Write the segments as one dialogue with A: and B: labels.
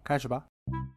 A: 开始吧。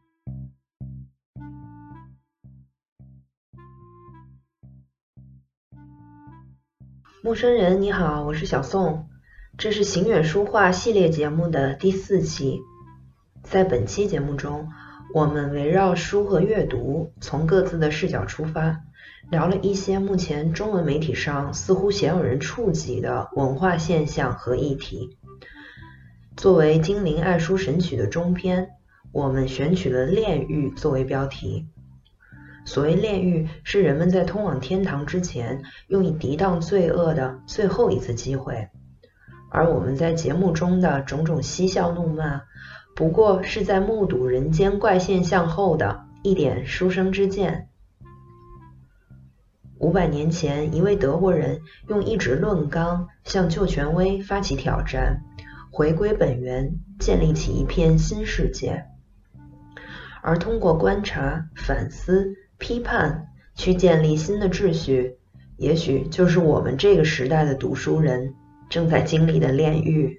B: 陌生人你好，我是小宋，这是行远书画系列节目的第4期。在本期节目中，我们围绕书和阅读，从各自的视角出发，聊了一些目前中文媒体上似乎鲜有人触及的文化现象和议题。作为精灵爱书神曲的中篇，我们选取了炼狱作为标题。所谓炼狱，是人们在通往天堂之前用以抵挡罪恶的最后一次机会，而我们在节目中的种种嬉笑怒骂，不过是在目睹人间怪现象后的一点书生之见。500年前，一位德国人用一纸论纲向旧权威发起挑战，回归本源，建立起一片新世界。而通过观察、反思、批判去建立新的秩序，也许就是我们这个时代的读书人正在经历的炼狱。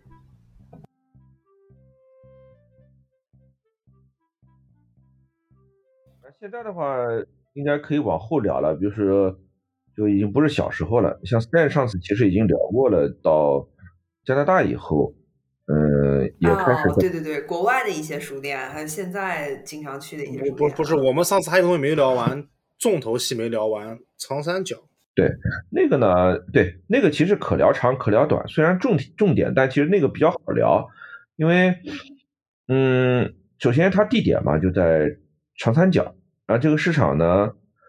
C: 现在的话应该可以往后聊了，比如说就已经不是小时候了，像 Stan 上次其实已经聊过了，到加拿大以后也开始
D: 对，国外的一些书店，还有现在经常去的一些书店。
E: 不是，我们上次还有东西没聊完，重头戏没聊完，长三角。
C: 对，那个呢，对，那个其实可聊长可聊短，虽然重点，但其实那个比较好聊，因为首先它地点嘛就在长三角，然后这个市场呢，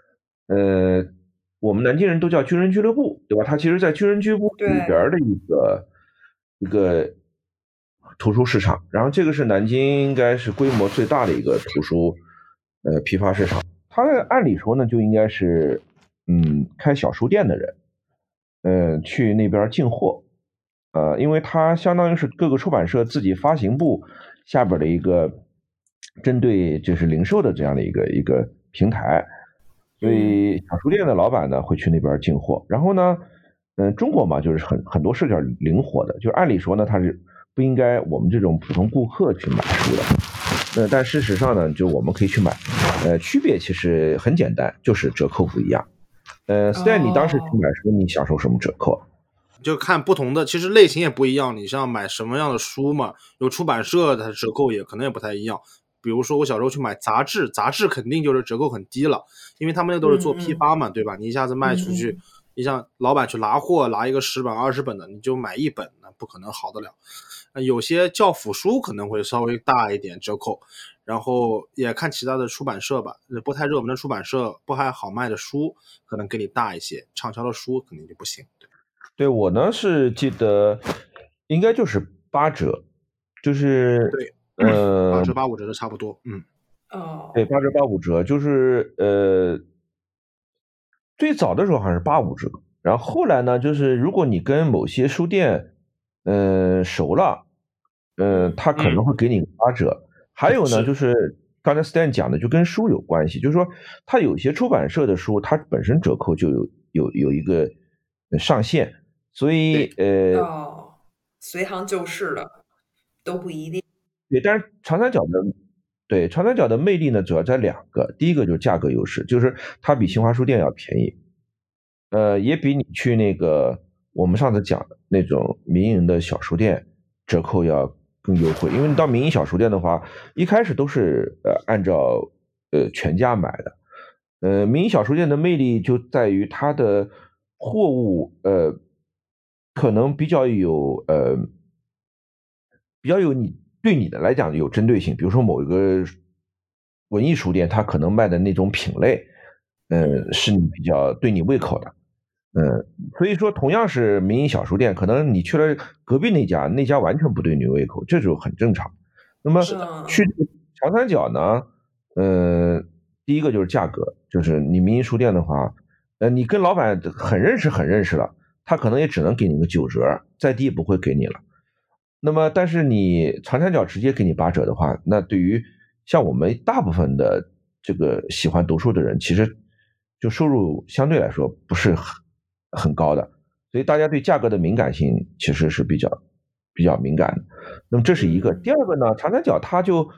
C: 我们南京人都叫军人俱乐部，对吧？它其实在军人俱乐部里边的一个图书市场，然后这个是南京应该是规模最大的一个图书批发市场。它按理说呢就应该是开小书店的人去那边进货，因为它相当于是各个出版社自己发行部下边的一个针对就是零售的这样的一个平台，所以小书店的老板呢会去那边进货。然后呢中国嘛就是很多是点灵活的，就是按理说呢它是不应该我们这种普通顾客去买书的，但事实上呢就我们可以去买，区别其实很简单，就是折扣不一样。Stan 你当时去买书你享受什么折扣？
E: 就看不同的，其实类型也不一样，你像买什么样的书嘛，有出版社的折扣也可能也不太一样。比如说我小时候去买杂志肯定就是折扣很低了，因为他们那都是做批发嘛，对吧？你一下子卖出去，你像老板去拿货，拿一个10本20本的，你就买1本，那不可能好得了。有些教辅书可能会稍微大一点折扣，然后也看其他的出版社吧，不太热门的出版社，不太好卖的书可能给你大一些，畅销的书肯定就不行。
C: 对，我呢是记得应该就是8折，就是
E: 对8折8、5折的差不多。
C: 对，8折8、5折，就是最早的时候好像是8、5折，然后后来呢就是如果你跟某些书店熟了，他可能会给你8折。还有呢就是刚才 Stan 讲的就跟书有关系，就是说他有些出版社的书它本身折扣就有一个上限，所以
D: 随行就市的都不一定。
C: 对，但是长三角的魅力呢主要在2个，第一个就是价格优势，就是它比新华书店要便宜，也比你去那个我们上次讲的那种民营的小书店折扣要更优惠，因为你到民营小书店的话一开始都是按照全价买的，民营小书店的魅力就在于它的货物可能比较有对你的来讲有针对性，比如说某一个文艺书店它可能卖的那种品类是你比较对你胃口的，所以说同样是民营小书店，可能你去了隔壁那家完全不对你胃口，这就很正常。那么去长三角呢第一个就是价格，就是你民营书店的话你跟老板很认识了，他可能也只能给你个9折，再低也不会给你了。那么但是你长三角直接给你8折的话，那对于像我们大部分的这个喜欢读书的人，其实就收入相对来说不是很高的，所以大家对价格的敏感性其实是比较敏感的。那么这是一个。第二个呢，长三角它就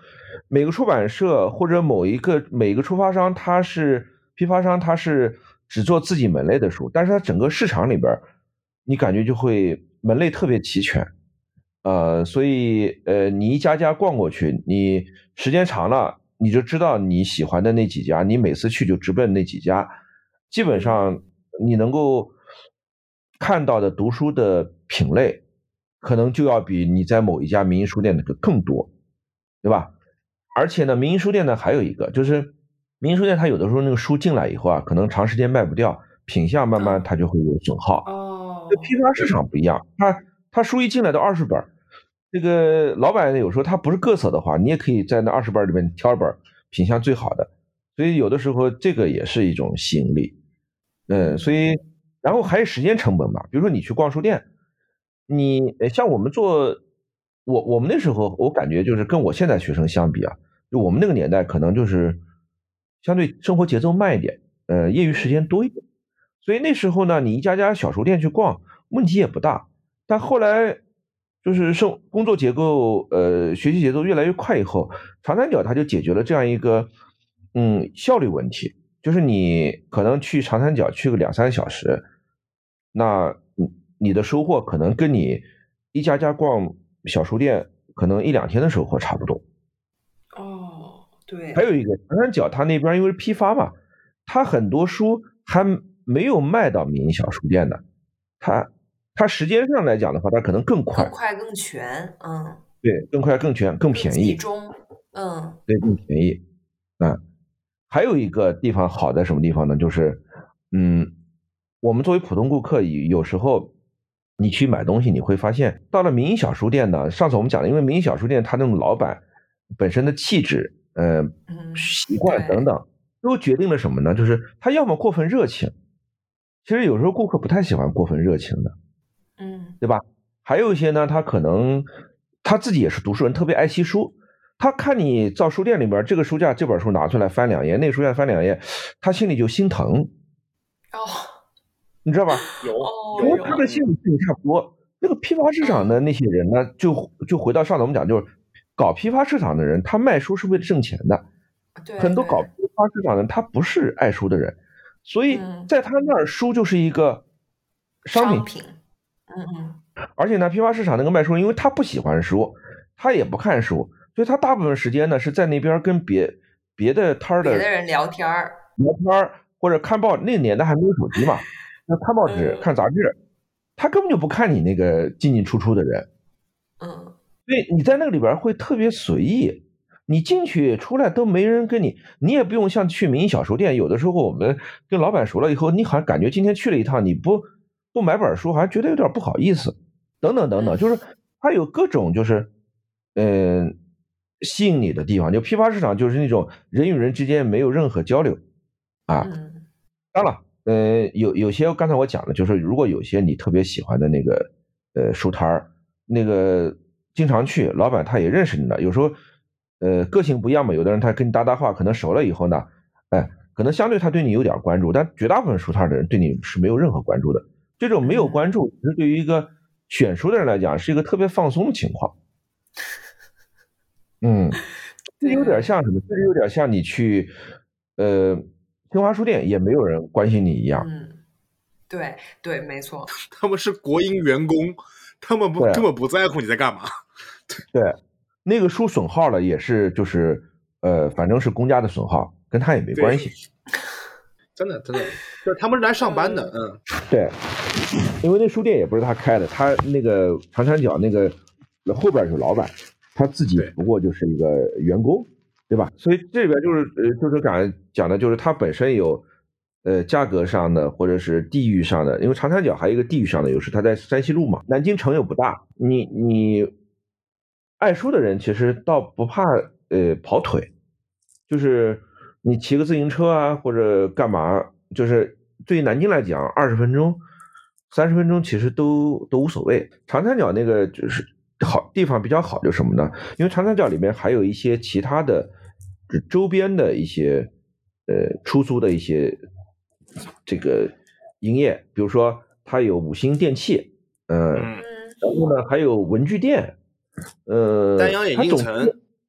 C: 每个出版社或者每个出发商，批发商，他是只做自己门类的书，但是他整个市场里边，你感觉就会门类特别齐全。所以你一家家逛过去，你时间长了，你就知道你喜欢的那几家，你每次去就直奔那几家，基本上你能够看到的读书的品类，可能就要比你在某一家民营书店的更多，对吧？而且呢，民营书店呢还有一个就是，民营书店它有的时候那个书进来以后啊，可能长时间卖不掉，品相慢慢它就会有损耗。这批发市场不一样，它书一进来都20本。这个老板有时候他不是各色的话，你也可以在那20本里面挑一本品相最好的，所以有的时候这个也是一种吸引力。所以然后还有时间成本嘛，比如说你去逛书店，像我们那时候我感觉就是跟我现在学生相比啊，就我们那个年代可能就是相对生活节奏慢一点，业余时间多一点，所以那时候呢，你一家家小书店去逛问题也不大，但后来就是工作结构，学习节奏越来越快以后，长三角它就解决了这样一个效率问题，就是你可能去长三角去个2-3小时，那你的收获可能跟你一家家逛小书店可能1-2天的收获差不多。
D: 对。
C: 还有一个长三角它那边因为批发嘛，它很多书还没有卖到民营小书店的，它时间上来讲的话，它可能更快
D: 更全，
C: 对，更快更全更便宜，
D: 集中，
C: 对，更便宜。还有一个地方好在什么地方呢？就是我们作为普通顾客，有时候你去买东西，你会发现到了民营小书店呢，上次我们讲的，因为民营小书店它那种老板本身的气质、习惯等等，都决定了什么呢？就是他要么过分热情，其实有时候顾客不太喜欢过分热情的，对吧？还有一些呢，他可能他自己也是读书人，特别爱惜书，他看你到书店里边这个书架这本书拿出来翻2页，那个书架翻2页，他心里就心疼。你知道吧？因为他的心理跟你差不多。那个批发市场的那些人呢，就回到上次我们讲，就是搞批发市场的人，他卖书是为了挣钱的。很多搞批发市场的人，他不是爱书的人，所以在他那儿书就是一个商品。而且呢，批发市场那个卖书，因为他不喜欢书，他也不看书，所以他大部分时间呢是在那边跟别的摊儿的
D: 人聊天
C: 或者看报，那个年代还没有手机嘛。那看报纸、看杂志，他根本就不看你那个进进出出的人，所以你在那个里边会特别随意，你进去出来都没人跟你也不用像去民营小书店，有的时候我们跟老板熟了以后，你好像感觉今天去了一趟，你不买本书，好像觉得有点不好意思，等等等等，就是它有各种就是吸引你的地方。就批发市场就是那种人与人之间没有任何交流啊，当然了。有些刚才我讲的，就是如果有些你特别喜欢的那个书摊儿，那个经常去，老板他也认识你的，有时候个性不一样嘛，有的人他跟你搭话，可能熟了以后呢，可能相对他对你有点关注，但绝大部分书摊的人对你是没有任何关注的。这种没有关注，其实对于一个选书的人来讲，是一个特别放松的情况。这有点像什么？这有点像你去新华书店也没有人关心你一样。
D: 对，没错。
E: 他们是国营员工，他们根本不在乎你在干嘛。
C: 对，那个书损耗了也是就是反正是公家的损耗，跟他也没关系。
E: 真的，就是他们是来上班的。
C: 对，因为那书店也不是他开的，他那个长三角那个后边有老板，他自己不过就是一个员工。对吧？所以这里边就是刚才讲的，就是它本身有价格上的或者是地域上的，因为长三角还有一个地域上的优势，它在山西路嘛，南京城又不大，你爱书的人其实倒不怕跑腿，就是你骑个自行车啊或者干嘛，就是对于南京来讲20分钟、30分钟其实都无所谓。长三角那个就是好地方比较好，就是什么呢？因为长三角里面还有一些其他的周边的一些出租的一些这个营业，比如说它有五星电器，然后呢还有文具店，
E: 丹阳也应城，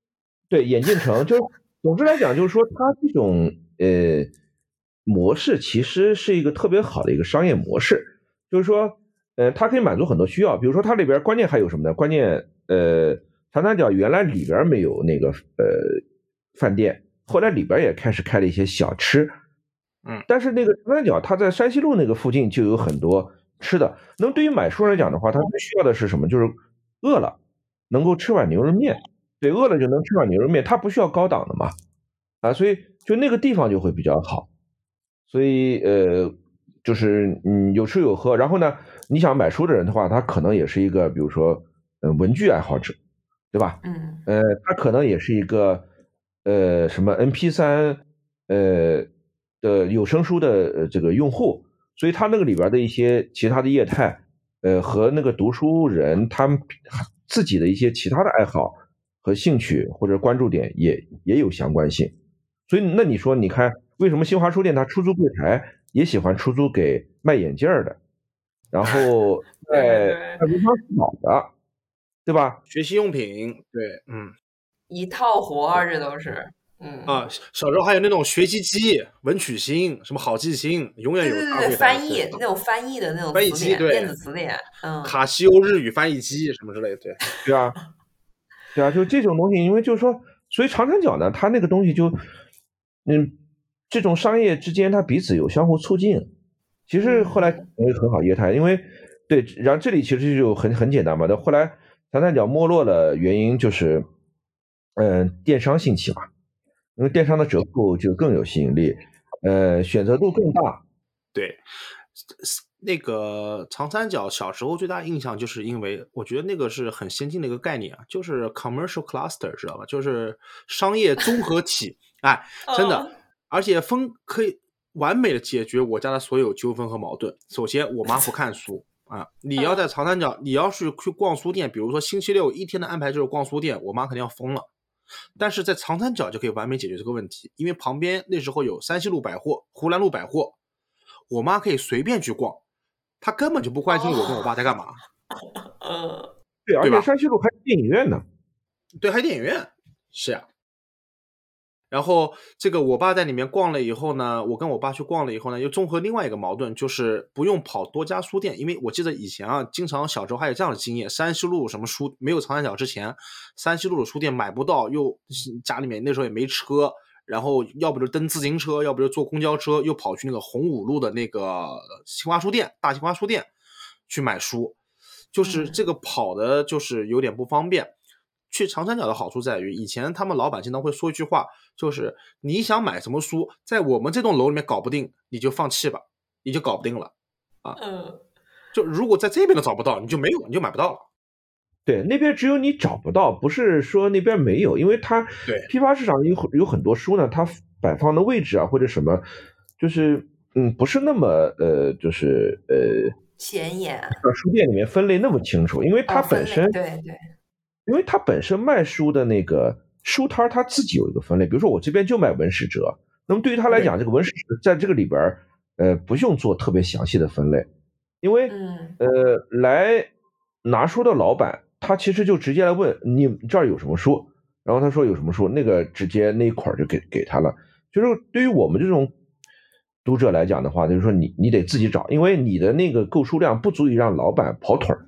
C: 对，眼镜城就是，总之来讲，就是说它这种模式其实是一个特别好的一个商业模式，就是说它可以满足很多需要，比如说它里边关键还有什么呢？关键长三角原来里边没有那个饭店，后来里边也开始开了一些小吃，但是那个长三角它在山西路那个附近就有很多吃的。那么对于买书来讲的话，他最需要的是什么？就是饿了能够吃碗牛肉面。对，饿了就能吃碗牛肉面，它不需要高档的嘛，所以就那个地方就会比较好，所以就是有吃有喝，然后呢，你想买书的人的话，他可能也是一个比如说文具爱好者，对吧？他可能也是一个什么 MP3的有声书的这个用户，所以他那个里边的一些其他的业态，和那个读书人他们自己的一些其他的爱好和兴趣或者关注点也有相关性，所以那你说，你看为什么新华书店它出租柜台也喜欢出租给卖眼镜的，然后在文昌四宝的，对吧？
E: 学习用品，对，
D: 一套活儿，这都是。
E: 小时候还有那种学习机，文曲星，什么好记星，永远有。
D: 对，翻译那种翻译的那种
E: 翻译机，对，
D: 电子词典，
E: 卡西欧日语翻译机什么之类的，
C: 对啊，对啊，就这种东西，因为就是说，所以长三角呢，它那个东西就，这种商业之间它彼此有相互促进，其实后来成为很好业态，因为对，然后这里其实就很简单嘛，那后来长三角没落的原因就是，电商兴起嘛。因为电商的折扣就更有吸引力，选择度更大。
E: 对，那个长三角小时候最大印象就是因为我觉得那个是很先进的一个概念啊，就是 commercial cluster， 知道吧？就是商业综合体。哎，真的，而且可以完美的解决我家的所有纠纷和矛盾。首先，我妈不看书啊，你要在长三角，你要是去逛书店，比如说星期六一天的安排就是逛书店，我妈肯定要疯了。但是在长三角就可以完美解决这个问题，因为旁边那时候有山西路百货、湖南路百货，我妈可以随便去逛，她根本就不关心我跟我爸在干嘛。
C: 对，而且山西路还有电影院呢。
E: 对，还有电影院，是呀。然后这个我爸在里面逛了以后呢，我跟我爸去逛了以后呢，又综合另外一个矛盾，就是不用跑多家书店。因为我记得以前啊，经常小时候还有这样的经验，山西路什么书没有长三角之前，山西路的书店买不到，又家里面那时候也没车，然后要不就蹬自行车，要不就坐公交车，又跑去那个洪武路的那个新华书店，大新华书店去买书，就是这个跑的就是有点不方便。去长三角的好处在于，以前他们老板经常会说一句话，就是你想买什么书，在我们这栋楼里面搞不定，你就放弃吧，你就搞不定了啊。就如果在这边都找不到，你就没有，你就买不到了。
C: 对，那边只有你找不到，不是说那边没有，因为它批发市场有很多书呢，它摆放的位置啊或者什么，就是不是那么就是
D: 显眼，
C: 书店里面分类那么清楚，因为它本身
D: 对。
C: 因为它本身卖书的那个书摊，它自己有一个分类。比如说我这边就卖文史哲，那么对于他来讲，这个文史哲在这个里边不用做特别详细的分类，因为来拿书的老板，他其实就直接来问你这儿有什么书，然后他说有什么书，那个直接那一块就给他了。就是对于我们这种读者来讲的话，就是说你得自己找，因为你的那个购书量不足以让老板跑腿儿。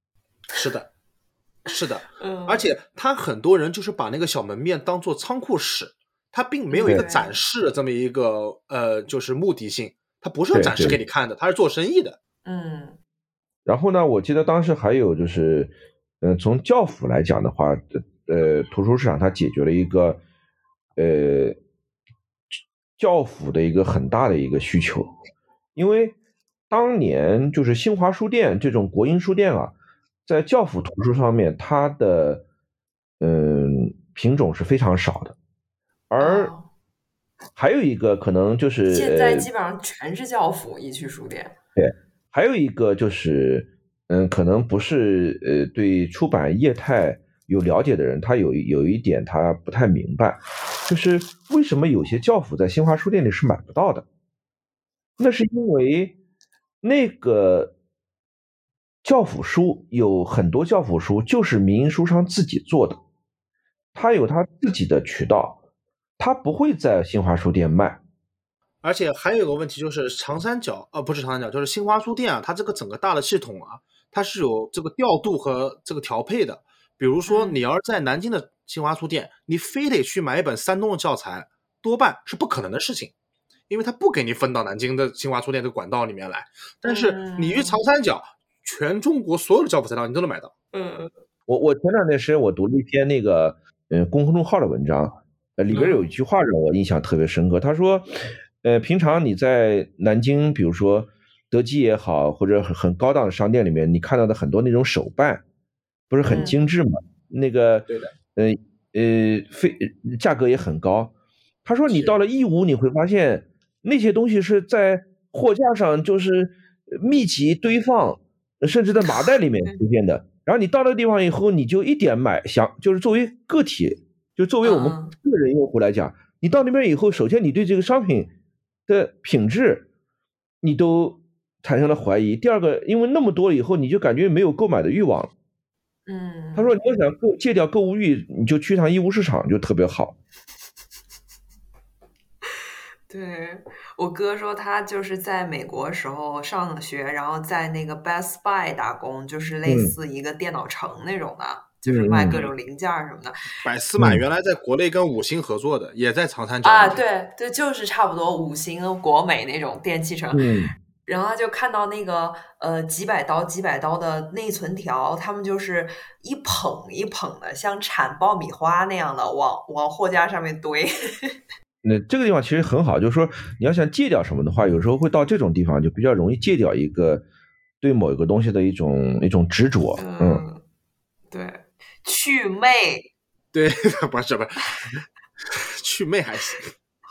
E: 是的，而且他很多人就是把那个小门面当做仓库使，他并没有一个展示的这么一个就是目的性，他不是要展示给你看的，他是做生意的。
C: 然后呢，我记得当时还有就是，从教辅来讲的话，图书市场它解决了一个教辅的一个很大的一个需求，因为当年就是新华书店这种国营书店啊。在教辅图书上面，它的品种是非常少的，而还有一个可能就是
D: 现在基本上全是教辅一区书店。
C: 对，还有一个就是可能不是对出版业态有了解的人，他有一点他不太明白，就是为什么有些教辅在新华书店里是买不到的？那是因为那个。教辅书有很多教辅书就是民营书商自己做的， 它有它自己的渠道，它不会在新华书店卖。
E: 而且还有一个问题就是长三角不是长三角，就是新华书店啊，它这个整个大的系统啊，它是有这个调度和这个调配的。比如说你要是在南京的新华书店，你非得去买一本山东的教材，多半是不可能的事情，因为它不给你分到南京的新华书店这个管道里面来。但是你去长三角，全中国所有的教辅材料你都能买到。
C: 我前两天时间我读了一篇那个公众号的文章，里边有一句话让我印象特别深刻。他说平常你在南京比如说德基也好，或者很高档的商店里面，你看到的很多那种手办不是很精致吗？那个
E: 对的
C: 价格也很高。他说你到了义乌，你会发现那些东西是在货架上就是密集堆放，甚至在麻袋里面出现的。然后你到那个地方以后，你就一点就是作为个体，就作为我们个人用户来讲，你到那边以后，首先你对这个商品的品质你都产生了怀疑。第二个，因为那么多以后，你就感觉没有购买的欲望。他说你要想戒掉购物欲，你就去趟义乌市场就特别好。
B: 对，我哥说他就是在美国时候上学，然后在那个 Best Buy 打工，就是类似一个电脑城那种的，就是卖各种零件什么的。
E: 百思买原来在国内跟五星合作的，也在长三角
B: 啊，对，就是差不多五星国美那种电器城。然后他就看到那个几百刀的内存条，他们就是一捧一捧的，像产爆米花那样的往货架上面堆。
C: 那这个地方其实很好，就是说你要想戒掉什么的话，有时候会到这种地方就比较容易戒掉一个对某一个东西的一种执着。
B: 对，祛魅。
E: 对，不是祛魅还行。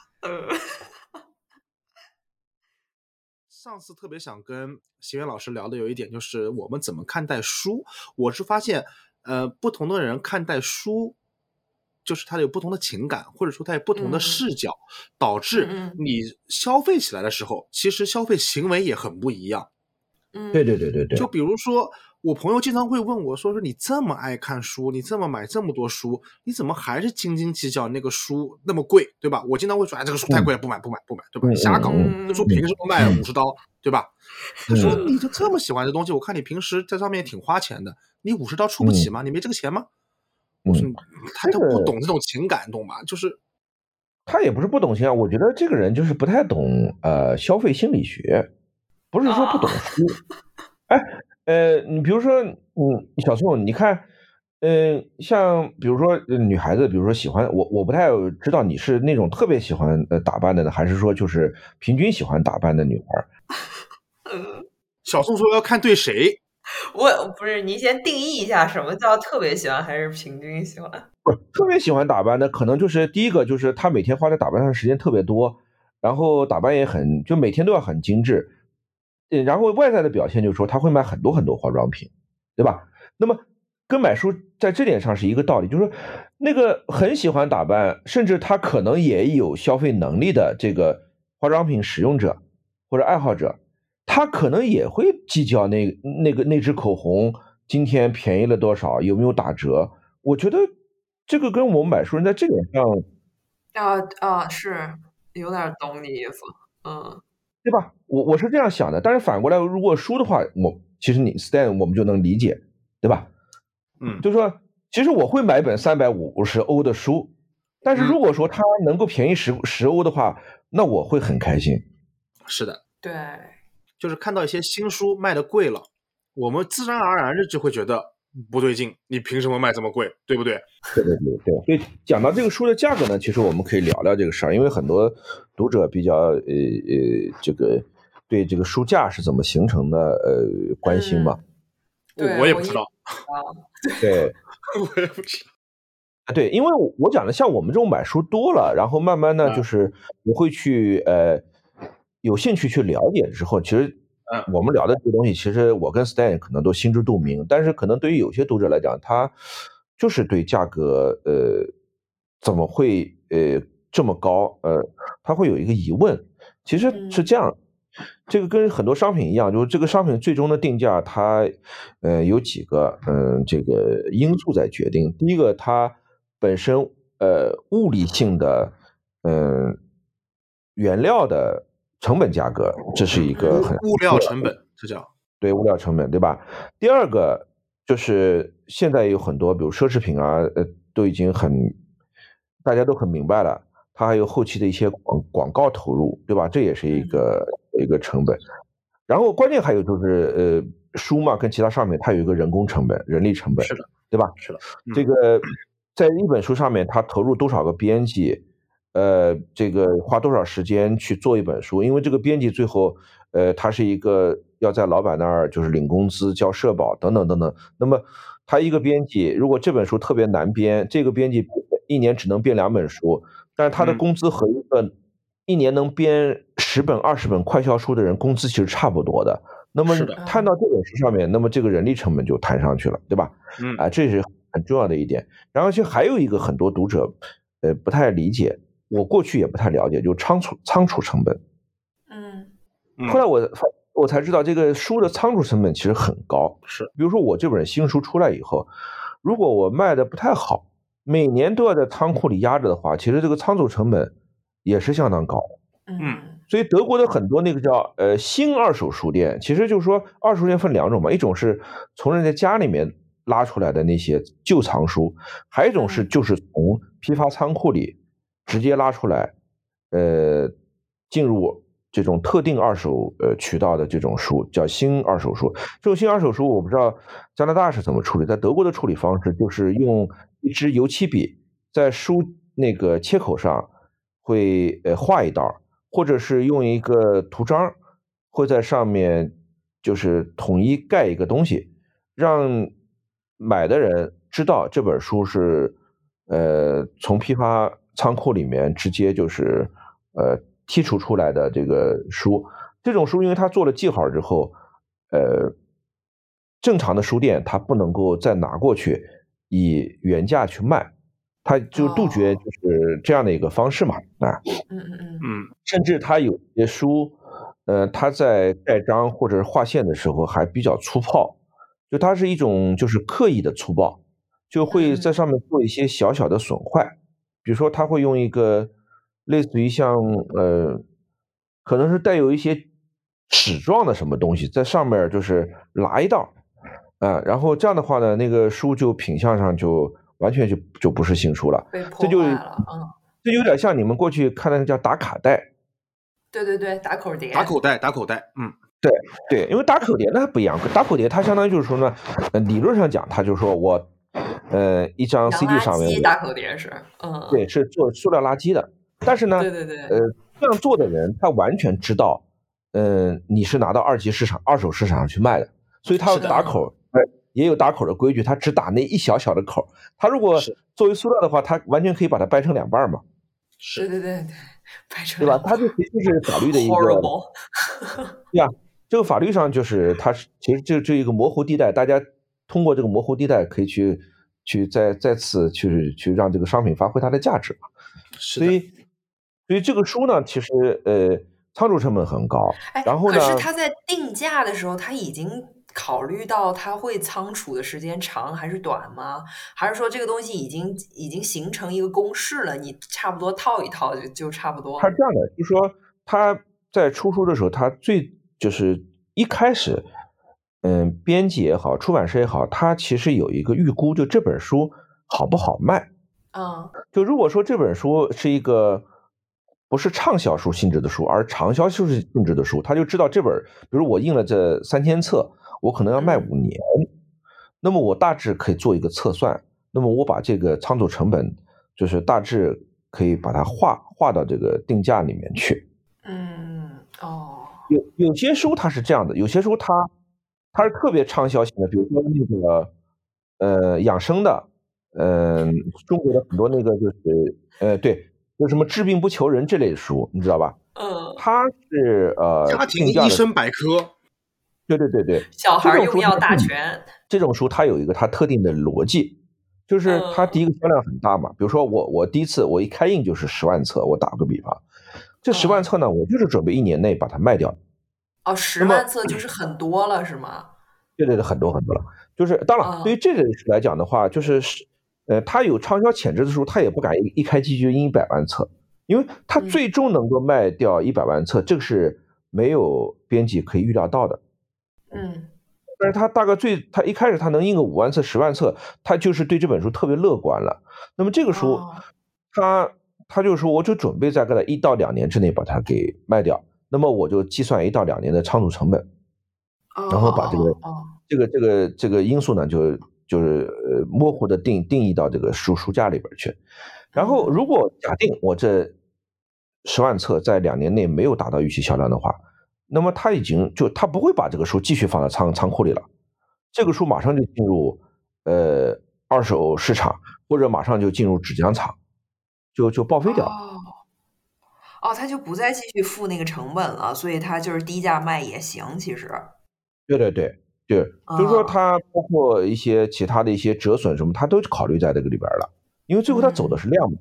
E: 上次特别想跟席元老师聊的有一点就是我们怎么看待书。我是发现不同的人看待书就是他有不同的情感，或者说他有不同的视角，导致你消费起来的时候其实消费行为也很不一样。
C: 对，
E: 就比如说我朋友经常会问我说你这么爱看书，你这么买这么多书，你怎么还是斤斤计较那个书那么贵，对吧？我经常会说这个书太贵了，不买，对吧？瞎搞，这书凭什么卖50刀，对吧？他说你就这么喜欢这东西，我看你平时在上面挺花钱的，你50刀出不起吗？你没这个钱吗？我说他都不懂这种情感，懂吗？就是
C: 他也不是不懂情感，我觉得这个人就是不太懂消费心理学，不是说不懂书。你比如说小宋，你看像比如说女孩子，比如说喜欢我不太知道你是那种特别喜欢打扮的呢，还是说就是平均喜欢打扮的女孩。
E: 小宋说要看对谁。
B: 我不是，你先定义一下什么叫特别喜欢还是平均喜欢？
C: 不是特别喜欢打扮的，可能就是第一个就是她每天花在打扮上的时间特别多，然后打扮也就每天都要很精致。然后外在的表现就是说他会买很多很多化妆品，对吧？那么跟买书在这点上是一个道理，就是说那个很喜欢打扮，甚至他可能也有消费能力的这个化妆品使用者或者爱好者，他可能也会计较那支口红今天便宜了多少，有没有打折。我觉得这个跟我们买书人在这点上
B: 是有点懂你意思。
C: 对吧？我是这样想的，但是反过来，如果书的话，其实你 Stan 我们就能理解，对吧？就是说，其实我会买一本350欧的书，但是如果说它能够便宜10欧的话，那我会很开心。
E: 是的，
B: 对，
E: 就是看到一些新书卖的贵了，我们自然而然的就会觉得不对劲，你凭什么卖这么贵，对不对？
C: 对。所以讲到这个书的价格呢，其实我们可以聊聊这个事儿，因为很多读者比较这个对这个书价是怎么形成的关心嘛。
E: 我也不知道。
C: 对，
E: 我也不知道。
C: 对，因为我讲的像我们这种买书多了，然后慢慢呢，就是我会去有兴趣去了解之后，其实我们聊的这个东西，其实我跟 Stan 可能都心知肚明，但是可能对于有些读者来讲，他就是对价格怎么会这么高他会有一个疑问。其实是这样，这个跟很多商品一样，就是这个商品最终的定价，它有几个这个因素在决定。第一个，它本身物理性的原料的成本价格，这是一个很
E: 物料成本，这叫
C: 对物料成本，对吧？第二个就是现在有很多，比如奢侈品啊，都已经大家都很明白了，它还有后期的一些广告投入，对吧？这也是一个成本。然后关键还有就是书嘛，跟其他上面它有一个人工成本、人力成本，
E: 是的，
C: 对吧？
E: 是的，
C: 这个在一本书上面，它投入多少个编辑，这个花多少时间去做一本书，因为这个编辑最后他是一个要在老板那儿就是领工资、交社保等等等等。那么他一个编辑，如果这本书特别难编，这个编辑一年只能编2本书，但是他的工资和一个一年能编10本、20本快销书的人工资其实差不多的。那么摊到这本书上面，那么这个人力成本就摊上去了，对吧？这是很重要的一点。然后就还有一个很多读者不太理解，我过去也不太了解，就仓储成本。后来我才知道，这个书的仓储成本其实很高。
E: 是，
C: 比如说我这本新书出来以后，如果我卖的不太好，每年都要在仓库里压着的话，其实这个仓储成本也是相当高的。所以德国的很多那个叫新二手书店，其实就是说二手书店分2种嘛，一种是从人家家里面拉出来的那些旧藏书，还有一种是就是从批发仓库里直接拉出来，进入这种特定二手渠道的这种书，叫新二手书。这种新二手书我不知道加拿大是怎么处理，在德国的处理方式就是用一支油漆笔在书那个切口上会画一道，或者是用一个图章会在上面就是统一盖一个东西，让买的人知道这本书是从批发仓库里面直接就是剔除出来的这个书。这种书因为它做了记号之后，正常的书店它不能够再拿过去以原价去卖，它就杜绝就是这样的一个方式嘛。甚至它有些书它在盖章或者是划线的时候还比较粗暴，就它是一种就是刻意的粗暴，就会在上面做一些小小的损坏。比如说它会用一个类似于像可能是带有一些齿状的什么东西在上面就是拉一道然后这样的话呢，那个书就品相上就完全就不是新书了，这就有点像你们过去看的那叫打卡带。
D: 对，打口碟，
C: 对，因为打口碟那不一样，打口碟它相当于就是说呢，理论上讲，它就是说我一张 CD 上面
D: 打口碟是，
C: 对，是做塑料垃圾的，但是呢，
D: 对，
C: 这样做的人他完全知道，你是拿到2级市场、二手市场上去卖的，所以他打口也有打口的规矩，他只打那一小小的口，他如果作为塑料的话，他完全可以把它掰成2半嘛。
D: 对，
C: 对吧？它这其实就是法律的一个，对呀，这个法律上就是它其实这一个模糊地带，大家通过这个模糊地带可以去再次去让这个商品发挥它的价值嘛。所以这个书呢，其实仓储成本很高，然后呢，
D: 可是它在定价的时候，它已经考虑到它会仓储的时间长还是短吗？还是说这个东西已经形成一个公式了，你差不多套一套就差不多？
C: 它是这样的，就是说它在出书的时候，它就是一开始，编辑也好，出版社也好，它其实有一个预估，就这本书好不好卖。就如果说这本书是一个不是畅销书性质的书，而长销书性质的书，他就知道这本，比如我印了这3000册，我可能要卖5年，那么我大致可以做一个测算，那么我把这个仓储成本就是大致可以把它划到这个定价里面去。有些书它是这样的，有些书它是特别畅销型的，比如说那个养生的，中国的很多那个就是对，就什么治病不求人这类的书，你知道吧？它是
E: 家庭医生百科。
C: 对，
D: 小孩用药大全。
C: 这种书它有一个它特定的逻辑，就是它第一个销量很大嘛。比如说我第一次我一开印就是10万册，我打个比方，这10万册呢，我就是准备1年内把它卖掉。
D: 10万册就是很多了，是吗？
C: 对，很多了。就是当然，对于这类书来讲的话，就是他有畅销潜质的书，他也不敢一开机就印100万册，因为他最终能够卖掉100万册，这个是没有编辑可以预料到的。但是他大概他一开始他能印个5万册、10万册，他就是对这本书特别乐观了。那么这个书，他就说我就准备在个1到2年之内把它给卖掉，那么我就计算1到2年的仓储成本，然后把这个因素呢就是模糊的定义到这个书架里边去。然后如果假定我这10万册在2年内没有达到预期销量的话，那么他不会把这个书继续放在仓库里了，这个书马上就进入二手市场，或者马上就进入纸浆厂，就报废掉了。
D: 他就不再继续付那个成本了，所以他就是低价卖也行，其实。
C: 对，就是说他包括一些其他的一些折损什么，他都考虑在这个里边了，因为最后他走的是量嘛。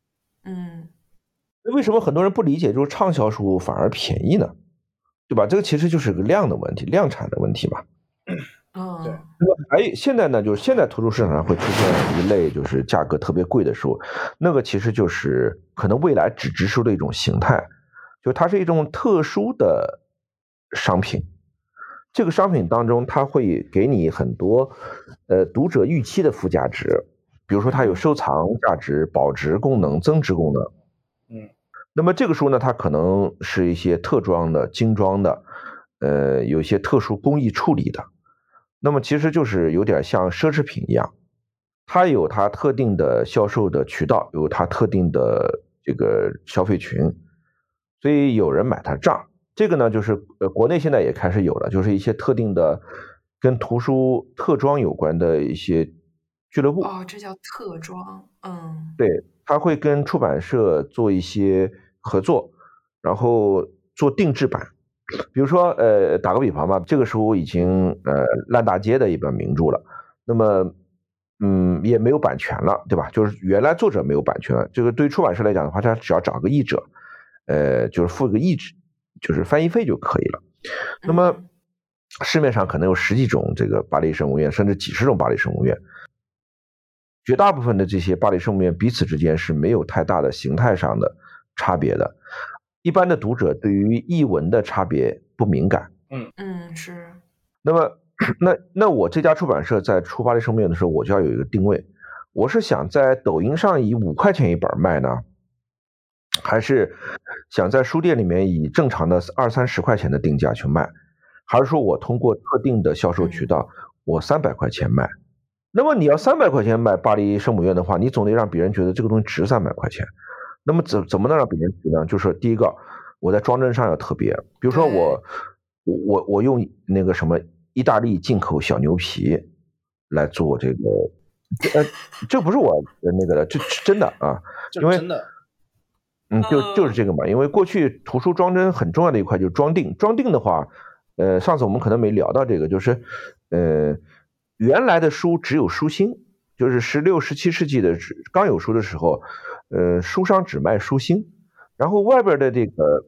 C: 为什么很多人不理解，就是畅销书反而便宜呢？对吧？这个其实就是个量的问题，量产的问题嘛。
E: 对。
C: 那么现在呢，就是现在图书市场上会出现一类就是价格特别贵的书，那个其实就是可能未来纸质书的一种形态，就它是一种特殊的商品。这个商品当中，它会给你很多读者预期的附加值，比如说它有收藏价值、保值功能、增值功能。那么这个书呢，它可能是一些特装的、精装的，有一些特殊工艺处理的。那么其实就是有点像奢侈品一样，它有它特定的销售的渠道，有它特定的这个消费群，所以有人买它账。这个呢，就是国内现在也开始有了，就是一些特定的跟图书特装有关的一些俱乐部。
D: 这叫特装。
C: 对，他会跟出版社做一些合作，然后做定制版。比如说打个比方吧，这个书已经烂大街的一本名著了，那么也没有版权了，对吧？就是原来作者没有版权了，这个对于出版社来讲的话，他只要找个译者，就是付个译制，就是翻译费就可以了。那么市面上可能有10几种这个巴黎圣母院，甚至几十种巴黎圣母院，绝大部分的这些巴黎圣母院彼此之间是没有太大的形态上的差别的。一般的读者对于译文的差别不敏感。
D: 是。
C: 那么那我这家出版社在出巴黎圣母院的时候，我就要有一个定位，我是想在抖音上以5块钱一本卖呢，还是想在书店里面以正常的20-30块钱的定价去卖，还是说我通过特定的销售渠道，我300块钱卖？那么你要300块钱买巴黎圣母院的话，你总得让别人觉得这个东西值300块钱。那么怎么能让别人值呢？就是第一个，我在装帧上要特别，比如说我用那个什么意大利进口小牛皮来做这个，这不是我那个的，这真的啊，因为
E: 真的，
C: 就是这个嘛，因为过去图书装帧很重要的一块就是装订的话，上次我们可能没聊到这个，就是原来的书只有书心，就是16、17世纪的刚有书的时候，书商只卖书心，然后外边的这个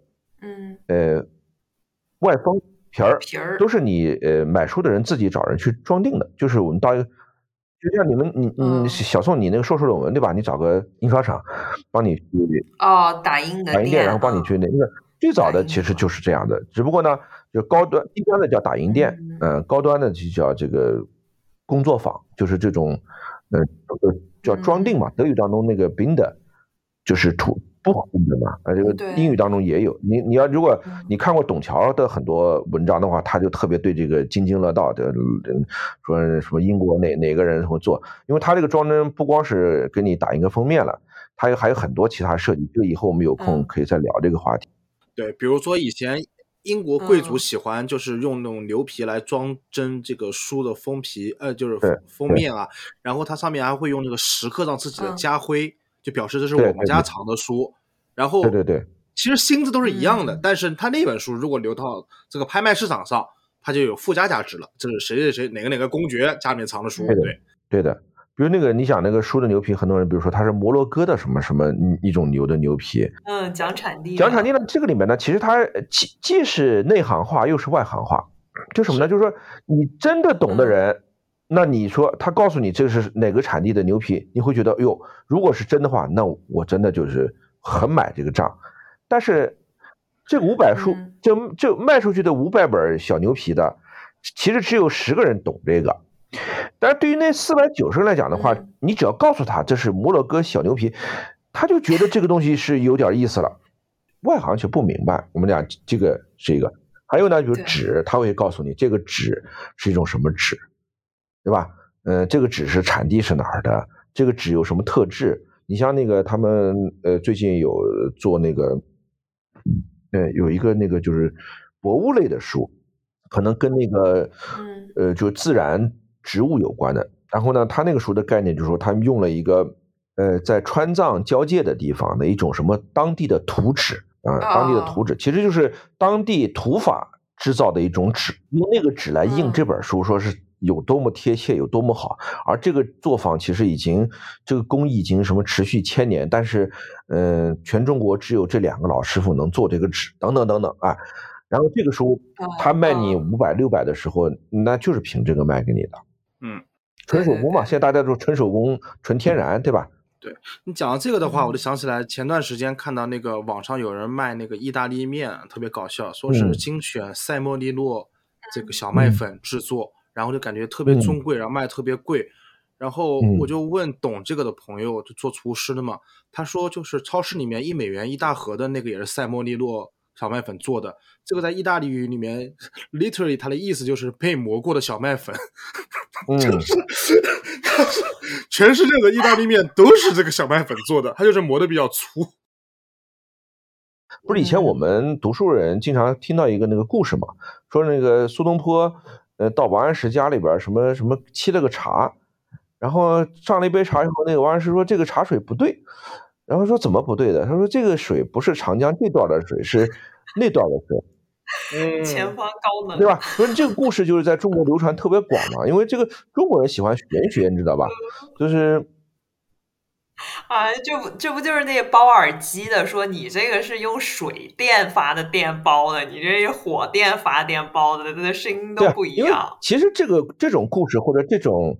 C: 外封皮儿都是你买书的人自己找人去装订的，就是我们到一个，就像你小宋你那个硕士论文对吧？你找个印刷厂帮你去
D: 打印
C: 店，然后帮你去那个最早的其实就是这样的，只不过呢，就低端的叫打印店，高端的就叫这个工作坊，就是这种叫装订嘛，德语当中那个 Binder 就是不好订的嘛，这个英语当中也有。你要如果你看过董桥的很多文章的话，他就特别对这个津津乐道的，说什么英国哪个人会做，因为他这个装帧不光是给你打一个封面了，还有很多其他设计，这个以后我们有空可以再聊这个话题。
E: 对，比如说以前英国贵族喜欢就是用那种牛皮来装帧这个书的封皮，就是封面啊，然后它上面还会用那个石刻上自己的家徽，就表示这是我们家藏的书。然后
C: 对，
E: 其实心思都是一样的，但是他那本书如果流到这个拍卖市场上，它就有附加价值了，这是谁哪个公爵家里面藏的书。
C: 对的。比如那个你想那个书的牛皮，很多人比如说它是摩洛哥的什么一种牛的牛皮，
D: 讲产地
C: 呢，这个里面呢，其实它既是内行话又是外行话，就什么呢？就是说你真的懂的人， 那你说他告诉你这是哪个产地的牛皮，你会觉得哟，如果是真的话，那我真的就是很买这个账。但是这个500书，就卖出去的500本小牛皮的，其实只有10个人懂这个。但是对于那490人来讲的话，你只要告诉他这是摩洛哥小牛皮，他就觉得这个东西是有点意思了。外行却不明白。我们讲这个是一个，还有呢，比如纸，他会告诉你这个纸是一种什么纸，对吧？这个纸是产地是哪儿的，这个纸有什么特质。你像那个他们最近有做那个有一个那个就是博物类的书，可能跟那个就自然植物有关的。然后呢，他那个书的概念就是说，他们用了一个在川藏交界的地方的一种什么当地的土纸啊，当地的土纸其实就是当地土法制造的一种纸，用那个纸来印这本书，说是有多么贴切，有多么好。而这个作坊其实这个工艺已经什么持续1000年，但是全中国只有这2个老师傅能做这个纸，等等等等啊。然后这个书他卖你500、600的时候，那就是凭这个卖给你的。纯手工嘛，现在大家都纯手工、纯天然，对吧？
E: 对，你讲到这个的话，我就想起来前段时间看到那个网上有人卖那个意大利面，特别搞笑，说是精选塞莫利诺这个小麦粉制作，然后就感觉特别尊贵，然后卖特别贵。然后我就问懂这个的朋友，就做厨师的嘛，他说就是超市里面1美元1大盒的那个也是塞莫利诺小麦粉做的，这个在意大利语里面 literally 它的意思就是被磨过的小麦粉。就是全世界的意大利面都是这个小麦粉做的，它就是磨的比较粗。
C: 不是以前我们读书人经常听到一个那个故事嘛，说那个苏东坡到王安石家里边什么沏了个茶，然后上了一杯茶以后，那个王安石说这个茶水不对，然后说怎么不对的？他说这个水不是长江这段的水，是那段的水。
D: 前方高能，
C: 对吧？所以这个故事就是在中国流传特别广嘛，因为这个中国人喜欢玄学，你知道吧？就是
D: 这不就是那包耳机的，说你这个是用水电发的电包的，你这是火电发电包的，这声音都不一样。
C: 其实这种故事或者这种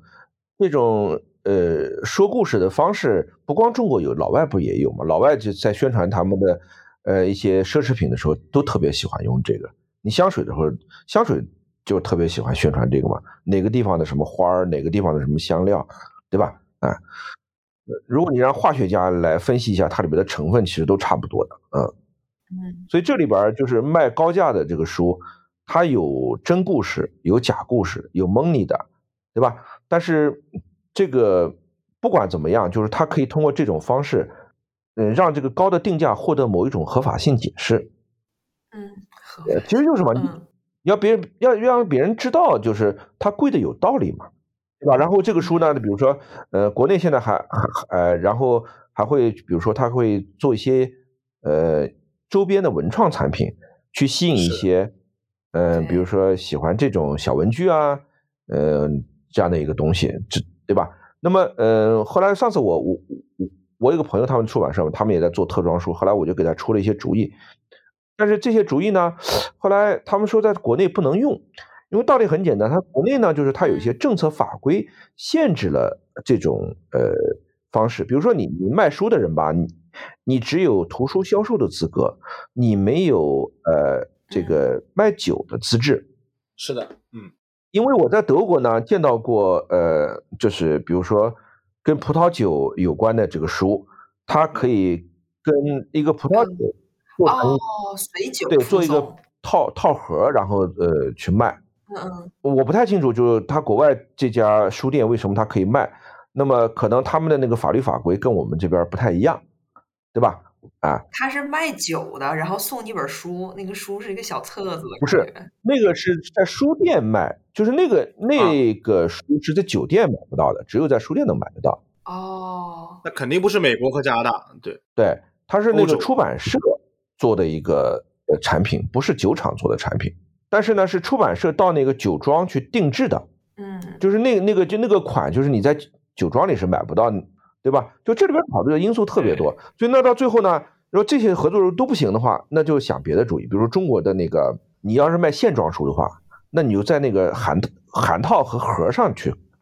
C: 说故事的方式，不光中国有，老外不也有嘛？老外就在宣传他们的一些奢侈品的时候，都特别喜欢用这个。你香水的时候，香水就特别喜欢宣传这个嘛，哪个地方的什么花儿，哪个地方的什么香料，对吧？如果你让化学家来分析一下它里边的成分，其实都差不多的。所以这里边就是卖高价的这个书，它有真故事，有假故事，有蒙你的，对吧？但是这个不管怎么样，就是它可以通过这种方式，让这个高的定价获得某一种合法性解释。其实就是什么，要让别人知道，就是它贵的有道理嘛，对吧？然后这个书呢，比如说国内现在然后还会比如说他会做一些周边的文创产品，去吸引一些比如说喜欢这种小文具啊，这样的一个东西，对吧？那么后来上次我有个朋友，他们出版社他们也在做特装书，后来我就给他出了一些主意。但是这些主意呢，后来他们说在国内不能用，因为道理很简单，它国内呢就是它有一些政策法规限制了这种方式。比如说你卖书的人吧，你只有图书销售的资格，你没有这个卖酒的资质。
E: 是的，
C: 因为我在德国呢见到过就是比如说跟葡萄酒有关的这个书，它可以跟一个葡萄酒做成
D: 水酒，
C: 对，做一个套盒，然后去卖。我不太清楚，就是他国外这家书店为什么他可以卖，那么可能他们的那个法律法规跟我们这边不太一样，对吧？
D: 他是卖酒的，然后送你本书，那个书是一个小册子。
C: 不是，那个是在书店卖，就是那个书是在酒店买不到的，只有在书店能买得到。
E: 那肯定不是美国和加拿大，
C: 对，它是那个出版社做的一个产品，不是酒厂做的产品。但是呢，是出版社到那个酒庄去定制的，就是那个款，就是你在酒庄里是买不到，对吧？就这里边考虑的因素特别多，所以那到最后呢，如果这些合作都不行的话，那就想别的主意。比如说中国的那个，你要是卖线装书的话，那你就在那个函套和盒上去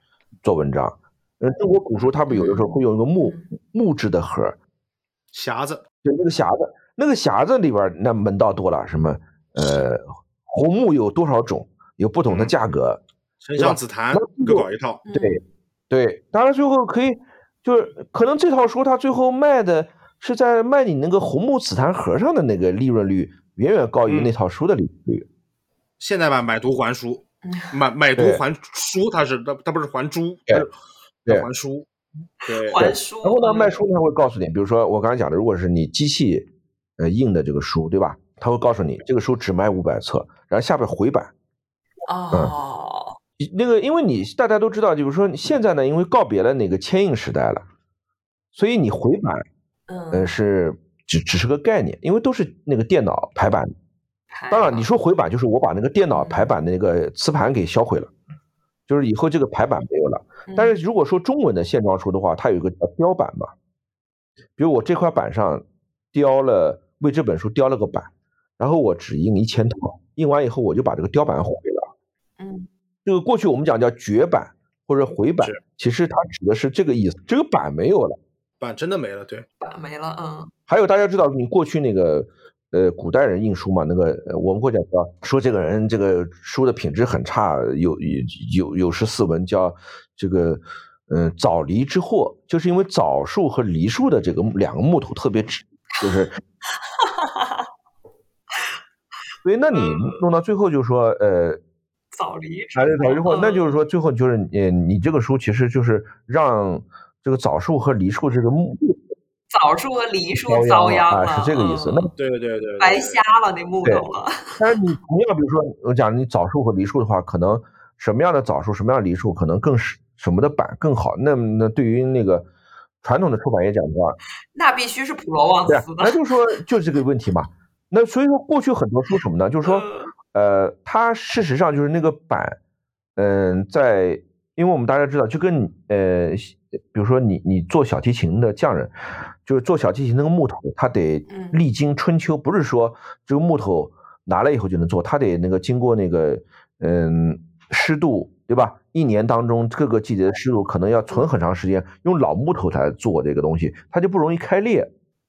C: 做文章。中国古书他们有的时候会用一个木质的盒，
E: 匣子，
C: 对，那个匣子里边那门道多了，什么红木有多少种，有不同的价格，
E: 沉香紫檀各搞一套。
C: 对，当然最后可以就是可能这套书它最后卖的是在卖你那个红木紫檀盒上的那个利润率远远高于那套书的利润率。
E: 现在买椟还书，买椟还书，它不是还珠，对，还书，对，
D: 还书。
C: 然后呢，卖书他会告诉你，比如说我刚才讲的，如果是你机器印的这个书，对吧？他会告诉你这个书只卖500册，然后下边回版。那个，因为大家都知道，就是说现在呢，因为告别了那个铅印时代了，所以你回版，是只是个概念，因为都是那个电脑排版。当然，你说回版就是我把那个电脑排版的那个磁盘给销毁了，就是以后这个排版没有了。但是如果说中文的线装书的话，它有一个叫雕版嘛，比如我这块板上为这本书雕了个版，然后我只印1000套，印完以后我就把这个雕版毁了。这个过去我们讲叫绝版或者回版，其实它指的是这个意思，这个版没有了，
E: 版真的没了，对，
D: 版没了。
C: 还有大家知道，你过去那个古代人印书嘛，那个我们会讲说这个人这个书的品质很差，有诗四文叫这个枣梨之祸，就是因为枣树和梨树的这个2个木头特别就是所以那你弄到最后就说
D: 枣梨
C: 之祸，那就是说最后就是你这个书其实就是让这个枣树和梨树这个
D: 枣树和梨树遭殃了，
C: 是这个意思。那
E: 对，
D: 白瞎了那木头了。
C: 但是你同样，比如说我讲你枣树和梨树的话，可能什么样的枣树、什么样的梨树，可能更是什么的版更好。那对于那个传统的出版业讲的话，
D: 那必须是普罗旺斯的。
C: 那就是说就是这个问题嘛。那所以说过去很多书什么呢？就是说它事实上就是那个版，因为我们大家知道，就跟比如说你做小提琴的匠人，就是做小提琴那个木头，它得历经春秋，不是说这个木头拿了以后就能做，它得那个经过那个湿度，对吧？1年当中各个季节的湿度可能要存很长时间，用老木头来做这个东西，它就不容易开裂，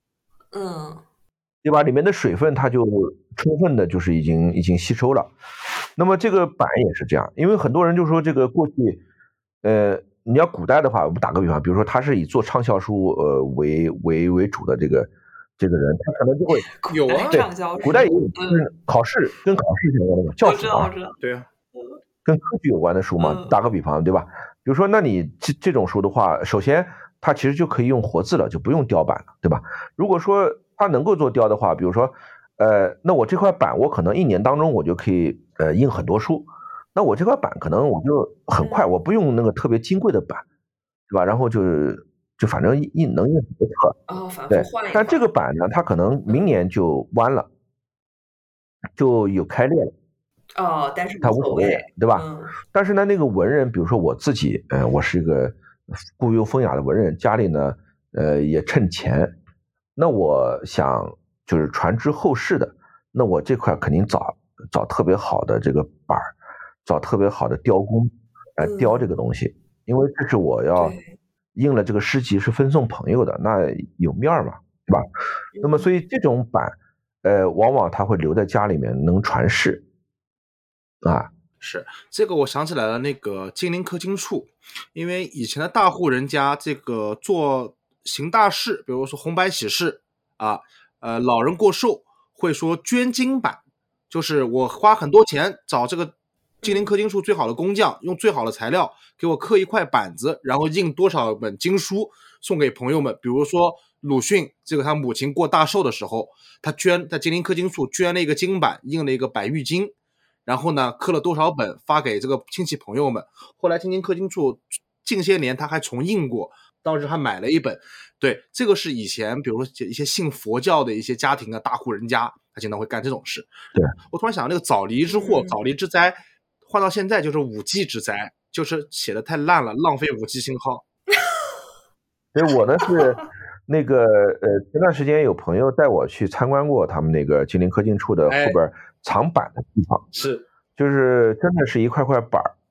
C: 对吧？里面的水分它就充分的就是已经吸收了。那么这个版也是这样，因为很多人就说这个过去你要古代的话，我们打个比方，比如说他是以做畅销书为主的这个人，他可能就会
E: 有啊，
C: 对，古代也有就是考试跟考试相关的教辅啊，
E: 对啊，
C: 跟科举有关的书嘛。打个比方，对吧？比如说，那你这种书的话，首先它其实就可以用活字了，就不用雕版了，对吧？如果说它能够做雕的话，比如说那我这块板我可能1年当中我就可以印很多书。那我这块板可能我就很快，我不用那个特别金贵的板，对吧？然后就反正能印很多册，对。但这个板呢，它可能明年就弯了，就有开裂了。
D: 但是
C: 它无所谓，对吧？但是呢，那个文人，比如说我自己，我是一个故优风雅的文人，家里呢，也趁钱，那我想就是传之后世的，那我这块肯定找特别好的这个板儿。找特别好的雕工来雕这个东西，因为这是我要印了这个诗集是分送朋友的，那有面嘛，对吧？那么所以这种版，往往它会留在家里面能传世啊。
E: 是这个，我想起来了，那个金陵刻经处，因为以前的大户人家这个做行大事，比如说红白喜事啊，老人过寿会说捐金版，就是我花很多钱找这个金陵刻经处最好的工匠，用最好的材料给我刻一块板子，然后印多少本经书送给朋友们。比如说鲁迅这个他母亲过大寿的时候，他在金陵刻经处捐了一个金版，印了一个百喻经，然后呢刻了多少本发给这个亲戚朋友们。后来金陵刻经处近些年他还重印过，当时还买了一本。对，这个是以前比如说一些信佛教的一些家庭啊，大户人家他经常会干这种事。
C: 对，
E: 我突然想那个枣梨之祸，枣梨之灾换到现在就是5G 之灾，就是写的太烂了，浪费5G 信号。
C: 所以我呢是那个前段时间有朋友带我去参观过他们那个金陵刻经处的后边藏板的地方，
E: 是，
C: 就是真的是一块块板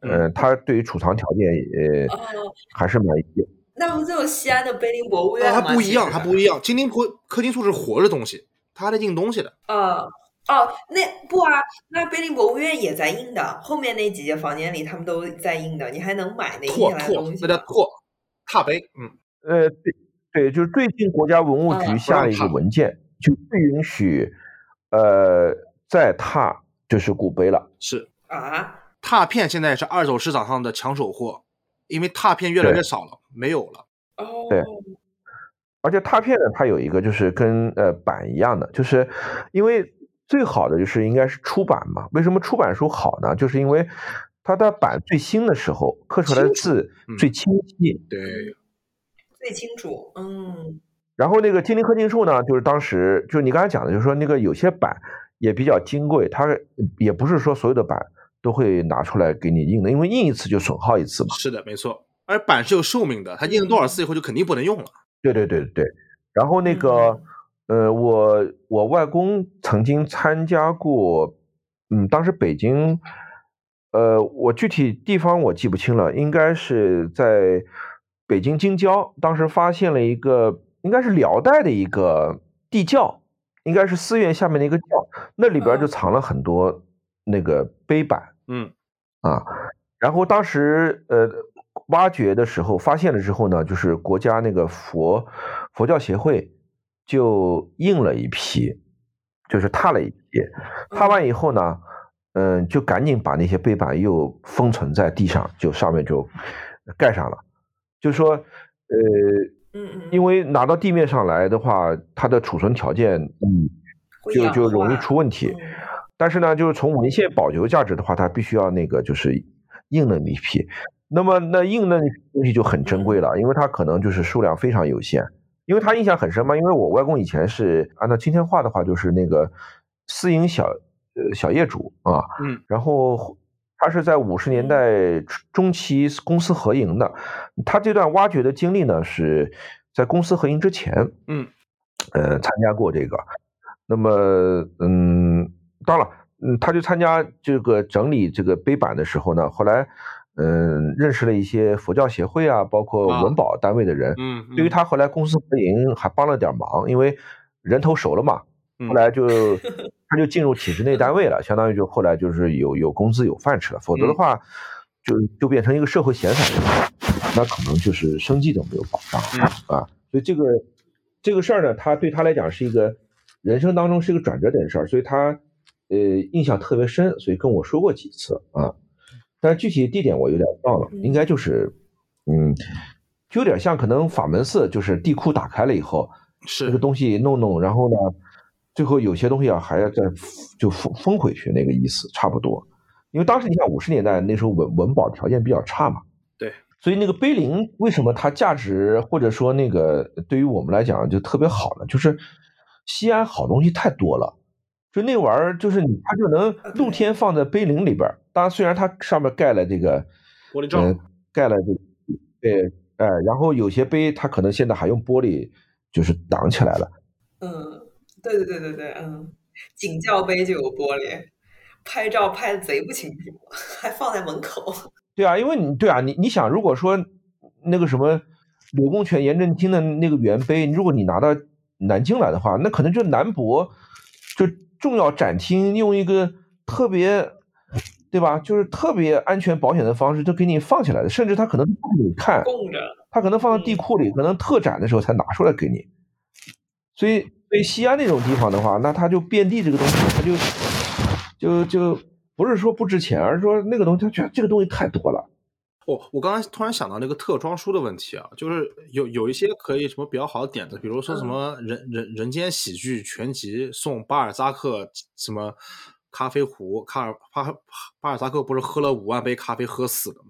C: 它对于储藏条件还是蛮
D: 那不就西安的碑林博物院吗？
E: 它不一样，它不一样。金陵刻金术是活着东西，它在印东西的。
D: 那不啊，那碑林博物院也在印的，后面那几间房间里他们都在印的，你还能买那印下来的东西。
E: 那叫拓碑，
C: 对，就是最近国家文物局下了一个文件，就不允许再拓就是古碑了。
E: 是
D: 啊，
E: 拓片现在是二手市场上的抢手货，因为拓片越来越少了，没有了。
C: 对，而且拓片呢，它有一个就是跟版一样的，就是因为最好的就是应该是出版嘛。为什么出版书好呢？就是因为它的版最新的时候刻出来的字最清晰，
E: 对，
D: 最清楚。
C: 然后那个金陵刻金术呢，就是当时就是你刚才讲的，就是说那个有些版也比较金贵，它也不是说所有的版都会拿出来给你印的，因为印一次就损耗一次嘛。
E: 是的，没错。而版是有寿命的，它印了多少次以后就肯定不能用了。
C: 对。然后那个我外公曾经参加过，当时北京，我具体地方我记不清了，应该是在北京京郊，当时发现了一个应该是辽代的一个地窖，应该是寺院下面的一个窖，那里边就藏了很多那个碑版，然后当时挖掘的时候发现了之后呢，就是国家那个佛教协会就印了一批，就是拓了一批，拓完以后呢，就赶紧把那些碑版又封存在地上，就上面就盖上了，就是说因为拿到地面上来的话，它的储存条件就容易出问题。但是呢，就是从文献保留价值的话，它必须要那个就是印了一批。那么那印的东西就很珍贵了，因为它可能就是数量非常有限。因为他印象很深嘛，因为我外公以前是按照今天话的话，就是那个私营小业主啊，然后他是在50年代中期公私合营的。他这段挖掘的经历呢，是在公私合营之前，参加过这个。那么，当然，他就参加这个整理这个碑版的时候呢，后来，认识了一些佛教协会啊，包括文保单位的人，对于他后来公私合营还帮了点忙，因为人头熟了嘛，后来他就进入体制内单位了，相当于就后来就是有工资有饭吃了，否则的话就变成一个社会闲散人，那可能就是生计都没有保障啊，所以这个事儿呢，对他来讲是一个人生当中是一个转折点的事儿，所以他印象特别深，所以跟我说过几次啊。但是具体地点我有点忘了，应该就是就有点像可能法门寺，就是地库打开了以后，这个东西弄，然后呢，最后有些东西还要再就封回去，那个意思差不多。因为当时你看50年代那时候文保条件比较差嘛，
E: 对，
C: 所以那个碑林为什么它价值或者说那个对于我们来讲就特别好呢？就是西安好东西太多了。就那玩意儿，就是它就能露天放在碑林里边。当然，虽然它上面盖了这个
E: 玻璃罩，
C: 盖了这然后有些碑它可能现在还用玻璃就是挡起来了。
D: 对，景教碑就有玻璃，拍照拍的贼不清楚，还放在门口。
C: 对啊，因为你想，如果说那个什么柳公权、颜真卿的那个原碑，如果你拿到南京来的话，那可能就南博就重要展厅用一个特别，对吧？就是特别安全保险的方式，就给你放起来的，甚至他可能不给你看，
D: 供着，
C: 他可能放在地库里，可能特展的时候才拿出来给你。所以西安那种地方的话，那他就遍地这个东西，他就不是说不值钱，而是说那个东西他觉得这个东西太多了。
E: 我刚才突然想到那个特装书的问题啊，就是有一些可以什么比较好的点子，比如说什么人间喜剧全集送巴尔扎克什么咖啡壶，巴尔扎克不是喝了5万杯咖啡喝死的吗？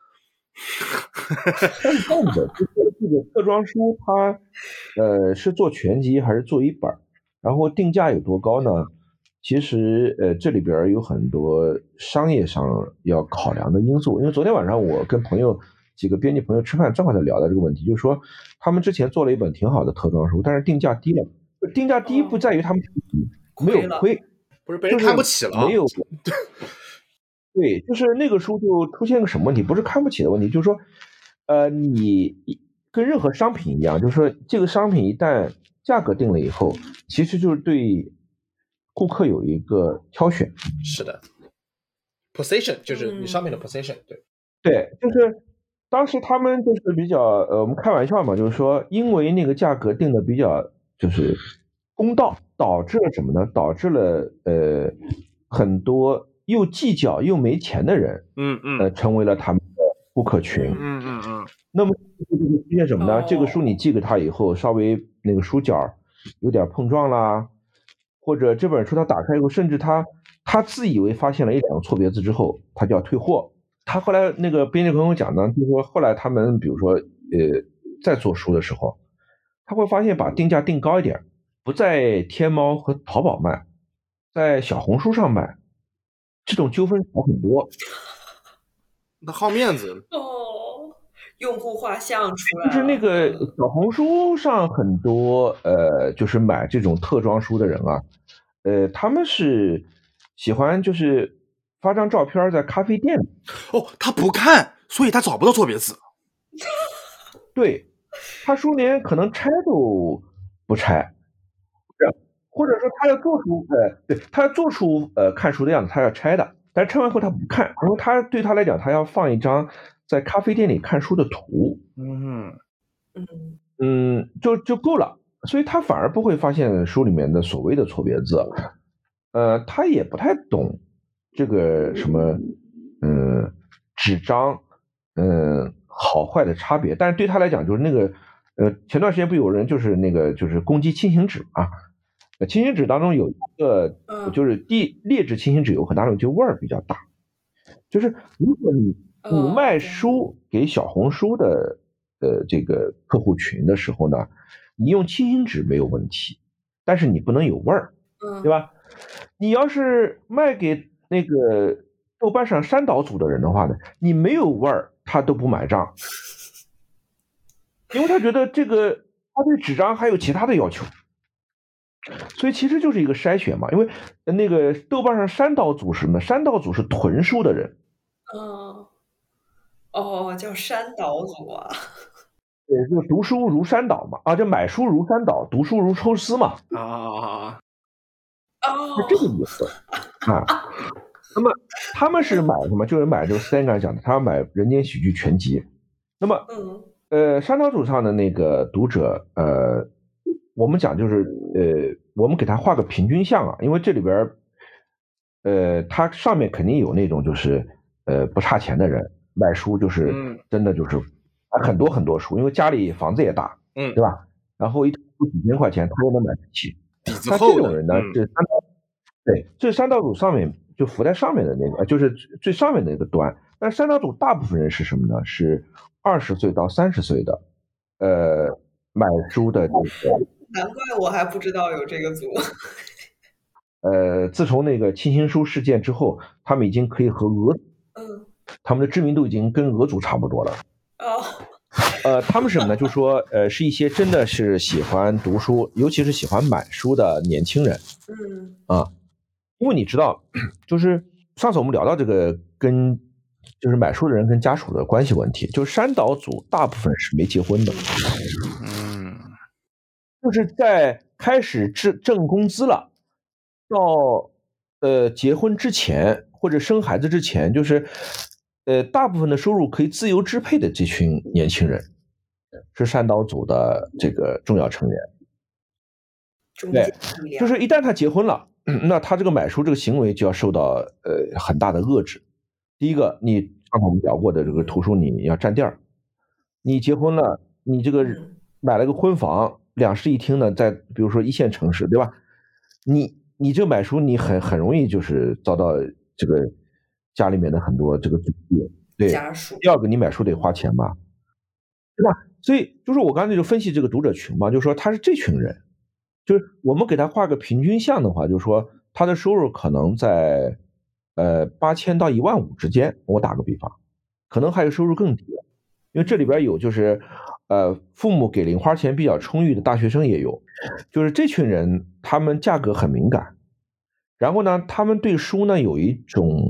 C: 是这样的，就是这个特装书它是做全集还是做一本，然后定价有多高呢？其实这里边有很多商业上要考量的因素，因为昨天晚上我跟几个编辑朋友吃饭，正好在聊到这个问题，就是说他们之前做了一本挺好的特装书，但是定价低了。定价低不在于他们没有亏，
E: 不是被人看不起了，
C: 没有， 对，就是那个书就出现个什么问题，不是看不起的问题，就是说，你跟任何商品一样，就是说这个商品一旦价格定了以后，其实就是对顾客有一个挑选。
E: 是的 ，position 就是你商品的 position，
C: 对，就是当时他们就是比较我们开玩笑嘛，就是说因为那个价格定的比较就是公道，导致了什么呢？导致了很多又计较又没钱的人，成为了他们的顾客群。那么就会出现什么呢？这个书你寄给他以后，稍微那个书角有点碰撞啦，或者这本书他打开以后，甚至他自以为发现了一两个错别字之后，他就要退货。他后来那个编辑跟我讲呢，就是说后来他们比如说在做书的时候，他会发现把定价定高一点，不在天猫和淘宝卖，在小红书上卖，这种纠纷少很多。
E: 他好面子
D: 用户画像出来了，
C: 就是那个小红书上很多就是买这种特装书的人啊，他们是喜欢就是发张照片在咖啡店里。
E: 他不看，所以他找不到错别字。
C: 对，他书连可能拆都不拆，或者说他要做出对，他要做出看书的样子，他要拆的，但是拆完后他不看，因为他对他来讲，他要放一张在咖啡店里看书的图，就够了，所以他反而不会发现书里面的所谓的错别字，他也不太懂这个什么纸张好坏的差别，但是对他来讲就是那个前段时间不有人就是那个就是攻击轻型纸啊，轻型纸当中有一个就是劣质轻型纸有很大种就味儿比较大，就是如果你卖书给小红书的这个客户群的时候呢，你用轻型纸没有问题，但是你不能有味儿，对吧？你要是卖给那个豆瓣上山岛组的人的话呢，你没有味儿他都不买账，因为他觉得这个他对纸张还有其他的要求，所以其实就是一个筛选嘛。因为那个豆瓣上山岛组是什么？山岛组是囤书的人。
D: 叫山岛组啊。
C: 对，就读书如山岛嘛，就买书如山岛，读书如抽丝嘛。是这个意思啊。那么他们是买什么？就是买这个Stan刚才讲的，他要买《人间喜剧全集》。那么山岛组上的那个读者，我们讲就是我们给他画个平均项啊，因为这里边它上面肯定有那种就是不差钱的人买书，就是真的就是很多很多书，因为家里房子也大，对吧？然后一书几千块钱他又能买得起，那这种人呢，这山岛组上面就浮在上面的那个，就是最上面的那个端。但山岛组大部分人是什么呢？是20岁到30岁的，买书的这个。
D: 难怪我还不知道有这个组。
C: 自从那个轻型书事件之后，他们已经可以和俄，他们的知名度已经跟俄组差不多了。他们是什么呢？就说是一些真的是喜欢读书，尤其是喜欢买书的年轻人。因为你知道，就是上次我们聊到这个跟就是买书的人跟家属的关系问题，就是山岛组大部分是没结婚的。就是在开始挣工资了，到结婚之前或者生孩子之前，就是大部分的收入可以自由支配的这群年轻人，是山岛组的这个重要成员。对，就是一旦他结婚了，那他这个买书这个行为就要受到很大的遏制。第一个，你上次我们聊过的这个图书你要占地儿，你结婚了，你这个买了个婚房，2室1厅呢，在比如说1线城市，对吧？你这买书，你很容易就是遭到这个家里面的很多这个阻力。对，第二个，你买书得花钱嘛，对吧？所以就是我刚才就分析这个读者群嘛，就是说他是这群人，就是我们给他画个平均项的话，就是说他的收入可能在8000到15000之间，我打个比方，可能还有收入更低的，因为这里边有就是父母给零花钱比较充裕的大学生也有，就是这群人他们价格很敏感，然后呢他们对书呢有一种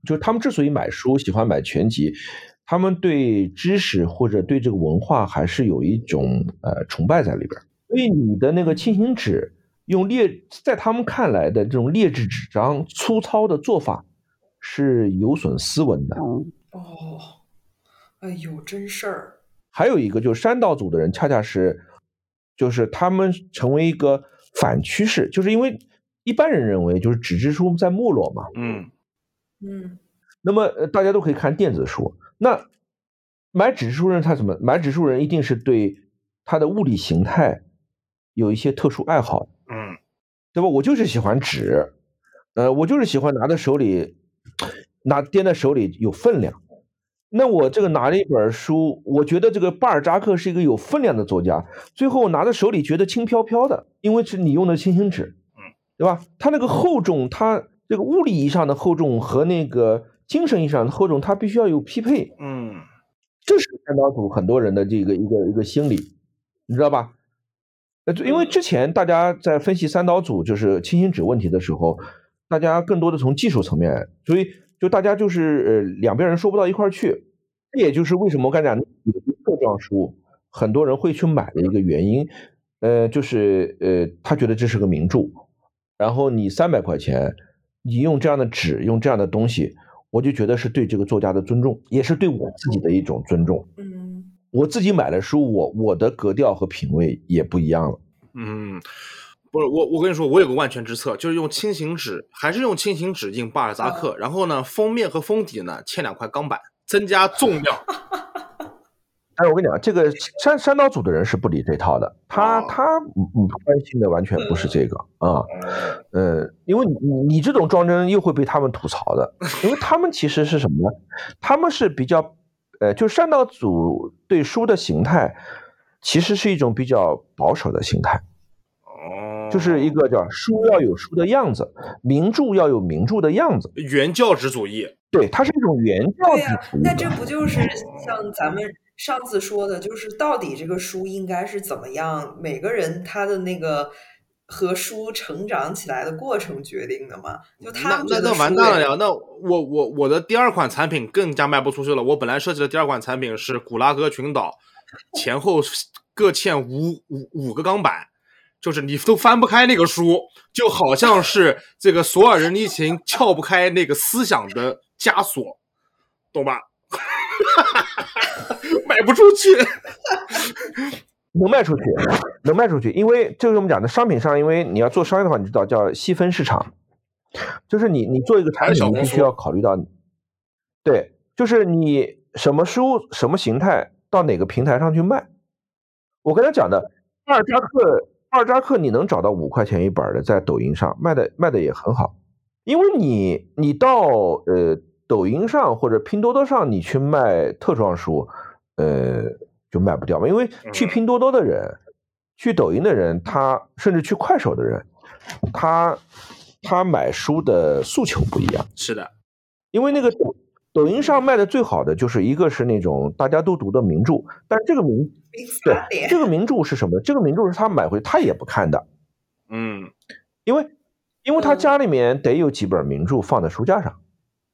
C: 就是他们之所以买书喜欢买全集，他们对知识或者对这个文化还是有一种崇拜在里边。所以你的那个轻型纸在他们看来的这种劣质纸张粗糙的做法是有损斯文的。
D: 哎呦，真事儿。
C: 还有一个就是山岛组的人恰恰就是他们成为一个反趋势，就是因为一般人认为就是纸质书在没落嘛，那么大家都可以看电子书，那买纸质书人他怎么买纸质书人一定是对他的物理形态有一些特殊爱好，对吧？我就是喜欢纸，我就是喜欢拿在手里，掂在手里有分量。那我这个拿了一本书，我觉得这个巴尔扎克是一个有分量的作家，最后拿在手里觉得轻飘飘的，因为是你用的轻型纸，对吧？它那个厚重，它这个物理意义上的厚重和那个精神意义上的厚重，它必须要有匹配。这是山岛组很多人的这个一个心理，你知道吧？因为之前大家在分析三岛组就是轻型纸问题的时候，大家更多的从技术层面，所以就大家就是两边人说不到一块儿去，这也就是为什么我刚才讲特装书很多人会去买的一个原因，就是他觉得这是个名著，然后你300块钱，你用这样的纸，用这样的东西，我就觉得是对这个作家的尊重，也是对我自己的一种尊重。我自己买了书，我的格调和品味也不一样了。
E: 不是我跟你说，我有个万全之策，就是用轻型纸，还是用轻型纸印巴尔扎克，然后呢，封面和封底呢嵌2块钢板，增加重量。
C: 但是我跟你讲，这个山岛组的人是不理这套的，他关心的完全不是这个啊，因为你这种装帧又会被他们吐槽的，因为他们其实是什么呢？他们是比较就山岛组对书的形态，其实是一种比较保守的形态，就是一个叫书要有书的样子，名著要有名著的样子，
E: 原教旨主义。
C: 对，它是一种原教旨主义。
D: 那这不就是像咱们上次说的，就是到底这个书应该是怎么样？每个人他的那个和书成长起来的过程决定的嘛？就他们觉得
E: 那完蛋了呀！那我的第2款产品更加卖不出去了。我本来设计的第2款产品是古拉格群岛，前后各嵌5个钢板，就是你都翻不开那个书，就好像是这个索尔仁尼琴撬不开那个思想的枷锁，懂吧？卖不出去。
C: 能卖出去，因为这个我们讲的商品上，因为你要做商业的话，你知道叫细分市场，就是你做一个产品，你必须要考虑到，对，就是你什么书什么形态到哪个平台上去卖。我跟他讲的，巴尔扎克你能找到5块钱一本的，在抖音上卖的也很好，因为你到抖音上或者拼多多上你去卖特装书，就卖不掉嘛，因为去拼多多的人，去抖音的人，他甚至去快手的人，他买书的诉求不一样。
E: 是的，
C: 因为那个抖音上卖的最好的就是一个是那种大家都读的名著，但这个名著是什么？这个名著是他买回他也不看的，因为他家里面得有几本名著放在书架上，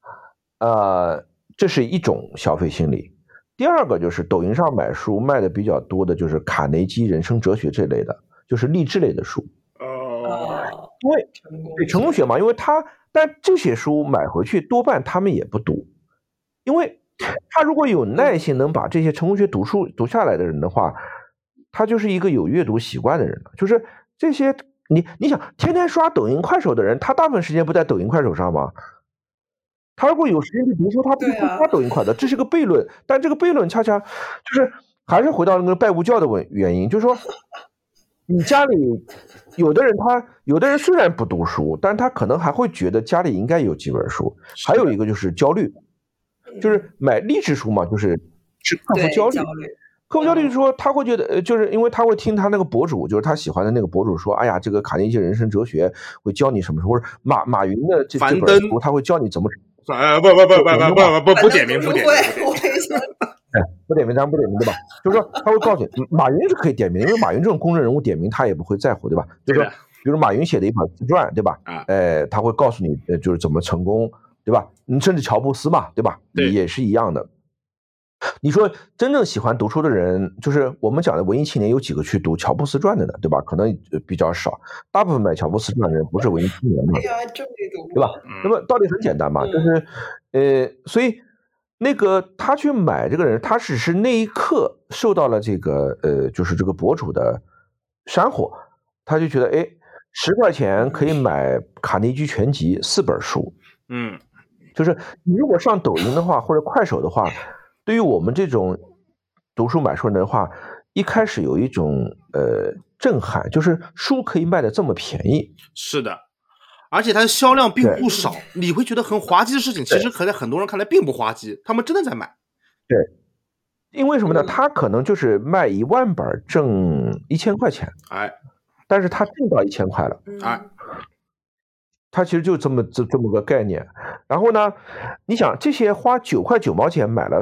C: 这是一种消费心理。第二个就是抖音上买书卖的比较多的就是卡内基人生哲学这类的，就是励志类的书。因为对成功学嘛，因为但这些书买回去多半他们也不读，因为他如果有耐心能把这些成功学读下来的人的话，他就是一个有阅读习惯的人了。就是这些你想天天刷抖音快手的人，他大部分时间不在抖音快手上吗？他如果有时间去读书，他不会刷抖音快的，这是个悖论。但这个悖论恰恰就是还是回到那个拜物教的原因，就是说，你家里有的人虽然不读书，但他可能还会觉得家里应该有几本书。还有一个就是焦虑，就是买励志书嘛，就是克服焦虑。克服焦虑就是说，他会觉得，就是因为他会听他那个博主，就是他喜欢的那个博主说，哎呀，这个卡内基人生哲学会教你什么，或者马云的这本书，他会教你怎么。
E: 不点名，
C: 不点名，咱不点名，对吧？就是说他会告诉你，马云是可以点名，因为马云这种公众人物点名他也不会在乎，对吧？就是说，比如马云写的一本自传，对吧？他会告诉你，就是怎么成功， 对吧？你甚至乔布斯嘛，对吧？也是一样的。你说真正喜欢读书的人，就是我们讲的文艺青年，有几个去读乔布斯传的呢？对吧？可能比较少，大部分买乔布斯传的人不是文艺青年嘛，对吧？那么道理很简单嘛，就是所以那个他去买这个人，他只是那一刻受到了这个就是这个博主的煽火，他就觉得哎，10块钱可以买卡内基全集4本书，就是你如果上抖音的话或者快手的话。对于我们这种读书买书人的话，一开始有一种震撼，就是书可以卖的这么便宜。
E: 是的，而且它的销量并不少，你会觉得很滑稽的事情，其实可在很多人看来并不滑稽，他们真的在买。
C: 对，因为什么呢？他可能就是卖1万本挣1000块钱，但是他挣到1000块了，它其实就这么个概念。然后呢，你想这些花9块9毛钱买了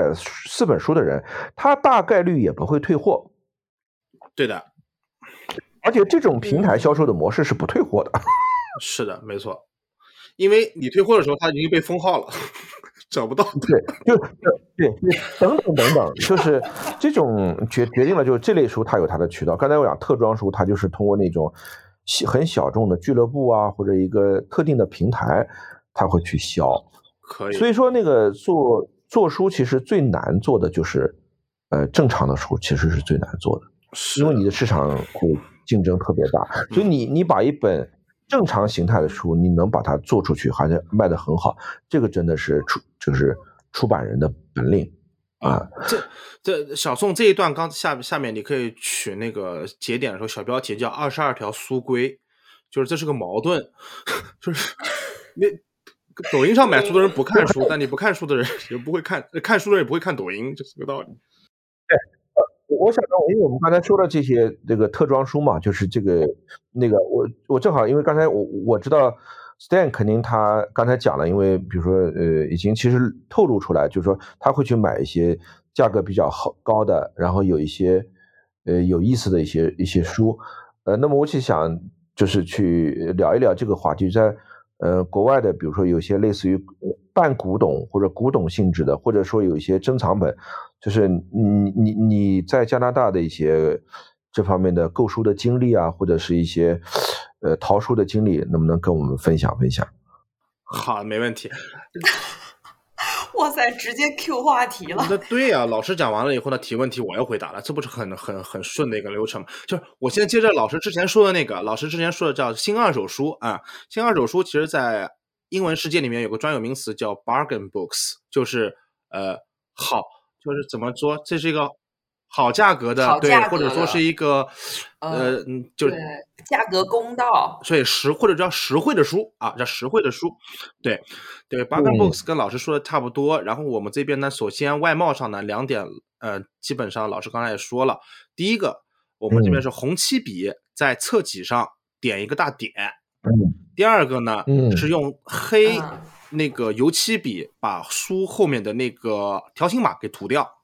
C: 4本书的人，他大概率也不会退货。
E: 对的，
C: 而且这种平台销售的模式是不退货的。
E: 是的，没错，因为你退货的时候，它已经被封号了，找不到。
C: 对，等等，就是这种决定了，就是这类书它有它的渠道。刚才我讲特装书，它就是通过那种很小众的俱乐部啊，或者一个特定的平台，它会去销。
E: 可以。
C: 所以说那个做书其实最难做的就是正常的书其实是最难做的，因为你的市场会竞争特别大，所以你把一本正常形态的书，你能把它做出去，还是卖得很好，这个真的是就是出版人的本领啊。
E: 这小宋这一段下面你可以取那个节点的时候，小标题叫22条书规，就是这是个矛盾，就是你抖音上买书的人不看书，但你不看书的人也不会看书的人也不会看抖音，这是个道理。
C: 对，我想到，因为我们刚才说的这些这个特装书嘛，就是这个那个我正好，因为刚才我知道 Stan 肯定他刚才讲了，因为比如说已经其实透露出来，就是说他会去买一些价格比较高的，然后有一些有意思的一些书，那么我就想就是去聊一聊这个话题，在国外的，比如说有些类似于半古董或者古董性质的，或者说有一些珍藏本，就是你在加拿大的一些这方面的购书的经历啊，或者是一些淘书的经历，能不能跟我们分享分享？
E: 好，没问题。
D: 哇塞，直接 Q 话题了。
E: 对呀，老师讲完了以后呢，提问题我要回答了，这不是很顺的一个流程吗？就是我先接着老师之前说的那个，老师之前说的叫新二手书啊，新二手书其实在英文世界里面有个专有名词叫 bargain books， 就是好，就是怎么说，这是一个好价格的，对，或者说是一个就是
D: 价格公道，
E: 所以或者叫实惠的书啊，叫实惠的书，对 bargain books 跟老师说的差不多。然后我们这边呢，首先外貌上呢2点，基本上老师刚才也说了，第一个我们这边是红漆笔在侧脊上点一个大点，第二个呢是用黑那个油漆笔把书后面的那个条形码给涂掉。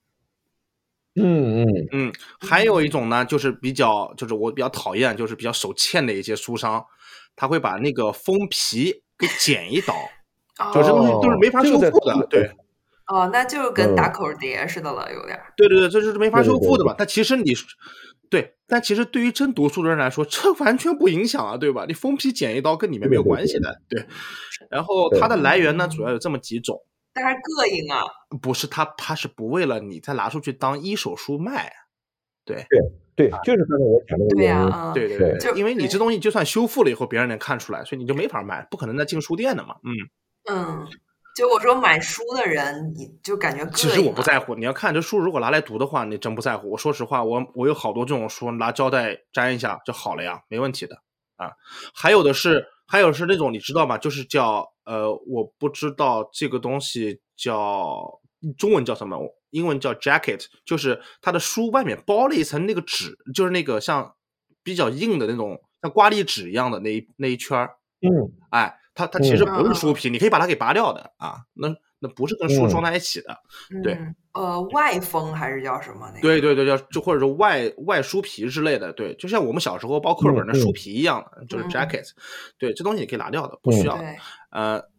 E: 还有一种呢，就是我比较讨厌，就是比较手欠的一些书商，他会把那个封皮给剪一刀，就这东西都是没法修复的，对。
D: 那就跟打口碟似的了，有点。
E: 对，这就是没法修复的嘛。但其实但其实对于真读书的人来说，这完全不影响啊，对吧？你封皮剪一刀跟里面没有关系的，对。然后它的来源呢，主要有这么几种。
D: 但是膈应啊！
E: 不是他是不为了你再拿出去当一手书卖，对，
C: 就是刚才我讲的那个原因，
E: 对，因为你这东西就算修复了以后，别人能看出来，所以你就没法卖，不可能再进书店的嘛，
D: 就我说买书的人，你就感觉膈应。
E: 其实我不在乎，你要看这书如果拿来读的话，你真不在乎。我说实话，我有好多这种书，拿胶带粘一下就好了呀，没问题的啊。还有是那种你知道吗？就是叫我不知道这个东西叫中文叫什么，英文叫 jacket， 就是它的书外面包了一层那个纸，就是那个像比较硬的那种像刮力纸一样的那一圈它其实不是书皮，你可以把它给拔掉的啊，那不是跟书装在一起的，对，
D: 外封还是叫什么那个？
E: 对，就或者说外书皮之类的，对，就像我们小时候包课本的书皮一样的，就是 jacket，对，这东西你可以拿掉的，不需要的。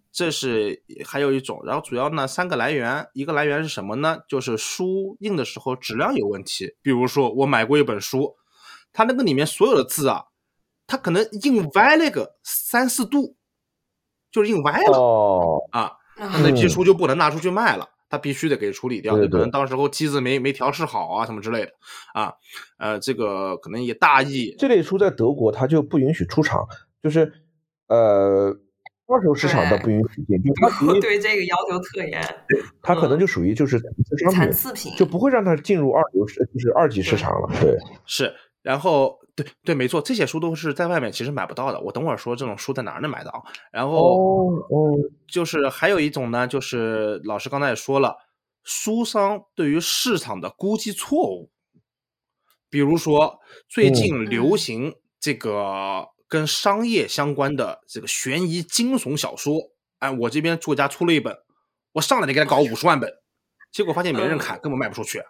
E: 这是还有一种，然后主要呢3个来源，一个来源是什么呢？就是书印的时候质量有问题。比如说我买过一本书，它那个里面所有的字啊，它可能印歪了个3-4度，就是印歪了那批书就不能拿出去卖了，它必须得给处理掉。
C: 对对
E: 可能当时候机子没调试好啊，什么之类的这个可能也大意。
C: 这类书在德国它就不允许出厂，就是二手市场的不允许进，就它
D: 对这个要求特严。
C: 它可能就属于就是
D: 残次品，
C: 就不会让它进入就是二级市场了。对，
E: 是。然后对，没错，这些书都是在外面其实买不到的。我等会儿说这种书在哪儿能买到。然后就是还有一种呢，就是老师刚才也说了，书商对于市场的估计错误。比如说最近流行这个跟商业相关的这个悬疑惊悚小说，我这边作家出了一本，我上来就给他搞50万本，结果发现没人看，根本卖不出去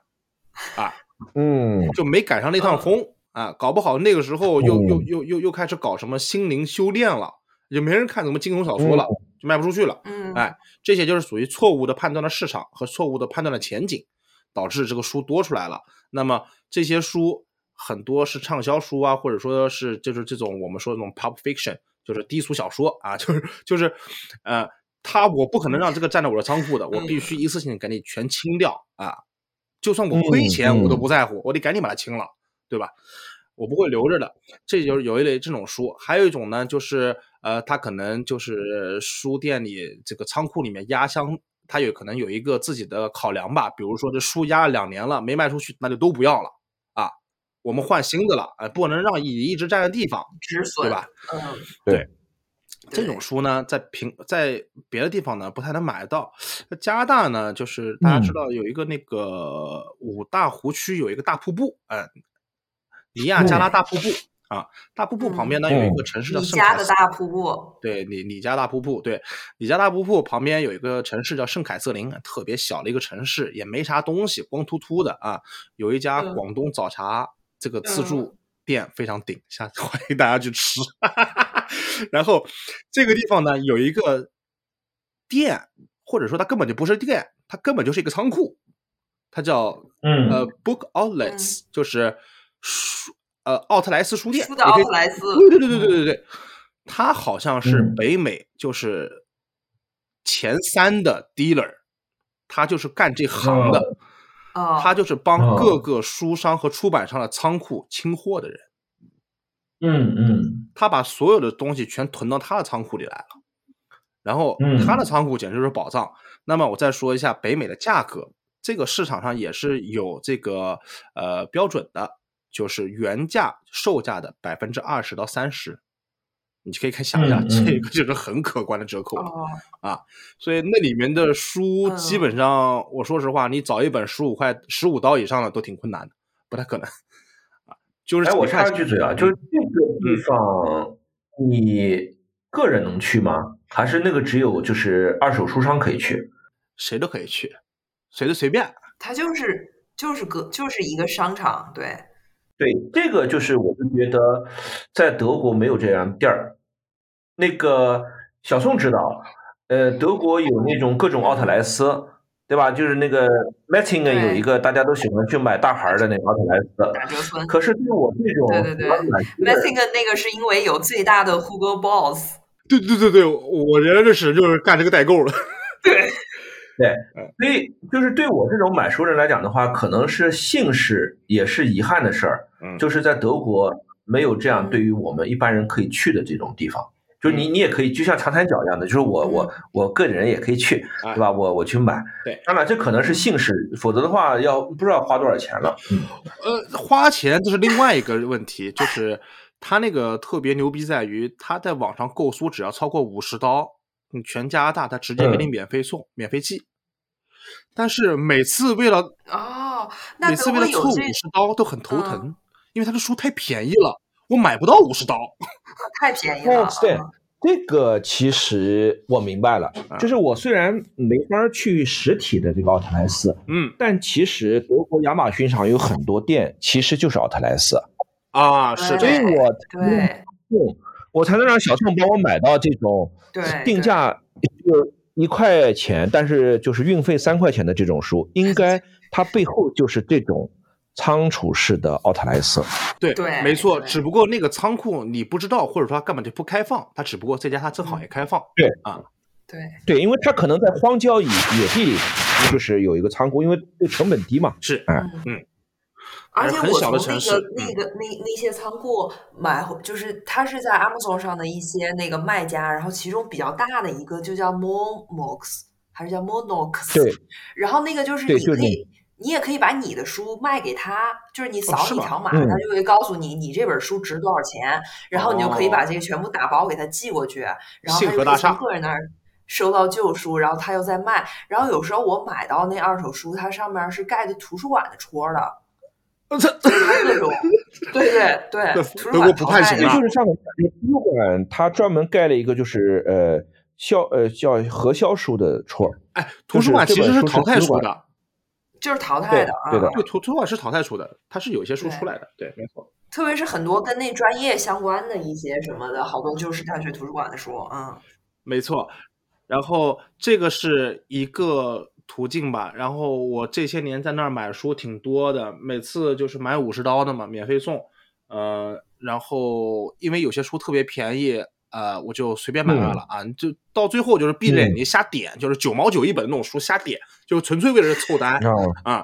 E: 就没赶上那趟风搞不好那个时候又开始搞什么心灵修炼了，就没人看什么惊悚小说了，就卖不出去了。这些就是属于错误的判断的市场和错误的判断的前景，导致这个书多出来了。那么这些书很多是畅销书啊，或者说是就是这种我们说的这种 pulp fiction， 就是低俗小说就是我不可能让这个站在我的仓库的，我必须一次性给你全清掉就算我亏钱我都不在乎，我得赶紧把它清了，对吧？我不会留着的。这就是有一类这种书。还有一种呢，就是它可能就是书店里这个仓库里面压箱，它可能有一个自己的考量吧。比如说这书压了2年了没卖出去，那就都不要了我们换新的了不能让一直占着地方，
D: 止损，
E: 对吧？对。这种书呢，在别的地方呢不太能买到。加拿大呢，就是大家知道有一个那个五大湖区有一个大瀑布，尼亚加拉大瀑布大瀑布旁边呢有一个城市叫圣凯瑟。
D: 你家的大瀑布。
E: 对，你家大瀑布，对，你家大瀑布旁边有一个城市叫圣凯瑟琳，特别小的一个城市，也没啥东西，光秃秃的有一家广东早茶这个自助店非常顶，下次欢迎大家去吃。然后这个地方呢有一个店，或者说它根本就不是店，它根本就是一个仓库，它叫book outlets，就是奥特莱斯书店。
D: 书的奥特莱斯。
E: 对，它好像是北美就是前3的 dealer，他就是干这行的他就是帮各个书商和出版商的仓库清货的人。他把所有的东西全囤到他的仓库里来了，然后他的仓库简直就是宝藏。那么我再说一下北美的价格，这个市场上也是有这个标准的，就是原价售价的20%到30%，你可以想一下，这个就是很可观的折扣所以那里面的书基本上我说实话，你找一本15刀以上的都挺困难的，不太可能就是
A: 我插一句嘴就是这个地方你个人能去吗？还是那个只有就是二手书商可以去？
E: 谁都可以去，谁都随便。
D: 它就是一个商场。对，
A: 这个就是我就觉得在德国没有这样地儿。那个小宋知道，德国有那种各种奥特莱斯，对吧？就是那个 Metzingen 有一个大家都喜欢去买大牌的那个奥特莱斯，
D: 打折村。
A: 可是对我这种
D: 对 Metzingen 那个是因为有最大的 Hugo Boss。
E: 对，我认识就是干这个代购的。
D: 对，
A: 所以就是对我这种买书人来讲的话，可能是幸事也是遗憾的事儿，就是在德国没有这样对于我们一般人可以去的这种地方。就是你也可以就像长三角一样的，就是我个人也可以去，对吧？我去买。
E: 对，
A: 当然这可能是幸事，否则的话不知道花多少钱了。
E: 花钱这是另外一个问题，就是他那个特别牛逼在于他在网上购书只要超过50刀，你全加拿大他直接给你免费送、免费寄。但是每次为了
D: 那
E: 每次为了凑50刀都很头疼，因为他的书太便宜了，我买不到50刀，
D: 太便宜了。
C: 对，这个其实我明白了，就是我虽然没法去实体的这个奥特莱斯，但其实德国亚马逊上有很多店其实就是奥特莱斯
E: 是，
C: 所以我才能让小宋帮我买到这种定价就1块钱，但是就是运费3块钱的这种书，应该它背后就是这种仓储式的奥特莱斯。
E: 对，没错，只不过那个仓库你不知道，或者说它根本就不开放，它只不过这家它正好也开放。
C: 对
E: 啊，
C: 对，因为它可能在荒郊野地里，就是有一个仓库，因为成本低嘛。
E: 是，
D: 而且我从
E: 那
D: 些仓库买，就是它是在 Amazon 上的一些那个卖家，然后其中比较大的一个就叫 Monox 还是叫 Monox，
C: 对，
D: 然后那个就是你也可以把你的书卖给他，就是你扫一条码，他就会告诉你你这本书值多少钱，然后你就可以把这个全部打包给他寄过去，然后他就可以从个人那儿收到旧书，然后他又在卖。然后有时候我买到那二手书，它上面是盖的图书馆的戳的。各种，对，图书馆
E: 不判刑啊，
C: 就是上面图书馆它专门盖了一个就是叫核销书的戳。
E: 图书馆其实是淘汰书的，
D: 就是淘汰的啊。
E: 对，图书馆是淘汰出的，它是有些书出来的，对，没错。
D: 特别是很多跟那专业相关的一些什么的，好多就是大学图书馆的书啊。
E: 没错，然后这个是一个途径吧，然后我这些年在那儿买书挺多的，每次就是买50刀的嘛，免费送，然后因为有些书特别便宜，我就随便买了啊，就到最后就是闭着眼睛瞎点，就是9毛9一本那种书瞎点，就纯粹为了凑单啊。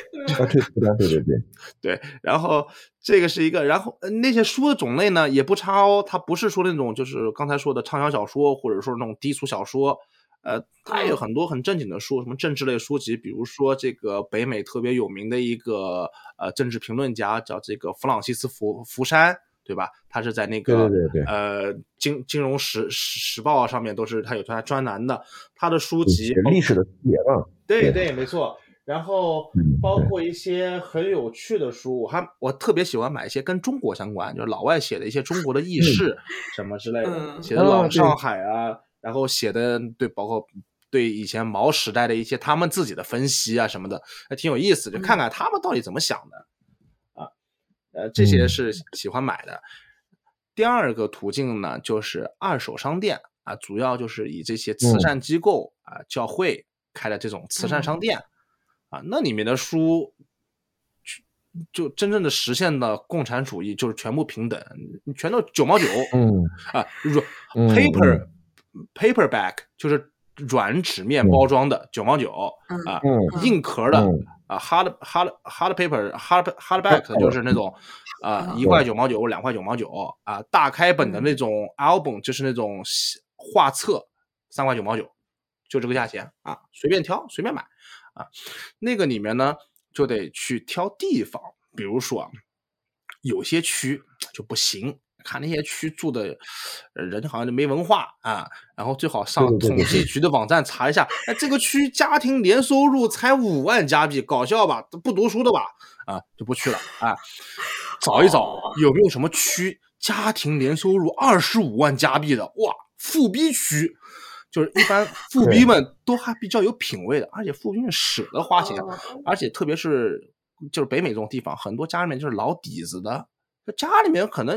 E: 对，然后这个是一个，然后那些书的种类呢也不差哦，它不是说那种就是刚才说的畅销小说，或者说那种低俗小说。它也有很多很正经的书，什么政治类书籍，比如说这个北美特别有名的一个政治评论家叫这个弗朗西斯福山，对吧？他是在那个金融时报上面都是他有他专栏的，他的书籍
C: 历史的也嘛。
E: 对，没错。然后包括一些很有趣的书，我特别喜欢买一些跟中国相关，就是老外写的一些中国的轶事什么之类的，写的老上海啊。然后写的包括对以前毛时代的一些他们自己的分析啊什么的，还挺有意思，就看看他们到底怎么想的啊。这些是喜欢买的。第二个途径呢，就是二手商店啊，主要就是以这些慈善机构啊、教会开的这种慈善商店啊，那里面的书就真正的实现了共产主义，就是全部平等，全都9毛9。paperback 就是软纸面包装的9毛9啊，硬壳的啊 hard paper hardback 就是那种1块9毛9 2块9毛9啊，大开本的那种 album 就是那种画册3块9毛9，就这个价钱啊，随便挑随便买啊。那个里面呢就得去挑地方，比如说有些区就不行，看那些区住的人好像就没文化啊，然后最好上统计局的网站查一下，这个区家庭年收入才5万加币，搞笑吧？不读书的吧？啊，就不去了啊。找一找有没有什么区家庭年收入25万加币的，哇，富逼区。就是一般富逼们都还比较有品位的，而且富逼们舍得花钱，而且特别是就是北美这种地方，很多家里面就是老底子的。家里面可能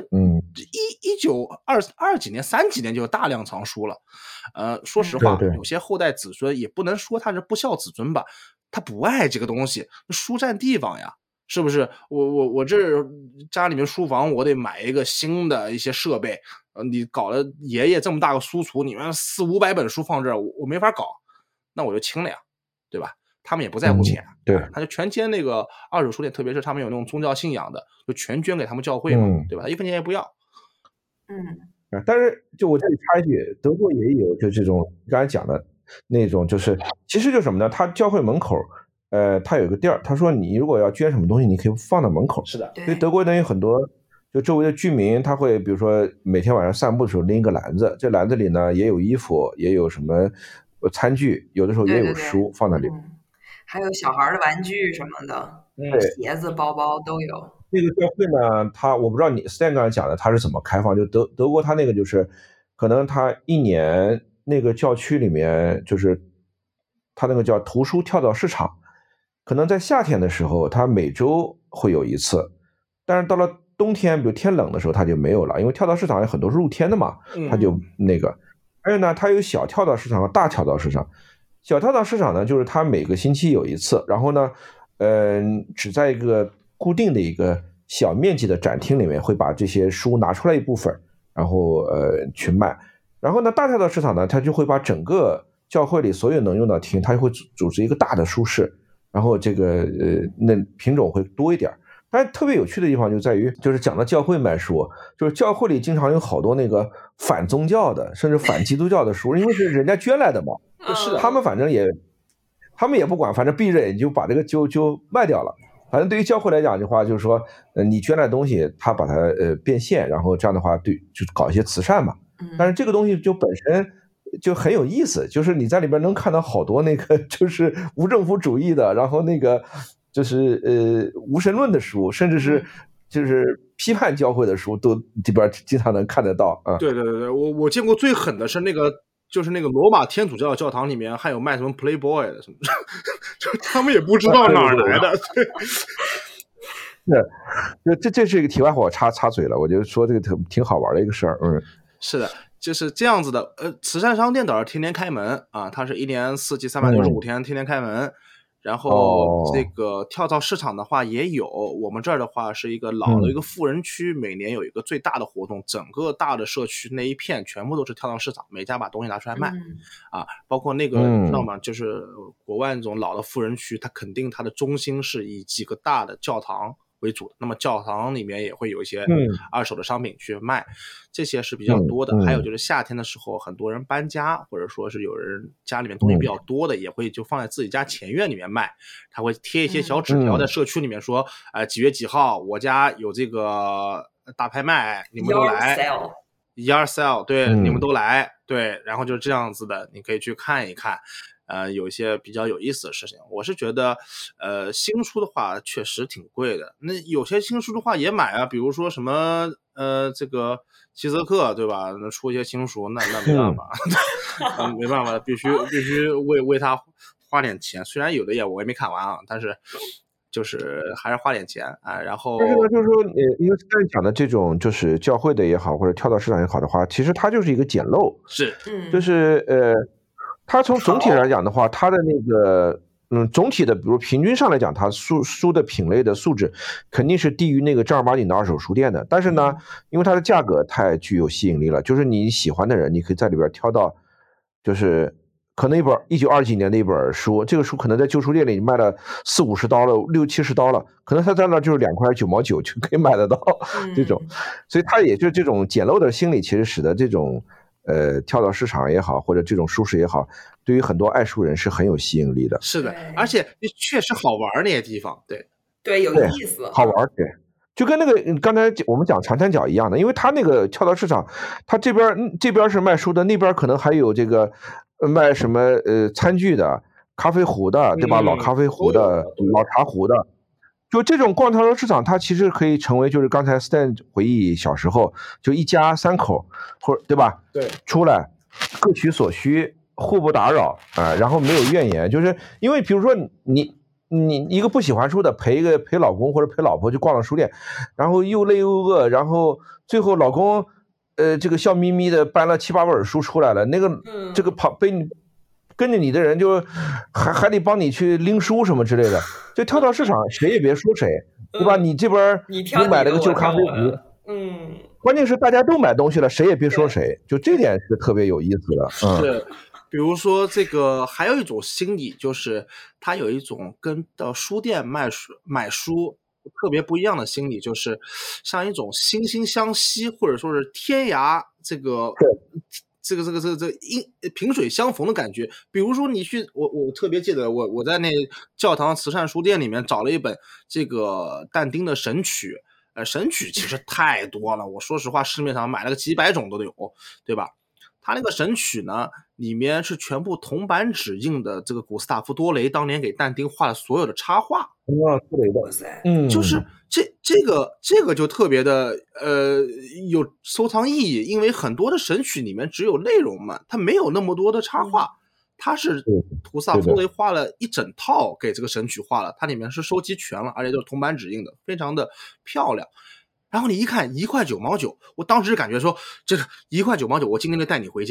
E: 1920几年30几年就有大量藏书了，说实话，有些后代子孙也不能说他是不孝子孙吧，他不爱这个东西，书占地方呀，是不是？我这家里面书房，我得买一个新的一些设备，你搞了爷爷这么大个书橱，里面400-500本书放这儿，我没法搞，那我就清了呀，对吧？他们也不在乎钱，
C: 对，
E: 他就全捐那个二手书店，特别是他们有那种宗教信仰的，就全捐给他们教会嘛，对吧？他1分钱也不要。
C: 但是就我这里插一句，德国也有就这种刚才讲的那种，就是其实就什么呢？他教会门口，他有一个店儿，他说你如果要捐什么东西，你可以放到门口。
E: 是的，
C: 所以德国等于很多就周围的居民，他会比如说每天晚上散步的时候拎一个篮子，这篮子里呢也有衣服，也有什么餐具，有的时候也有书放在里面。
D: 还有小孩的玩具什么的，鞋子、包包都有。
C: 这个教会呢，我不知道你 Stan 刚才讲的他是怎么开放，就德国他那个就是可能他一年那个教区里面就是他那个叫图书跳蚤市场，可能在夏天的时候他每周会有一次，但是到了冬天比如天冷的时候他就没有了，因为跳蚤市场有很多是露天的嘛，他就那个还有呢，它有小跳蚤市场和大跳蚤市场。小跳蚤市场呢，就是它每个星期有一次，然后呢，只在一个固定的一个小面积的展厅里面，会把这些书拿出来一部分，然后去卖。然后呢，大跳蚤市场呢，它就会把整个教会里所有能用的厅，它就会组织一个大的书室，然后这个那品种会多一点。但特别有趣的地方就在于，就是讲到教会卖书，就是教会里经常有好多那个反宗教的，甚至反基督教的书，因为是人家捐来的嘛，
E: 是的，
C: 他们也不管，反正闭着眼就把这个就卖掉了。反正对于教会来讲的话，就是说，你捐来的东西，他把它变现，然后这样的话，对，就搞一些慈善嘛。但是这个东西就本身就很有意思，就是你在里边能看到好多那个就是无政府主义的，然后那个就是无神论的书，甚至是就是批判教会的书，都里边经常能看得到啊。
E: 对，我见过最狠的是那个。就是那个罗马天主教教堂里面还有卖什么 Playboy 的什么，就他们也不知道哪儿来的。
C: 这是一个题外话，我插嘴了，我就说这个挺好玩的一个事儿。
E: 是的，就是这样子的。慈善商店倒是天天开门啊，它是1年4季365天天天开门。然后这个跳蚤市场的话也有，我们这儿的话是一个老的一个富人区，每年有一个最大的活动，整个大的社区那一片全部都是跳蚤市场，每家把东西拿出来卖啊，包括那个知道吗？就是国外那种老的富人区，它肯定它的中心是以几个大的教堂为主，那么教堂里面也会有一些二手的商品去卖，这些是比较多的。还有就是夏天的时候，很多人搬家，或者说是有人家里面东西比较多的，也会就放在自己家前院里面卖。他会贴一些小纸条在社区里面说，几月几号我家有这个大拍卖，你们都来。Yard sale， 对，你们都来，对，然后就是这样子的，你可以去看一看。有一些比较有意思的事情，我是觉得，新书的话确实挺贵的。那有些新书的话也买啊，比如说什么，这个齐泽克，对吧？那出一些新书，那没办法，没办法，必须为他花点钱。虽然有的我也没看完啊，但是就是还是花点钱啊。然后，
C: 但是呢，就是说，因为刚才讲的这种就是教会的也好，或者跳蚤市场也好的话，其实它就是一个捡漏，
E: 是，
C: 就是它从总体来讲的话，它的那个总体的，比如平均上来讲，它书的品类的素质肯定是低于那个正儿八经的二手书店的。但是呢，因为它的价格太具有吸引力了，就是你喜欢的人，你可以在里边挑到，就是可能一本1920几年的一本书，这个书可能在旧书店里卖了40-50刀了，60、70刀了，可能它在那就是2块9毛9就可以买得到这种，所以它也就这种捡漏的心理，其实使得这种。跳蚤市场也好，或者这种书市也好，对于很多爱书人是很有吸引力的。
E: 是的，而且确实好玩那些地方，
D: 对，有意思，
C: 好玩，对，就跟那个刚才我们讲长三角一样的，因为它那个跳蚤市场，它这边是卖书的，那边可能还有这个卖什么餐具的、咖啡壶的，对吧？老咖啡壶的、老茶壶的。就这种逛跳蚤市场，它其实可以成为就是刚才 Stan 回忆小时候，就一家3口，或者对吧？
E: 对，
C: 出来各取所需，互不打扰然后没有怨言，就是因为比如说你一个不喜欢书的陪老公或者陪老婆去逛了书店，然后又累又饿，然后最后老公这个笑眯眯的搬了7、8本书出来了，那个这个跟着你的人就还得帮你去拎书什么之类的，就跳蚤市场谁也别说谁，对吧？你这边
D: 你
C: 买了个旧咖啡壶，关键是大家都买东西了，谁也别说谁，就这点是特别有意思的。
E: 是，比如说这个还有一种心理，就是他有一种跟到书店买书特别不一样的心理，就是像一种惺惺相惜，或者说是天涯这个萍水相逢的感觉。比如说你去，我特别记得我在那教堂慈善书店里面找了一本这个但丁的《神曲》，神曲其实太多了，我说实话市面上买了个几百种都有，对吧？他那个神曲呢，里面是全部铜版纸印的，这个古斯塔夫多雷当年给但丁画的所有的插画。
C: 哇，多雷的，
E: 就是这个就特别的有收藏意义，因为很多的神曲里面只有内容嘛，它没有那么多的插画。它是图萨夫雷画了一整套给这个神曲画了，它里面是收集全了，而且就是铜版纸印的，非常的漂亮。然后你一看1块9毛9，我当时感觉说这个1块9毛9，我今天就带你回家，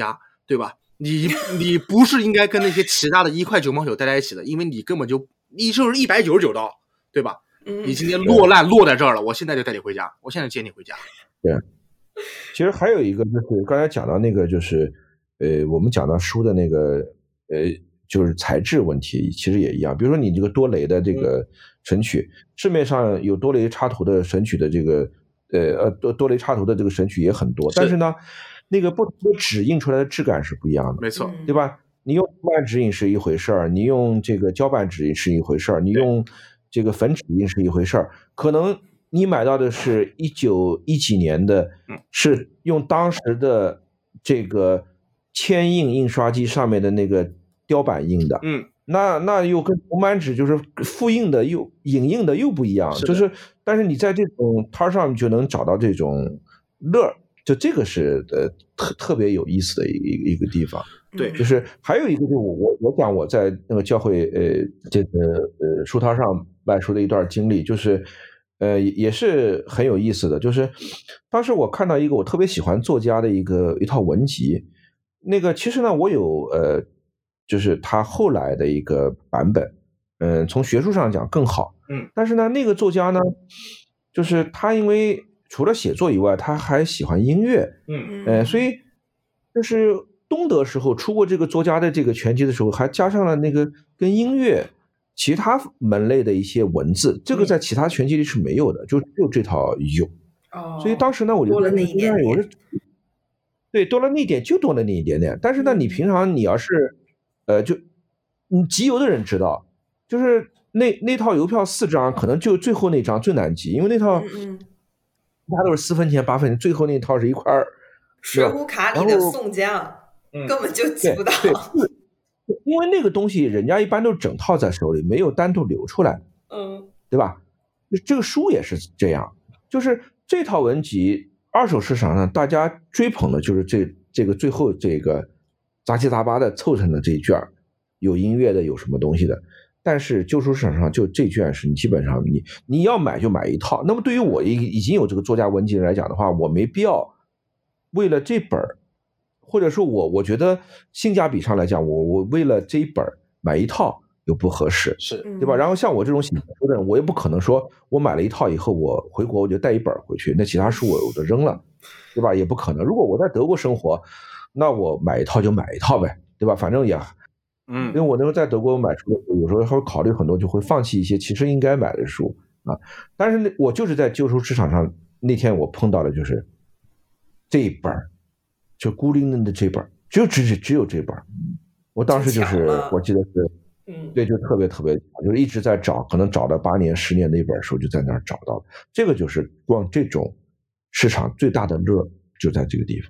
E: 对吧？你不是应该跟那些其他的1块9毛9待在一起的，因为你根本就你就是199刀，对吧？你今天落在这儿了，我现在就带你回家，我现在接你回家。
C: 对，其实还有一个就是刚才讲到那个就是我们讲到书的那个就是材质问题，其实也一样。比如说你这个多雷的这个神曲，市面上有多雷插图的神曲的这个多雷插图的这个神曲也很多，但是呢，那个不同的纸印出来的质感是不一样的，
E: 没错，
C: 对吧？你用木板纸印是一回事儿，你用这个胶板纸印是一回事儿，你用这个粉纸印是一回事儿，可能你买到的是1910几年的，是用当时的这个铅印印刷机上面的那个雕板印的，那又跟铜板纸就是复印的又影印的又不一样，就是但是你在这种摊上就能找到这种乐，就这个是特别有意思的一个地方。
E: 对，
C: 就是还有一个就是我讲我在那个教会这个书摊上卖书的一段经历，就是也是很有意思的，就是当时我看到一个我特别喜欢作家的一套文集，那个其实呢我有就是他后来的一个版本，从学术上讲更好，但是呢那个作家呢，就是他因为除了写作以外，他还喜欢音乐，所以就是东德时候出过这个作家的这个全集的时候，还加上了那个跟音乐其他门类的一些文字，这个在其他全集里是没有的，就只有这套有。所以当时呢，我就
D: 多了那一点点，
C: 我是对多了那一点，就多了那一点点。但是呢，你平常你要是就你集邮的人知道，就是那套邮票4张，可能就最后那张最难集，因为那套它都是4分钱8分钱，最后那套是1块2。
D: 水浒卡里的宋江根本就集不到，
C: 因为那个东西人家一般都整套在手里，没有单独留出来，对吧？这个书也是这样，就是这套文集二手市场上大家追捧的就是这个最后这个杂七杂八的凑成的这一卷，有音乐的有什么东西的，但是旧书市场上就这卷是你基本上你要买就买一套。那么对于我已经有这个作家文集来讲的话，我没必要为了这本，或者说我觉得性价比上来讲，我为了这一本买一套又不合适，
E: 是
C: 对吧？然后像我这种喜欢书的人，我也不可能说我买了一套以后我回国我就带一本回去，那其他书我就扔了，对吧？也不可能。如果我在德国生活，那我买一套就买一套呗，对吧？反正也因为我那时候在德国买书的时候，有时候还会考虑很多，就会放弃一些其实应该买的书啊。但是我就是在旧书市场上那天我碰到的就是这一本，就孤零零的这本，只有这本。我当时就是我记得是，对，就特别就是一直在找，可能找了8年10年的一本书就在那儿找到了。这个就是光这种市场最大的乐就在这个地方。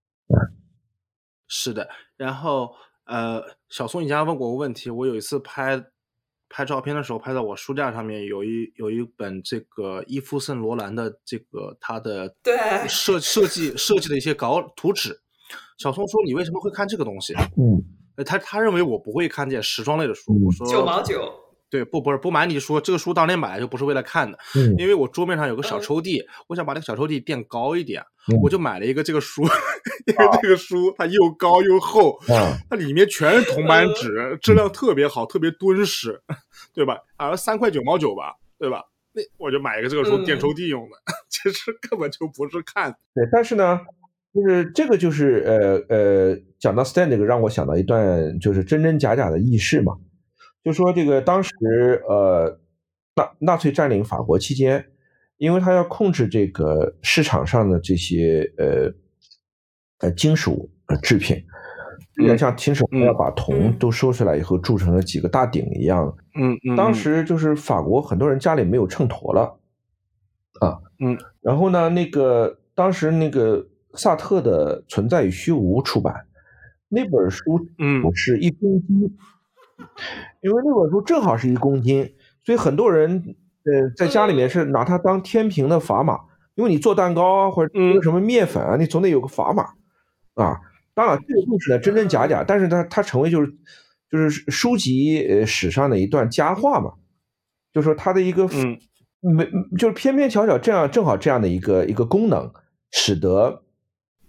E: 是的，然后小宋以前问过我个问题，我有一次拍照片的时候，拍到我书架上面有一本这个伊夫圣罗兰的这个他的设计的一些图纸。小宋说：“你为什么会看这个东西？”他认为我不会看见时装类的书。我说
D: 9毛9。
E: 对，不瞒你说，这个书当年买来就不是为了看的，因为我桌面上有个小抽屉，我想把那个小抽屉垫高一点，我就买了一个这个书，因为这个书它又高又厚，它里面全是铜板纸，质量特别好，特别敦实，对吧？好像3块9毛9吧，对吧？那我就买一个这个书垫抽屉用的，其实根本就不是看。
C: 对，但是呢，就是这个就是讲到 Stan 这个，让我想到一段就是真真假假的轶事嘛。就说这个当时纳粹占领法国期间，因为他要控制这个市场上的这些金属制品，有点像秦始皇要把铜都收出来以后铸成了几个大鼎一样。当时就是法国很多人家里没有秤砣了啊。然后呢，那个当时那个萨特的《存在与虚无》出版，那本书是1公斤。因为那本书正好是1公斤，所以很多人在家里面是拿它当天平的砝码，因为你做蛋糕啊或者做什么面粉啊，你总得有个砝码啊。当然这个故事呢真真假假，但是它成为就是书籍史上的一段佳话嘛，就说它的一个就是偏偏巧巧这样正好这样的一个功能，使得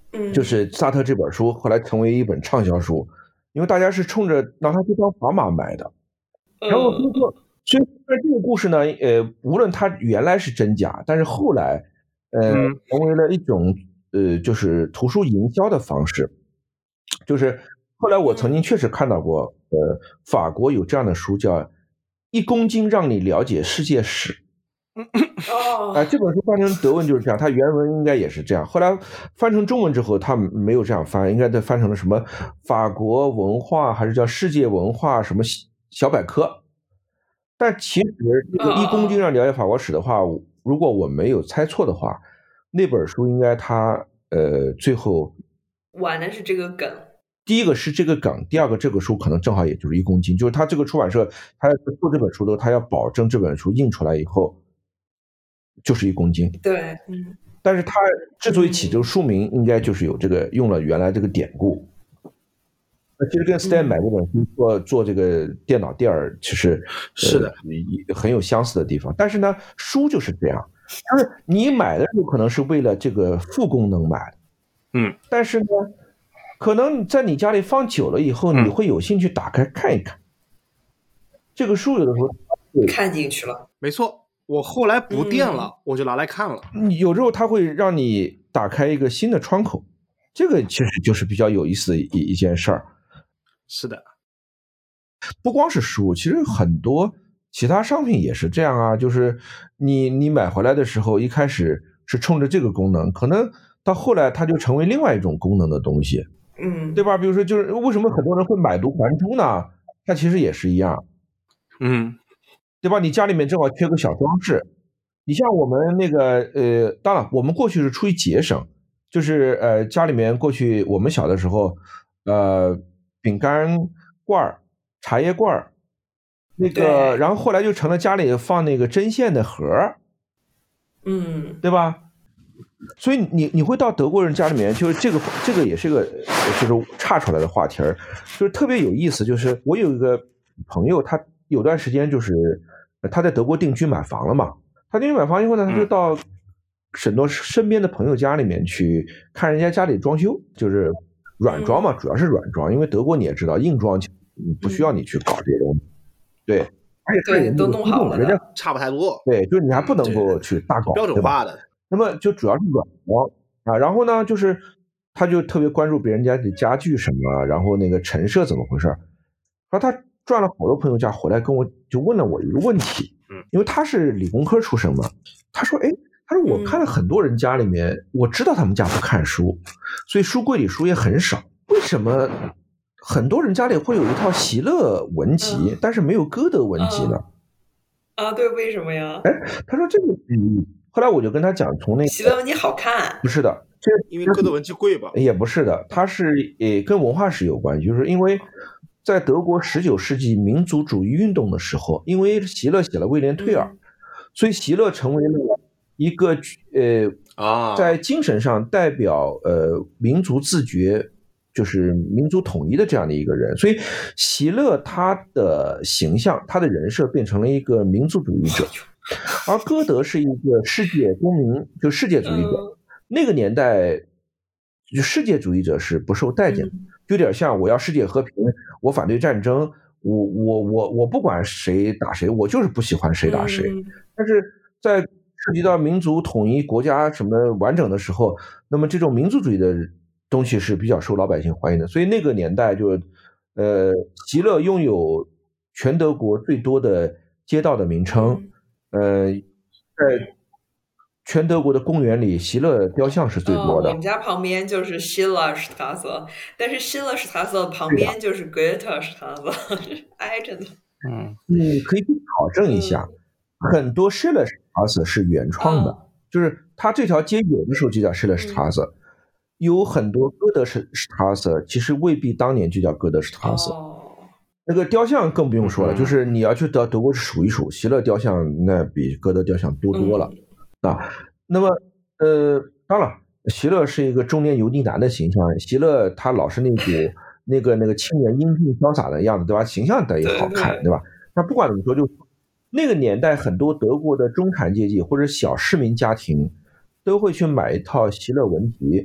C: 就是萨特这本书后来成为一本畅销书，因为大家是冲着拿它去当砝码买的。然后所以这个故事呢，无论它原来是真假，但是后来成为了一种就是图书营销的方式。就是后来我曾经确实看到过，法国有这样的书叫《1公斤让你了解世界史》。这本书翻成德文就是这样，它原文应该也是这样。后来翻成中文之后，它没有这样翻，应该它翻成了什么法国文化，还是叫世界文化什么小百科。但其实这个1公斤让了解法国史的话，如果我没有猜错的话，那本书应该它最后
D: 玩的是这个梗。
C: 第一个是这个梗，第二个这个书可能正好也就是1公斤，就是他这个出版社他做这本书的，他要保证这本书印出来以后就是1公斤。
D: 对，
C: 但是他之所以起这个书名，应该就是有这个用了原来这个典故。那其实跟 Stan 买这本书做这个电脑垫儿，其实
E: 是的，
C: 很有相似的地方。但是呢，书就是这样，就是你买的时候可能是为了这个副功能买的，但是呢，可能在你家里放久了以后，你会有兴趣打开看一看。这个书有的时候
D: 看进去了，
E: 没错。我后来不电了，我就拿来看了。
C: 有时候它会让你打开一个新的窗口，这个其实就是比较有意思的一件事儿。
E: 是的，
C: 不光是书，其实很多其他商品也是这样啊。就是你买回来的时候，一开始是冲着这个功能，可能到后来它就成为另外一种功能的东西，对吧？比如说，就是为什么很多人会买椟还珠呢？它其实也是一样，对吧？你家里面正好缺个小装饰，你像我们那个当然我们过去是出于节省，就是家里面过去我们小的时候饼干罐、茶叶罐，那个然后后来就成了家里放那个针线的盒，对吧？所以你会到德国人家里面，就是这个也是个就是岔出来的话题儿，就是特别有意思。就是我有一个朋友，他有段时间就是他在德国定居买房了嘛，他定居买房以后呢，他就到很多身边的朋友家里面去看人家家里装修，就是软装嘛，主要是软装，因为德国你也知道，硬装不需要你去搞这些东西，对，而且
D: 对都弄好了，
C: 人家
E: 差不太多，
C: 对，就是你还不能够去大搞，
E: 标准化的。
C: 那么就主要是软装啊，然后呢，就是他就特别关注别人家的家具什么，然后那个陈设怎么回事，然后他转了好多朋友家回来，跟我就问了我一个问题，因为他是理工科出身嘛，他说我看了很多人家里面，我知道他们家不看书，所以书柜里书也很少，为什么很多人家里会有一套席勒文集，但是没有歌德文集呢？
D: 对，为什么呀？
C: 他说这个后来我就跟他讲，从那个
D: 席勒文集好看，
C: 不是的，这
E: 因为歌德文集贵吧？
C: 也不是的，它是跟文化史有关，就是因为在德国19世纪民族主义运动的时候，因为席勒写了《威廉退尔》，所以席勒成为了一个在精神上代表民族自觉，就是民族统一的这样的一个人，所以席勒他的形象，他的人设变成了一个民族主义者。而歌德是一个世界公民，就世界主义者。那个年代，就世界主义者是不受待见的，有点像我要世界和平，我反对战争，我不管谁打谁，我就是不喜欢谁打谁。但是在涉及到民族统一、国家什么完整的时候，那么这种民族主义的东西是比较受老百姓欢迎的。所以那个年代就，席勒拥有全德国最多的街道的名称。在全德国的公园里，席勒雕像是最多的。
D: 我们家旁边就是 Schillerstraße， 但是 Schillerstraße 旁边就是 Goethestraße， 挨着的。
C: 你可以去考证一下，很多 Schillerstraße 是原创的，就是它这条街有的时候就叫 Schillerstraße，有很多歌德Straße其实未必当年就叫歌德Straße。那个雕像更不用说了，就是你要去到德国数一数，席勒雕像那比歌德雕像多了那么当然，席勒是一个中年油腻男的形象，席勒他老是那个青年英俊潇洒的样子，对吧？形象得也好看，对吧？那不管怎么说，就那个年代很多德国的中产阶级或者小市民家庭都会去买一套席勒文集，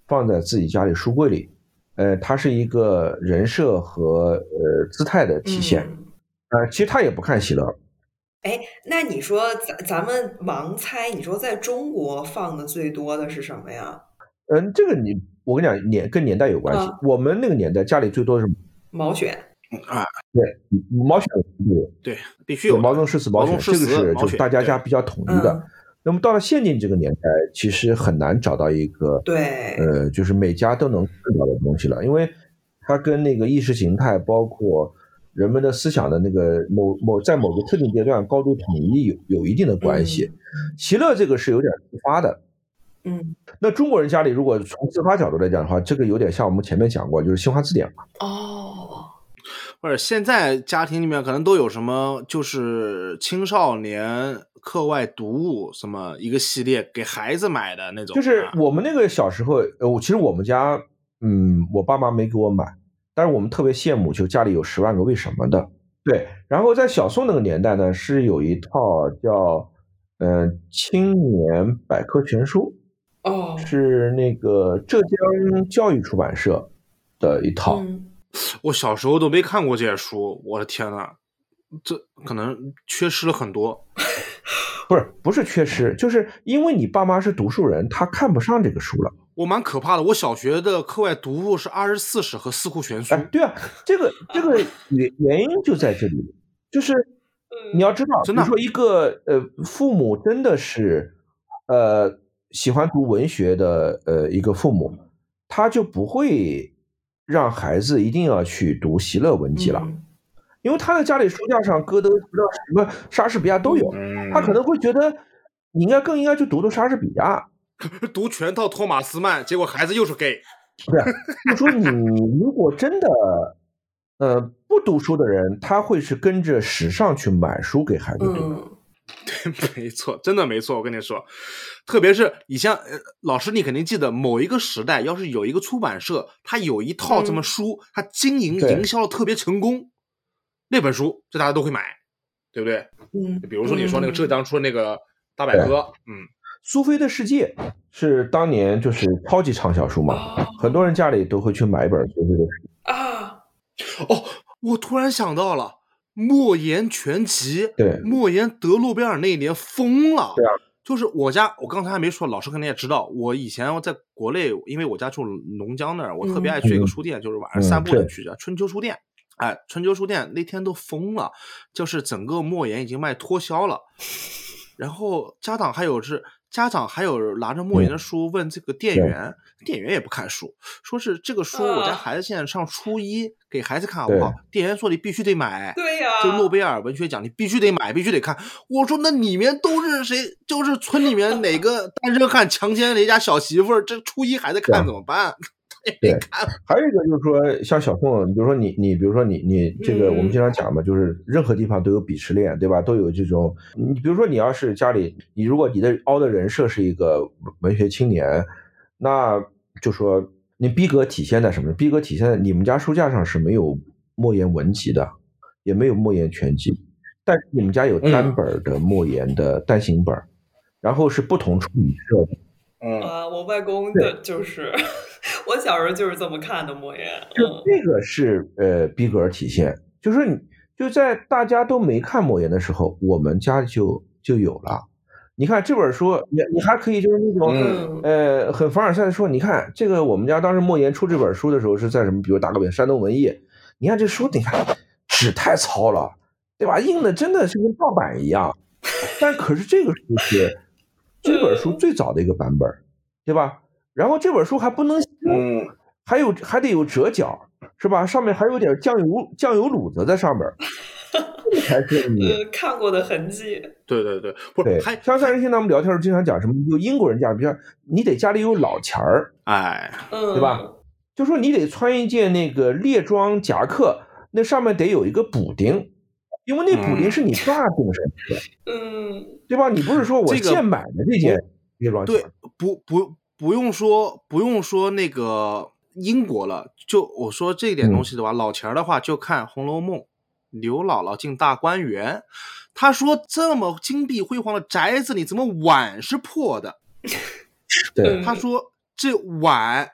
C: 放在自己家里书柜里，它是一个人设和姿态的体现。其实他也不看喜乐。
D: 哎，那你说咱们盲猜，你说在中国放的最多的是什么呀？
C: 这个我跟你讲，跟年代有关系。我们那个年代家里最多的是
D: 毛选
E: 啊，
C: 对，毛选
E: 对，必须有
C: 毛宗诗词毛选，这个是就是大家比较统一的。那么到了现今这个年代，其实很难找到一个就是每家都能看到的东西了，因为它跟那个意识形态，包括人们的思想的那个在某个特定阶段高度统一有一定的关系。席勒这个是有点自发的。那中国人家里如果从自发角度来讲的话，这个有点像我们前面讲过，就是新华字典嘛。
E: 或者现在家庭里面可能都有什么，就是青少年课外读物什么一个系列给孩子买的那种。
C: 就是我们那个小时候，其实我们家，我爸妈没给我买，但是我们特别羡慕，就家里有10万个为什么的。对，然后在小宋那个年代呢，是有一套叫青年百科全书，是那个浙江教育出版社的一套。
E: 我小时候都没看过这些书，我的天哪，这可能缺失了很多。
C: 不是缺失，就是因为你爸妈是读书人，他看不上这个书了。
E: 我蛮可怕的，我小学的课外读物是24史和四库全书。
C: 对啊，这个原因就在这里，就是你要知道，比如说一个父母真的是喜欢读文学的一个父母，他就不会让孩子一定要去读席勒文集了，因为他的家里书架上歌德、什么莎士比亚都有，他可能会觉得你更应该去读莎士比亚，
E: 读全套托马斯曼，结果孩子又是 gay。
C: 对，就说你如果真的不读书的人，他会是跟着时尚去买书给孩子读。
E: 对，没错，真的没错。我跟你说，特别是你像老师，你肯定记得某一个时代，要是有一个出版社，他有一套这么书，他经营营销的特别成功，那本书这大家都会买，对不对？比如说你说那个浙江出的那个大百科，
C: 苏菲的世界是当年就是超级畅销书嘛，很多人家里都会去买一本苏菲的世界。
E: 我突然想到了。莫言全集，
C: 对，
E: 莫言得诺贝尔那一年疯了。
C: 对啊，
E: 就是我刚才还没说，老师肯定也知道，我以前在国内，因为我家住龙江那儿，我特别爱去一个书店，就是晚上散步的去，叫春秋书店。春秋书店那天都疯了，就是整个莫言已经卖脱销了，然后家长还有拿着莫言的书问这个店员，店员也不看书，说是这个书我家孩子现在上初一，给孩子看好不好？店员说你必须得买，
D: 对呀，
E: 就诺贝尔文学奖你必须得买，必须得看。我说那里面都是谁？就是村里面哪个单身汉强奸谁家小媳妇儿，这初一还在看怎么办？
C: 对，还有一个就是说，像小宋，比如说你比如说你这个，我们经常讲嘛，就是任何地方都有鄙视链，对吧？都有这种，你比如说你要是家里，你如果你的凹的人设是一个文学青年，那就说你逼格体现在什么？逼格体现在你们家书架上是没有莫言文集的，也没有莫言全集，但是你们家有单本的莫言的单行本，然后是不同出版社的。
D: 我外公的就是我小时候就是这么看的莫言，
C: 就这个是逼格体现，就是你就在大家都没看莫言的时候，我们家就有了。你看这本书，你还可以就是那种很凡尔赛的说，你看这个我们家当时莫言出这本书的时候是在什么，比如打个比方山东文艺，你看这书，你看纸太糙了，对吧？印的真的是跟盗版一样，但可是这个书是这本书最早的一个版本，对吧？然后这本书还不能还得有折角，是吧？上面还有点酱油卤子在上面，这才是你
D: 看过的痕迹。
E: 对，不是，
C: 还像人现在我们聊天时经常讲什么，就英国人家，比如你得家里有老钱儿，对吧？就说你得穿一件那个猎装夹克，那上面得有一个补丁，因为那补丁是你爸定上去的，对吧？你不是说我现买的这件猎装夹克，
E: 对，不用说那个英国了，就我说这点东西的话，老钱的话就看《红楼梦》，刘姥姥进大观园，他说这么金碧辉煌的宅子里，怎么碗是破的？
C: 对，
E: 他说这碗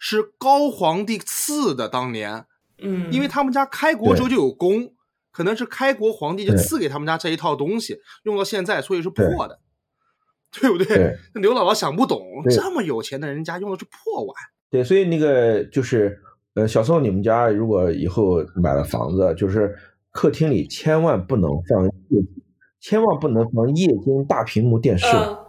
E: 是高皇帝赐的，当年，因为他们家开国时候就有功，可能是开国皇帝就赐给他们家这一套东西，用到现在，所以是破的，对不对？刘姥姥想不懂，这么有钱的人家用的是破碗。
C: 对，所以那个就是小宋，你们家如果以后买了房子，就是客厅里千万不能放夜间大屏幕电视。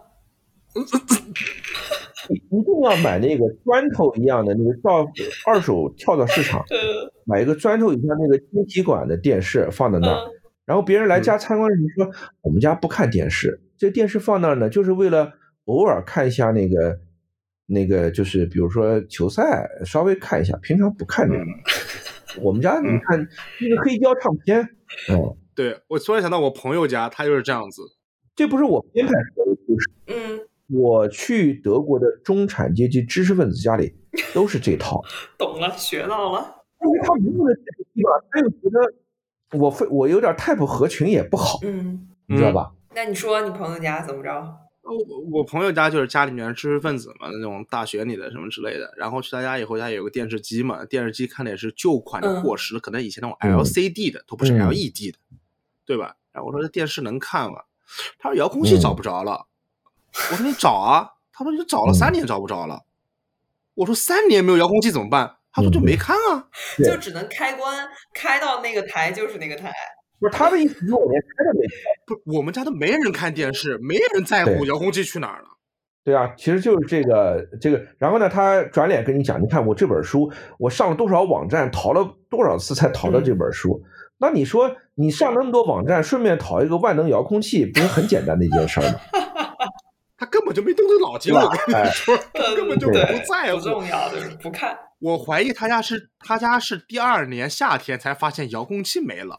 C: 一定要买那个砖头一样的那个到二手跳蚤市场买一个砖头一样那个晶体管的电视放在那儿，然后别人来家参观的时候说我们家不看电视，这电视放那儿呢就是为了偶尔看一下那个就是比如说球赛稍微看一下，平常不看这个。我们家你看那个黑胶唱片，
E: 对，我突然想到我朋友家他就是这样子。
C: 这不是我编排出来的故事，我去德国的中产阶级知识分子家里都是这套。
D: 懂了，学到了。
C: 因为他没有的地方，他又觉得我有点太不合群也不好，你知道吧？
D: 那你说你朋友家怎么着？
E: 我朋友家就是家里面知识分子嘛，那种大学里的什么之类的，然后去他家以后，他有个电视机嘛，电视机看的也是旧款的过时，可能以前那种 LCD 的，都不是 LED 的，对吧？然后我说这电视能看吗？他说遥控器找不着了。我说你找啊，他说你找了3年找不着了。我说3年没有遥控器怎么办？他说就没看啊，
D: 就只能开关开到那个台就是那个台。
C: 不是他的意思，是我连开都没开。
E: 不是我们家都没人看电视，没人在乎遥控器去哪儿了。
C: 对啊，其实就是这个。然后呢，他转脸跟你讲，你看我这本书，我上了多少网站，淘了多少次才淘到这本书。那你说你上那么多网站，顺便淘一个万能遥控器，不是很简单的一件事吗？
E: 他根本就没动动脑筋，我跟你说，根本就不在乎，
D: 不重要，就是不看。
E: 我怀疑他家是第2年夏天才发现遥控器没了。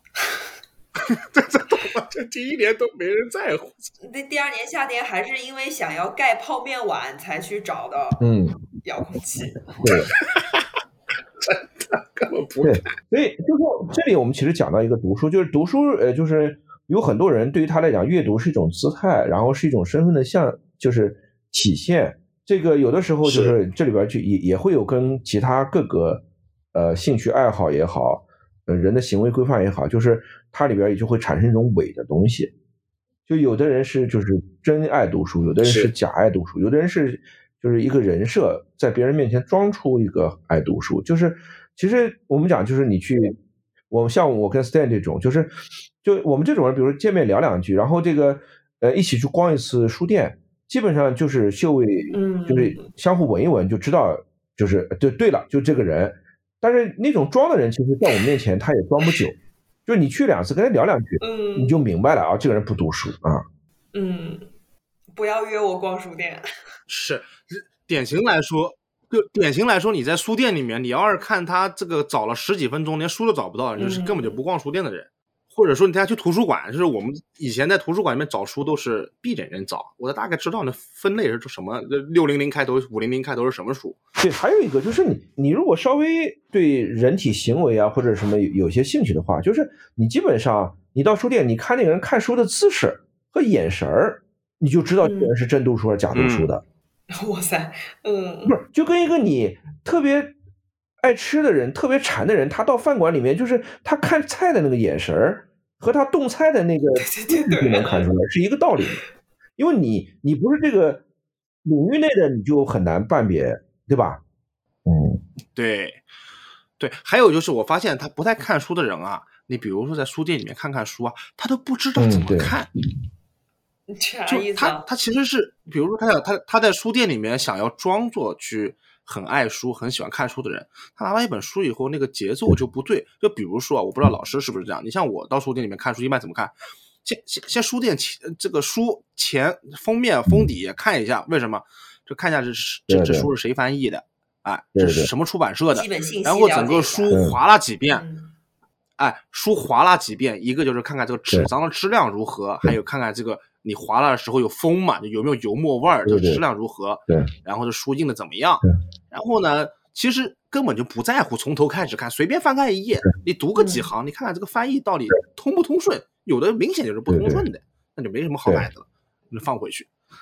E: 这第1年都没人在乎。
D: 那第2年夏天还是因为想要盖泡面碗才去找的遥控器。
C: 对。
E: 真的根本不
C: 对，所以就是这里我们其实讲到一个读书，就是读书，就是有很多人对于他来讲，阅读是一种姿态，然后是一种身份的就是体现。这个有的时候就是这里边就也会有跟其他各个兴趣爱好也好，人的行为规范也好，就是它里边也就会产生一种伪的东西。就有的人是就是真爱读书，有的人是假爱读书，有的人是就是一个人设，在别人面前装出一个爱读书。就是其实我们讲就是像我跟 Stan 这种，就我们这种人，比如见面聊2句，然后这个一起去逛一次书店，基本上就是嗅味，就是相互闻一闻就知道，就是对了，就这个人。但是那种装的人，其实在我们面前他也装不久，就是你去2次跟他聊2句，你就明白了啊，这个人不读书啊。
D: 不要约我逛书店。
E: 是典型来说，你在书店里面，你要是看他这个找了10几分钟连书都找不到，就是根本就不逛书店的人。或者说你带他去图书馆，就是我们以前在图书馆里面找书都是闭着眼找，我大概知道那分类是什么，600开头500开头是什么书。
C: 对，还有一个就是你如果稍微对人体行为啊或者什么有些兴趣的话，就是你基本上你到书店，你看那个人看书的姿势和眼神儿，你就知道这个人是真读书还是假读书的。
D: 哇塞，
C: 不是，就跟一个你特别爱吃的人，特别馋的人，他到饭馆里面，就是他看菜的那个眼神儿和他动菜的那个就能看出来，是一个道理。因为你不是这个领域内的，你就很难判别，对吧？
E: 对，还有就是我发现他不太看书的人啊，你比如说在书店里面看书啊，他都不知道怎么看。
D: 啥意思啊？
E: 他其实是，比如说他在书店里面想要装作去很爱书、很喜欢看书的人，他拿到一本书以后，那个节奏就不对。就比如说，我不知道老师是不是这样。你像我到书店里面看书，一般怎么看？先书店这个书前封面封底看一下，为什么？就看一下这书是谁翻译的，这是什么出版社的，然后整个书划拉几遍。书划拉几遍，一个就是看看这个纸张的质量如何，还有看看这个你划拉的时候有风嘛，有没有油墨味儿，这质量如何，然后这书印的怎么样，然后呢，其实根本就不在乎从头开始看，随便翻开一页，你读个几行，你看看这个翻译到底通不通顺，有的明显就是不通顺的，那就没什么好买的了，你放回去。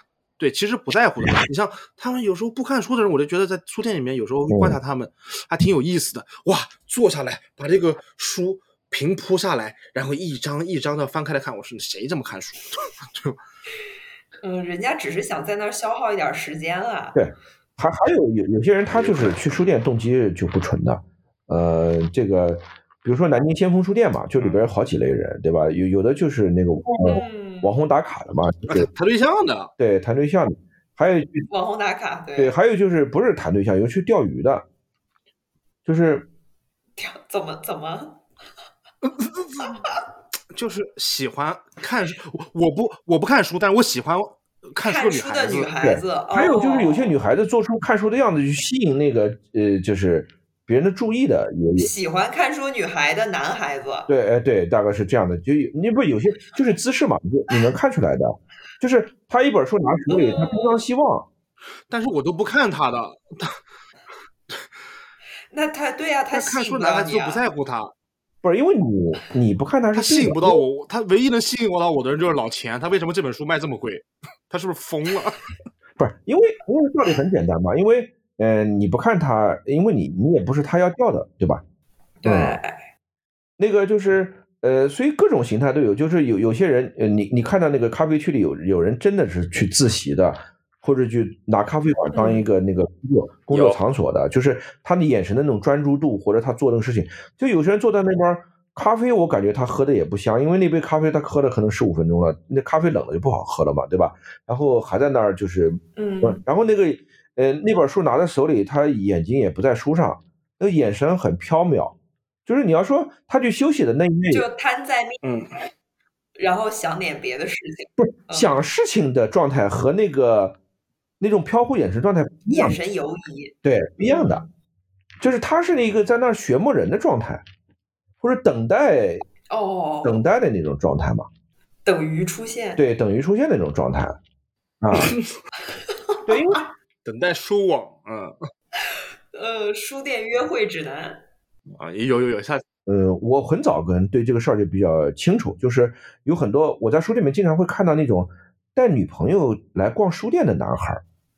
E: 对，其实不在乎的。你像他们有时候不看书的人，我就觉得在书店里面有时候观察他们还挺有意思的。哇，坐下来把这个书平铺下来，然后一张一张的翻开来看，我说谁这么看书？
D: 人家只是想在那儿消耗一点时间啊。
C: 对，还有些人他就是去书店动机就不纯的，这个比如说南京先锋书店嘛，就里边有好几类人，对吧？有的就是那个网红打卡的嘛，就是
E: 谈对象的，
C: 对，谈对象的，还有
D: 网红打卡，
C: 对，还有就是不是谈对象，有去钓鱼的，就是
D: 怎么
E: 就是喜欢看书，我不看书，但是我喜欢看书的
D: 女孩子。
C: 还有就是有些女孩子做出看书的样子去吸引那个就是别人的注意的，
D: 喜欢看书女孩的男孩子。
C: 对，对，大概是这样的。就你不有些就是姿势嘛，你能看出来的，就是他一本书拿手里，他东张西望，
E: 但是我都不看他的。
D: 那他对呀，他
E: 看书的男孩子都不在乎他。
C: 不是因为你不看他
E: 吸引不到我，他唯一能吸引到我的人就是老钱。他为什么这本书卖这么贵？他是不是疯了？
C: 不是因为道理很简单嘛，因为你不看他，因为你也不是他要钓的，对吧？
D: 对，
C: 那个就是所以各种形态都有，就是有些人你看到那个咖啡区里有人真的是去自习的，或者去拿咖啡馆当一个那个工作场所的，就是他的眼神的那种专注度，或者他做那个事情。就有些人坐在那边咖啡，我感觉他喝的也不香，因为那杯咖啡他喝了可能15分钟了，那咖啡冷了就不好喝了嘛，对吧？然后还在那儿就是然后那个那本书拿在手里，他眼睛也不在书上，那个眼神很飘渺，就是你要说他去休息的那一面
D: 就瘫在面然后想点别的事情，
C: 不是想事情的状态和那种飘忽眼神状态不一样，
D: 眼神游移，
C: 对，不一样的，就是他是那个在那儿学默人的状态，或者等待的那种状态嘛，
D: 等于出现，
C: 对，等于出现的那种状态啊，对，因为
E: 等待书网，
D: 书店约会指南
E: 啊，有下次。
C: 我很早对这个事儿就比较清楚，就是有很多我在书店里面经常会看到那种带女朋友来逛书店的男孩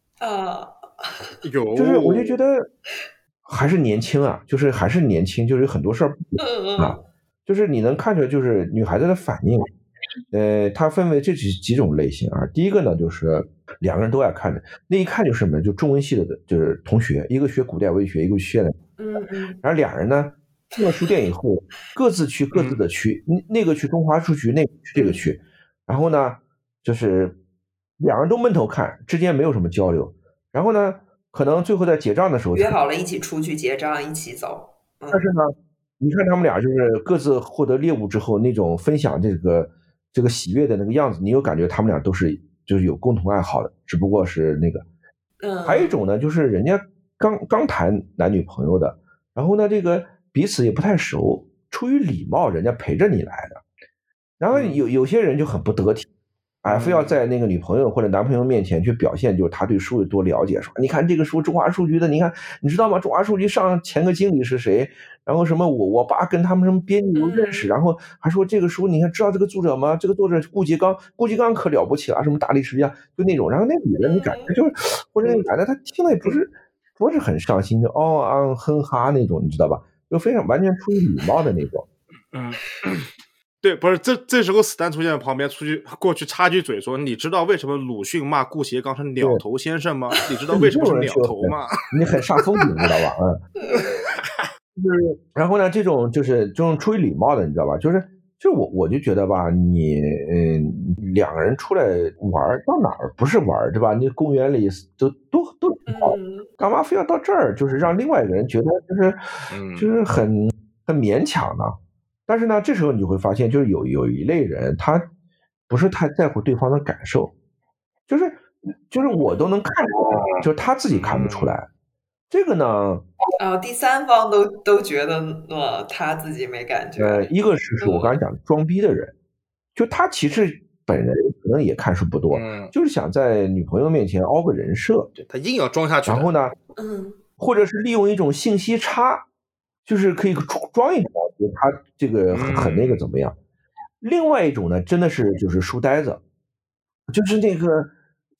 E: 有，
C: 就是我就觉得还是年轻啊，就是还是年轻，就是有很多事儿啊，就是你能看出来，就是女孩子的反应，它分为这几种类型啊。第一个呢，就是两个人都爱看的，那一看就是什么，就中文系的，就是同学，一个学古代文学，一个学的，然后俩人呢进了书店以后，各自去各自的区，那个去中华书局，那个去这个区，然后呢，就是两人都闷头看，之间没有什么交流，然后呢，可能最后在结账的时候
D: 约好了一起出去结账，一起走。
C: 但是呢，你看他们俩就是各自获得猎物之后那种分享这个喜悦的那个样子，你有感觉他们俩都是就是有共同爱好的，只不过是那个。还有一种呢，就是人家刚谈男女朋友的，然后呢，这个彼此也不太熟，出于礼貌，人家陪着你来的。然后有些人就很不得体，非要在那个女朋友或者男朋友面前去表现，就是他对书有多了解，说你看这个书中华书局的，你看你知道吗？中华书局上前个经理是谁？然后什么我爸跟他们什么编辑都认识，然后还说这个书你看知道这个作者吗？这个作者顾颉刚可了不起了，什么大力士一样，就那种。然后那女的你感觉就是，或者那个男的他听了也不是很上心，就哼哈那种，你知道吧？就非常完全出于礼貌的那种。
E: 对，不是这时候斯坦出现在旁边，过去插句嘴说：“你知道为什么鲁迅骂顾颉刚是鸟头先生吗？你知道为什么是鸟头吗？”
C: 你很煞风景，知道吧？就是然后呢，这种出于礼貌的，你知道吧？就是我就觉得吧，你两个人出来玩到哪儿不是玩，对吧？你公园里都挺好，干嘛非要到这儿？就是让另外一个人觉得就是很勉强呢。但是呢，这时候你就会发现，就是有一类人，他不是太在乎对方的感受，就是我都能看出来，就是他自己看不出来。这个呢，
D: 第三方都觉得他自己没感觉。
C: 一个是我刚才讲装逼的人，就他其实本人可能也看书不多，就是想在女朋友面前凹个人设，
E: 他硬要装下去。
C: 然后呢，或者是利用一种信息差，就是可以装一装，就他这个很那个怎么样。另外一种呢，真的是就是书呆子，就是那个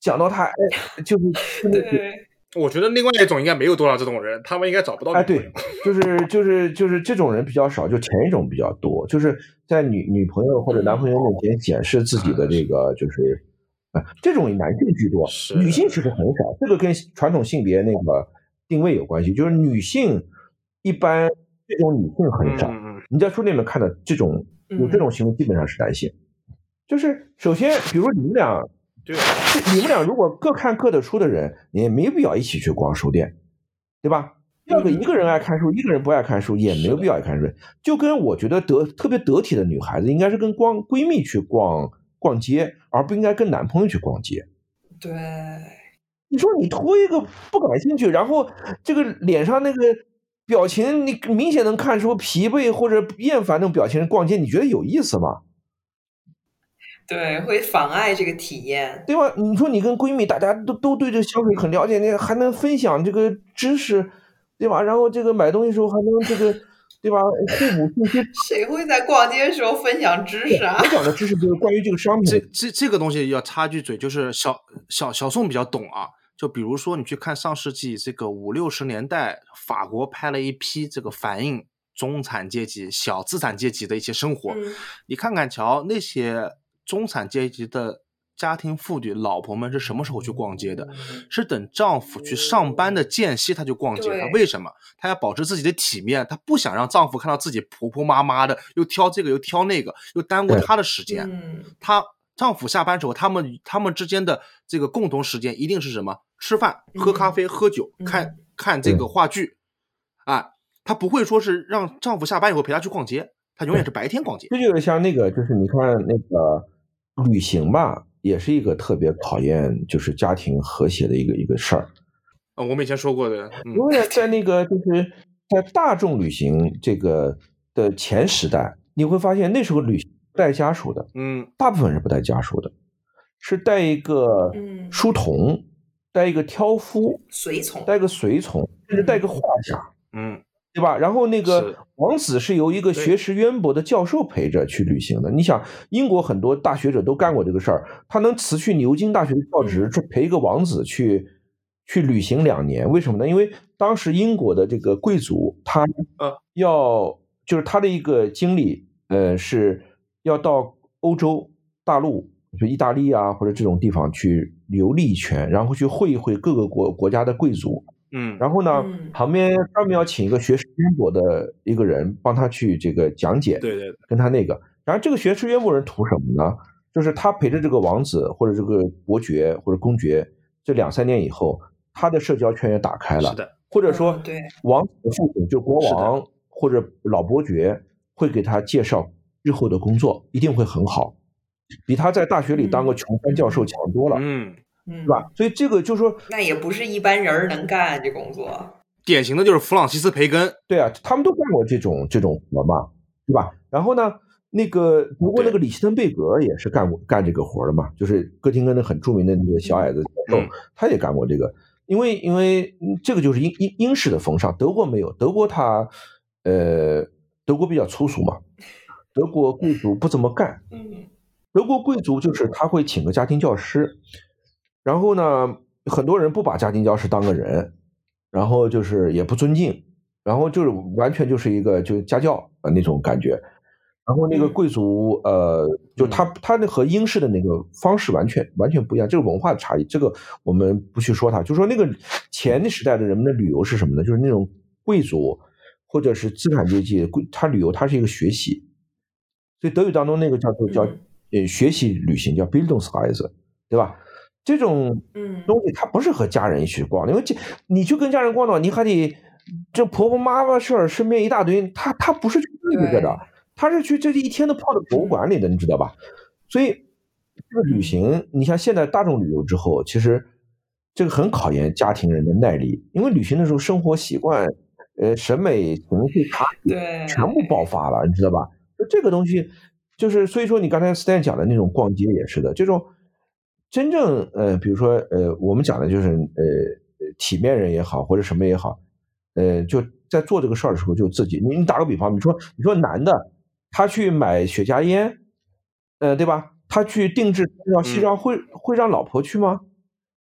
C: 想到他，就是
D: 对。
E: 我觉得另外一种应该没有多少这种人，他们应该找不到。
C: 对，就是这种人比较少，就前一种比较多，就是在女朋友或者男朋友面前显示自己的这个，就是这种男性居多，女性其实很少。这个跟传统性别那个定位有关系，就是女性一般这种女性很少。你在书里面看的这种有这种行为，基本上是男性。就是首先，比如你们俩。
E: 对，
C: 你们俩如果各看各的书的人，你也没必要一起去逛书店，对吧？要个一个人爱看书，一个人不爱看书，也没有必要爱看书。就跟我觉得特别得体的女孩子，应该是跟闺蜜去逛街，而不应该跟男朋友去逛街。
D: 对，
C: 你说你拖一个不感兴趣，然后这个脸上那个表情，你明显能看出疲惫或者厌烦那种表情逛街，你觉得有意思吗？
D: 对，会妨碍这个体验，
C: 对吧？你说你跟闺蜜，大家都对这香水很了解，你还能分享这个知识，对吧？然后这个买东西的时候还能这个，对吧？互补信息。
D: 谁会在逛街的时候分享知识啊？
C: 我讲的知识就是关于这个商品。
E: 这个东西要插句嘴，就是小宋比较懂啊。就比如说你去看上世纪这个50、60年代，法国拍了一批这个反映中产阶级、小资产阶级的一些生活，你看看瞧那些中产阶级的家庭妇女老婆们是什么时候去逛街的？是等丈夫去上班的间隙她就逛街。她为什么？她要保持自己的体面，她不想让丈夫看到自己婆婆妈妈的，又挑这个又挑那个，又耽误她的时间。她丈夫下班之后，他们之间的这个共同时间一定是什么？吃饭、喝咖啡、喝酒、看这个话剧啊。她不会说是让丈夫下班以后陪她去逛街，她永远是白天逛街。
C: 这就像那个，就是你看那个旅行吧，也是一个特别考验就是家庭和谐的一个事儿。
E: 我们以前说过的，
C: 因为在那个就是在大众旅行这个的前时代，你会发现那时候旅行不带家属的，大部分是不带家属的，是带一个书童，带一个挑夫，带个随从，甚至带个画家，对吧？然后那个王子是由一个学识渊博的教授陪着去旅行的。你想，英国很多大学者都干过这个事儿，他能辞去牛津大学的教职，陪一个王子去旅行2年，为什么呢？因为当时英国的这个贵族，他就是他的一个经历，是要到欧洲大陆，就意大利啊或者这种地方去游历一圈，然后去会一会各个国家的贵族。然后呢，旁边专门要请一个学识渊博的一个人帮他去这个讲解，
E: 对，
C: 跟他那个。然后这个学识渊博人图什么呢？就是他陪着这个王子或者这个伯爵或者公爵，这2、3年以后，他的社交圈也打开了。
E: 是的，
C: 或者说，王子的父亲就国王或者老伯爵会给他介绍日后的工作，一定会很好，比他在大学里当个穷酸教授强多了。是吧？所以这个就是说，
D: 那也不是一般人能干这工作。
E: 典型的就是弗朗西斯·培根。
C: 对啊，他们都干过这种活嘛，对吧？然后呢，不过那个里希滕贝格也是干这个活的嘛，就是哥廷根的很著名的那个小矮子教授，他也干过这个。因为这个就是英式的风尚，德国没有，德国德国比较粗俗嘛，德国贵族不怎么干。德国贵族就是他会请个家庭教师。然后呢，很多人不把家庭教师当个人，然后就是也不尊敬，然后就是完全就是一个就家教那种感觉。然后那个贵族就他那和英式的那个方式完全不一样，这个文化的差异，这个我们不去说它。就说那个前时代的人们的旅游是什么呢？就是那种贵族或者是资产阶级，他旅游他是一个学习，所以德语当中那个叫学习旅行叫 Bildungsreise， 对吧？这种东西它不是和家人一起逛，因为你去跟家人逛的话，你还得这婆婆妈妈事儿身边一大堆，他不是去这个的，他是去这一天都泡在博物馆里的，你知道吧？所以这个旅行，你像现在大众旅游之后，其实这个很考验家庭人的耐力，因为旅行的时候生活习惯、审美、情绪差异全部爆发了，你知道吧？这个东西就是所以说你刚才 Stan 讲的那种逛街也是的，这种。真正比如说我们讲的就是体面人也好或者什么也好，就在做这个事儿的时候就自己你打个比方，你说男的他去买雪茄烟，对吧？他去定制西装会让老婆去吗？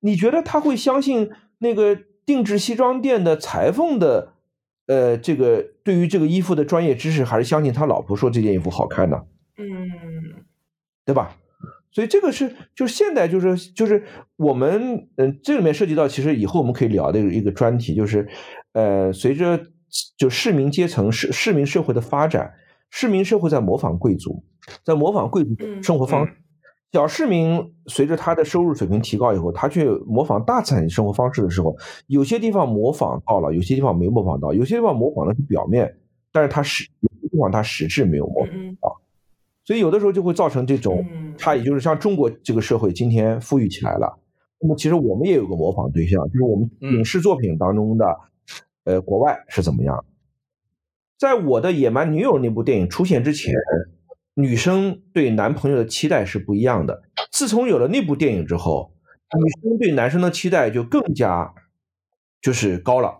C: 你觉得他会相信那个定制西装店的裁缝的这个对于这个衣服的专业知识，还是相信他老婆说这件衣服好看呢？对吧？所以这个就是现代就是我们这里面涉及到，其实以后我们可以聊的一个专题，就是随着就市民阶层市民社会的发展，市民社会在模仿贵族，在模仿贵族的生活方式。小市民随着他的收入水平提高以后，他去模仿大资产生活方式的时候，有些地方模仿到了，有些地方没模仿到，有些地方模仿的是表面，但是有些地方他实质没有模仿到，所以有的时候就会造成这种差异。就是像中国这个社会今天富裕起来了，那么其实我们也有个模仿对象，就是我们影视作品当中的国外是怎么样。在我的野蛮女友那部电影出现之前，女生对男朋友的期待是不一样的。自从有了那部电影之后，女生对男生的期待就更加就是高了。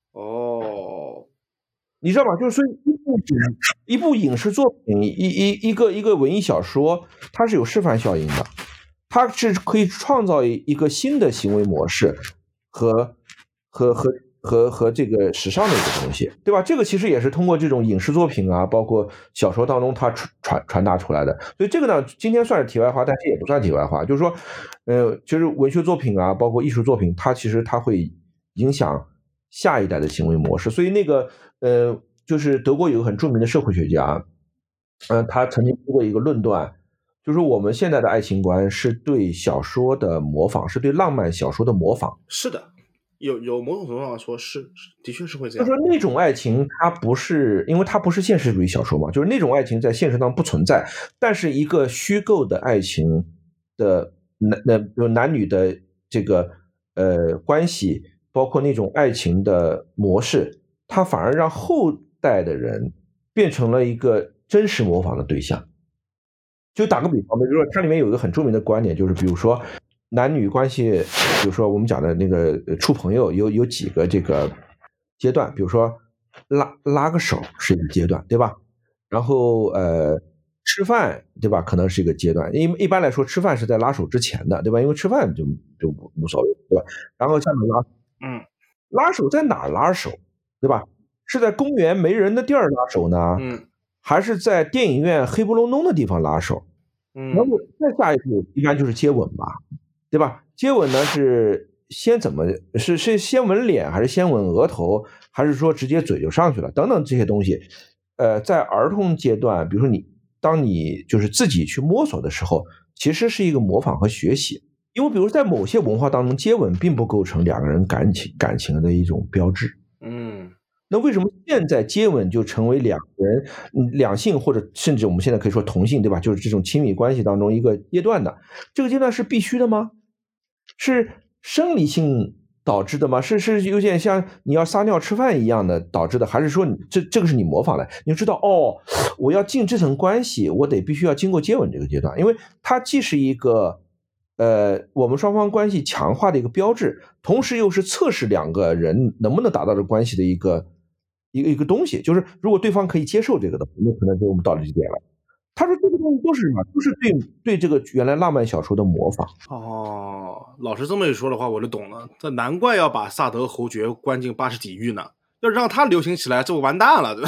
C: 你知道吗？就是说一部影视作品，一个文艺小说，它是有示范效应的，它是可以创造一个新的行为模式和这个时尚的一个东西，对吧？这个其实也是通过这种影视作品啊，包括小说当中它传达出来的。所以这个呢，今天算是题外话，但是也不算题外话，就是说，其实文学作品啊，包括艺术作品，它其实它会影响下一代的行为模式。所以那个就是德国有个很著名的社会学家，他曾经做过一个论断，就是我们现在的爱情观是对小说的模仿，是对浪漫小说的模仿。
E: 是的。有某种程度上说是的确是会这样。
C: 就说那种爱情它不是，因为它不是现实主义小说嘛，就是那种爱情在现实当中不存在，但是一个虚构的爱情的男女的这个关系，包括那种爱情的模式，它反而让后代的人变成了一个真实模仿的对象。就打个比方，比如说它里面有一个很著名的观点，就是比如说男女关系，比如说我们讲的那个处朋友有几个这个阶段，比如说拉个手是一个阶段，对吧？然后吃饭，对吧？可能是一个阶段，因为一般来说吃饭是在拉手之前的，对吧？因为吃饭就无所谓，对吧？然后下面拉手在哪儿拉手，对吧？是在公园没人的地儿拉手呢，还是在电影院黑不隆咚的地方拉手？然后再下一步一般就是接吻吧，对吧？接吻呢是先怎么是先吻脸，还是先吻额头，还是说直接嘴就上去了等等这些东西。在儿童阶段，比如说当你就是自己去摸索的时候，其实是一个模仿和学习。因为比如在某些文化当中，接吻并不构成两个人感情的一种标志。那为什么现在接吻就成为两性或者甚至我们现在可以说同性，对吧？就是这种亲密关系当中一个阶段的，这个阶段是必须的吗？是生理性导致的吗？是有点像你要撒尿吃饭一样的导致的，还是说这个是你模仿的？你就知道我要进这层关系，我必须要经过接吻这个阶段，因为它既是一个我们双方关系强化的一个标志，同时又是测试两个人能不能达到这关系的一个东西。就是如果对方可以接受这个的，那可能就我们到了这点了。他说这个东西都是什么？都是对这个原来浪漫小说的模仿。
E: 老师这么一说的话，我就懂了。这难怪要把萨德侯爵关进巴士底狱呢，要让他流行起来，这不完蛋了，对吧？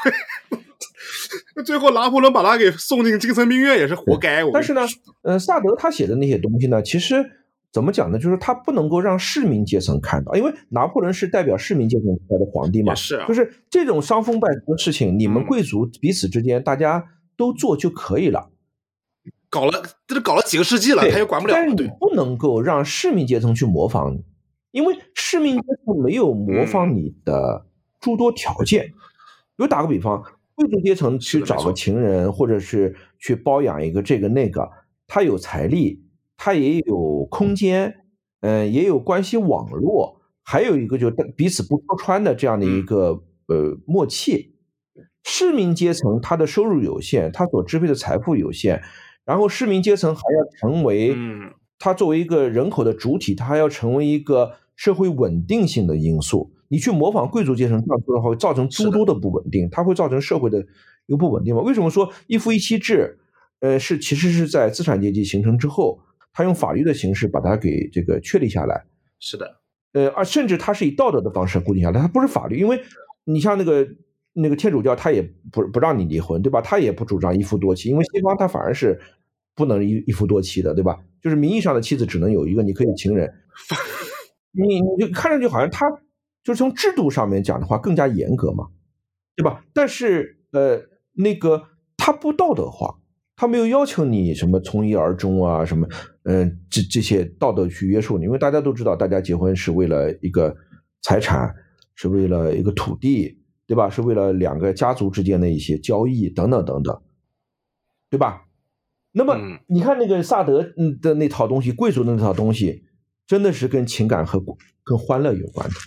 E: 最后拿破仑把他给送进精神病院也是活该。
C: 但是呢，萨德他写的那些东西呢，其实怎么讲呢？就是他不能够让市民阶层看到，因为拿破仑是代表市民阶层的皇帝嘛，就是这种伤风败俗的事情，你们贵族彼此之间大家都做就可以了。
E: 搞了几个世纪了，他也管不了。
C: 但是你不能够让市民阶层去模仿你，因为市民阶层没有模仿你的诸多条件。比如打个比方，贵族阶层去找个情人，或者是去包养一个这个那个，他有财力，他也有空间，也有关系网络，还有一个就是彼此不戳穿的这样的一个默契。市民阶层他的收入有限，他所支配的财富有限，然后市民阶层还要成为他作为一个人口的主体，他还要成为一个社会稳定性的因素。你去模仿贵族阶层这样做的话，会造成诸多的不稳定，它会造成社会的一个不稳定嘛？为什么说一夫一妻制其实是在资产阶级形成之后， 他用法律的形式把它给这个确立下来。
E: 是的，
C: 甚至他是以道德的方式固定下来，他不是法律，因为你像那个天主教，他也不让你离婚，对吧？他也不主张一夫多妻，因为西方他反而是不能一夫多妻的，对吧？就是名义上的妻子只能有一个，你可以情人。你就看上去好像他就是从制度上面讲的话更加严格嘛，对吧？但是那个他不道德化，他没有要求你什么从一而终啊，什么这些道德去约束你，因为大家都知道，大家结婚是为了一个财产，是为了一个土地，对吧？是为了两个家族之间的一些交易等等等等，对吧？那么你看那个萨德的那套东西，贵族的那套东西，真的是跟情感和跟欢乐有关的。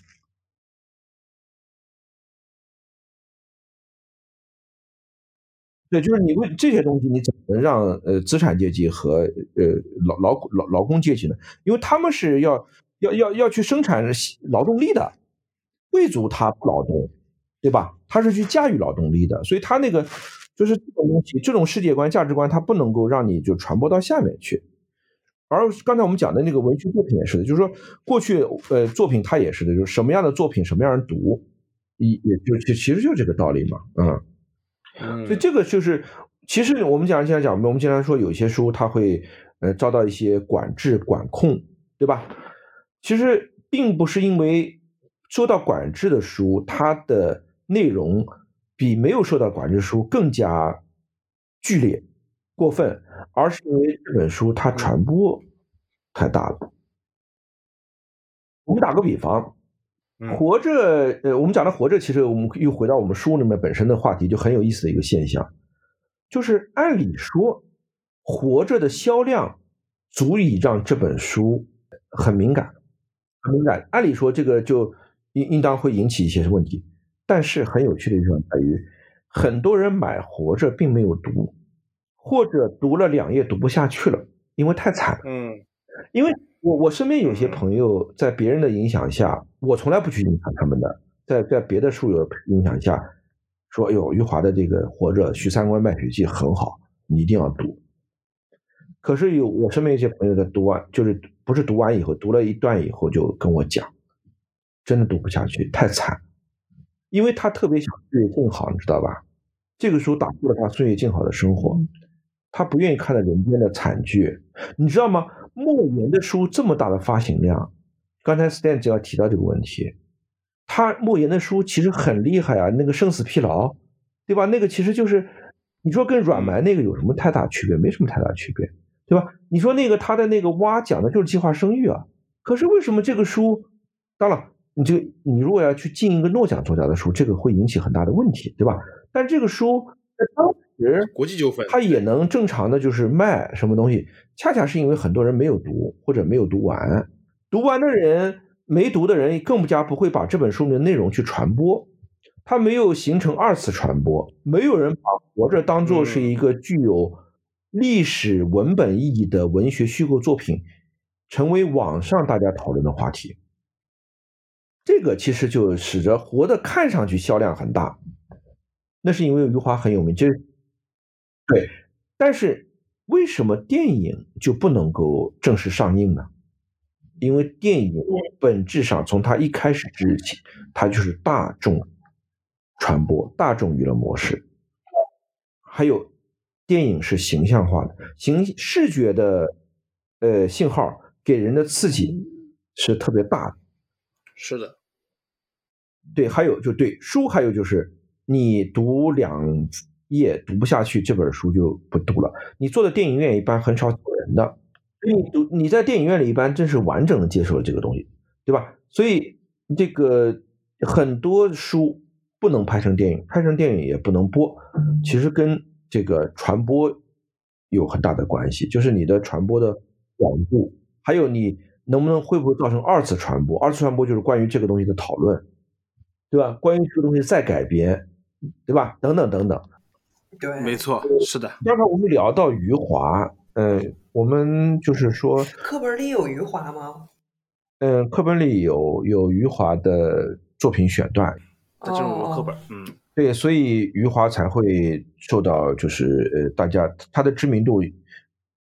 C: 对，就是你为这些东西，你怎么能让资产阶级和劳工阶级呢？因为他们是要去生产劳动力的，贵族他不劳动，对吧？他是去驾驭劳动力的，所以他那个就是这种东西，这种世界观、价值观，它不能够让你就传播到下面去。而刚才我们讲的那个文学作品也是的，就是说过去作品它也是的，就是什么样的作品什么样人读，也就其实就这个道理嘛，所以这个就是，其实我们经常讲，我们经常说有些书它会遭到一些管制管控，对吧？其实并不是因为受到管制的书它的内容比没有受到管制的书更加剧烈过分，而是因为这本书它传播太大了。我们打个比方，活着，我们讲的活着，其实我们又回到我们书里面本身的话题，就很有意思的一个现象，就是按理说，活着的销量足以让这本书很敏感，很敏感。按理说，这个就应当会引起一些问题。但是很有趣的地方在于，很多人买活着并没有读，或者读了2页读不下去了，因为太惨。因为我身边有些朋友在别人的影响下，我从来不去影响他们的，在别的书友影响下说，哎呦，余华的这个活着许三观卖血记很好，你一定要读。可是我身边有些朋友在读完，就是不是读完以后，读了一段以后就跟我讲，真的读不下去，太惨。因为他特别想岁月静好，你知道吧？这个书打破了他岁月静好的生活，他不愿意看到人间的惨剧，你知道吗？莫言的书这么大的发行量，刚才 Stan 就要提到这个问题，他莫言的书其实很厉害啊，那个生死疲劳，对吧？那个其实就是你说跟软埋那个有什么太大区别？没什么太大区别，对吧？你说那个他的那个蛙讲的就是计划生育啊，可是为什么这个书，当然你如果要去进一个诺奖作家的书，这个会引起很大的问题，对吧？但这个书在当时
E: 国际纠纷，
C: 它也能正常的就是卖什么东西，恰恰是因为很多人没有读或者没有读完，读完的人没读的人更加不会把这本书的内容去传播，它没有形成2次传播，没有人把活着当作是一个具有历史文本意义的文学虚构作品，成为网上大家讨论的话题。这个其实就使得活的看上去销量很大，那是因为余华很有名，对。但是为什么电影就不能够正式上映呢？因为电影本质上从它一开始之起，它就是大众传播、大众娱乐模式。还有电影是形象化的，视觉的信号给人的刺激是特别大的。
E: 是的，
C: 对，还有就对书，还有就是你读2页读不下去，这本书就不读了。你坐在电影院一般很少走人的，你在电影院里一般真是完整的接受了这个东西，对吧？所以这个很多书不能拍成电影，拍成电影也不能播，其实跟这个传播有很大的关系，就是你的传播的广度，还有你会不会造成2次传播？2次传播就是关于这个东西的讨论，对吧？关于这个东西再改编，对吧？等等等等。
D: 对，
E: 没错，是的。
C: 刚才我们聊到余华，我们就是说，
D: 课本里有余华吗？
C: 课本里有余华的作品选段，
E: 在这种课本，
C: 对，所以余华才会受到就是大家他的知名度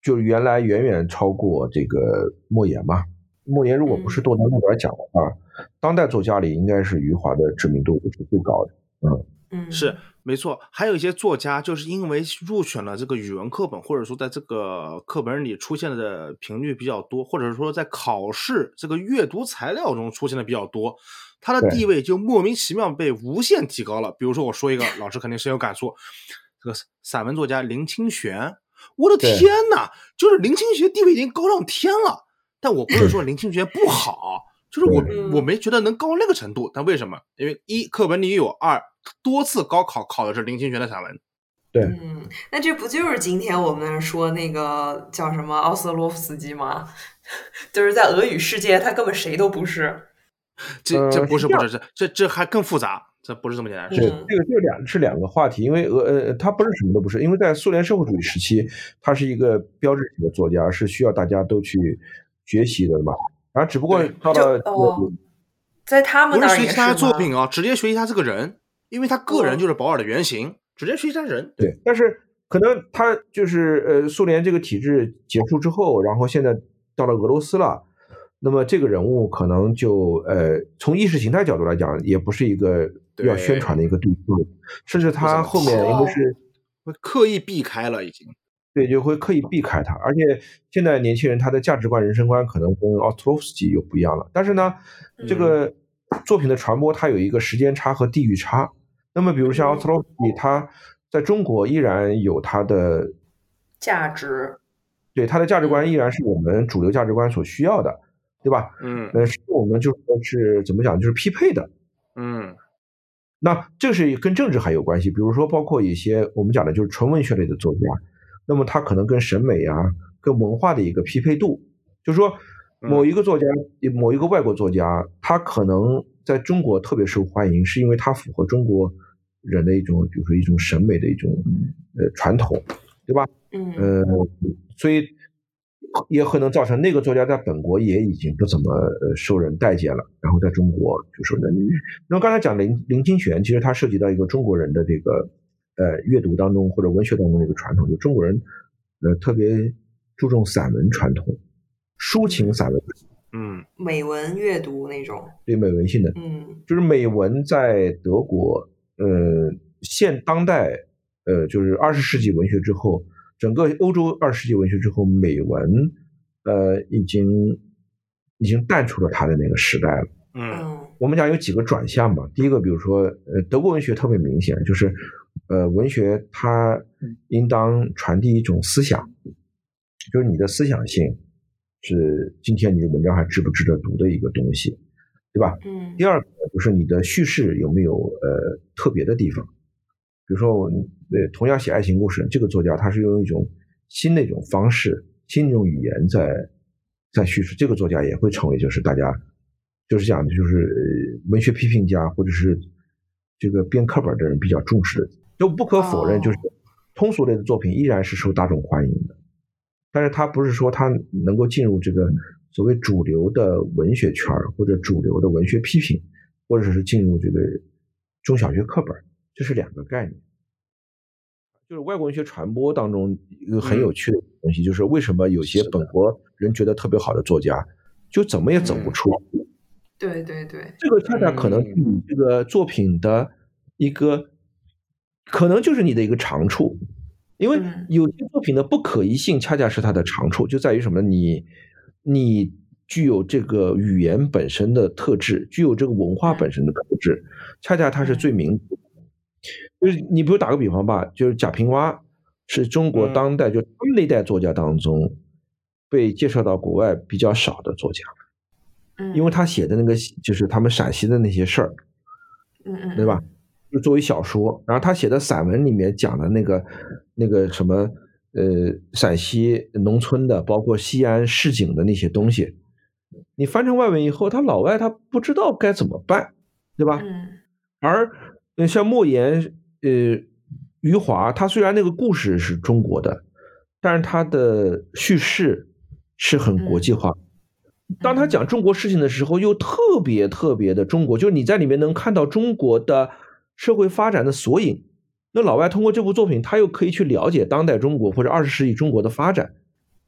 C: 就原来远远超过这个莫言嘛。莫言如果不是豆瓣诺贝尔奖的话，当代作家里应该是余华的知名度是最高的。
E: 是没错。还有一些作家就是因为入选了这个语文课本，或者说在这个课本里出现的频率比较多，或者说在考试这个阅读材料中出现的比较多，他的地位就莫名其妙被无限提高了。比如说我说一个老师肯定深有感触，这个散文作家林清玄，我的天哪，就是林清玄地位已经高上天了。但我不是说林清玄不好，就是我没觉得能高那个程度。但为什么？因为一课本里有，二多次高考考的是林清玄的散文。
C: 对，
D: 那这不就是今天我们说那个叫什么奥斯洛夫斯基吗？就是在俄语世界他根本谁都不是。
E: 这不是这还更复杂，这不是这么简单。
C: 这是两个话题，因为他不是什么都不是，因为在苏联社会主义时期，他是一个标志性的作家，是需要大家都去学习的嘛。然后只不过到了
D: 在他们那儿也是吗？
E: 不是学习他的作品啊，直接学习他这个人，因为他个人就是保尔的原型，直接学习他人。
C: 对，但是可能他就是苏联这个体制结束之后，然后现在到了俄罗斯了。那么这个人物可能就从意识形态角度来讲，也不是一个要宣传的一个对象，甚至他后面应该是
E: 会刻意避开了，已经。
C: 对，就会刻意避开他。而且现在年轻人他的价值观、人生观可能跟奥斯洛夫斯基又不一样了。但是呢，这个作品的传播它有一个时间差和地域差。那么比如像奥斯洛夫斯基，他在中国依然有他的
D: 价值，
C: 对，他的价值观依然是我们主流价值观所需要的。对吧？是我们就说是怎么讲，就是匹配的。那这是跟政治还有关系。比如说，包括一些我们讲的就是纯文学类的作家，那么他可能跟审美啊、跟文化的一个匹配度，就是说某一个作家、某一个外国作家，他可能在中国特别受欢迎，是因为他符合中国人的一种，比如说一种审美的一种传统，对吧？所以也可能造成那个作家在本国也已经不怎么受人待见了，然后在中国就受人。那么刚才讲林清玄，其实他涉及到一个中国人的这个阅读当中或者文学当中的一个传统，就中国人特别注重散文传统，抒情散文，
D: 美文阅读那种，
C: 对美文性的，就是美文在德国现当代就是20世纪文学之后。整个欧洲20世纪文学之后，美文已经淡出了它的那个时代了。我们讲有几个转向吧。第一个，比如说德国文学特别明显，就是文学它应当传递一种思想，就是你的思想性是今天你的文章还值不值得读的一个东西，对吧？第二个就是你的叙事有没有特别的地方。比如说同样写爱情故事，这个作家他是用一种新的一种方式、新的一种语言在叙事，这个作家也会成为就是大家就是讲的就是文学批评家或者是这个编课本的人比较重视的。就不可否认，就是通俗类的作品依然是受大众欢迎的，但是他不是说他能够进入这个所谓主流的文学圈或者主流的文学批评，或者是进入这个中小学课本。这是两个概念。就是外国文学传播当中一个很有趣的东西，就是为什么有些本国人觉得特别好的作家就怎么也走不出。
D: 对对对，
C: 这个恰恰可能是你这个作品的一个可能就是你的一个长处，因为有些作品的不可疑性恰恰是它的长处，就在于什么？你具有这个语言本身的特质，具有这个文化本身的特质，恰恰它是最明。就是你比如打个比方吧，就是贾平凹是中国当代就他们那代作家当中被介绍到国外比较少的作家，因为他写的那个就是他们陕西的那些事儿，对吧？就作为小说，然后他写的散文里面讲的那个什么陕西农村的，包括西安市井的那些东西，你翻成外文以后，他老外他不知道该怎么办，对吧？而像莫言余华，他虽然那个故事是中国的，但是他的叙事是很国际化。当他讲中国事情的时候，又特别特别的中国，就是你在里面能看到中国的社会发展的缩影。那老外通过这部作品，他又可以去了解当代中国或者20世纪中国的发展。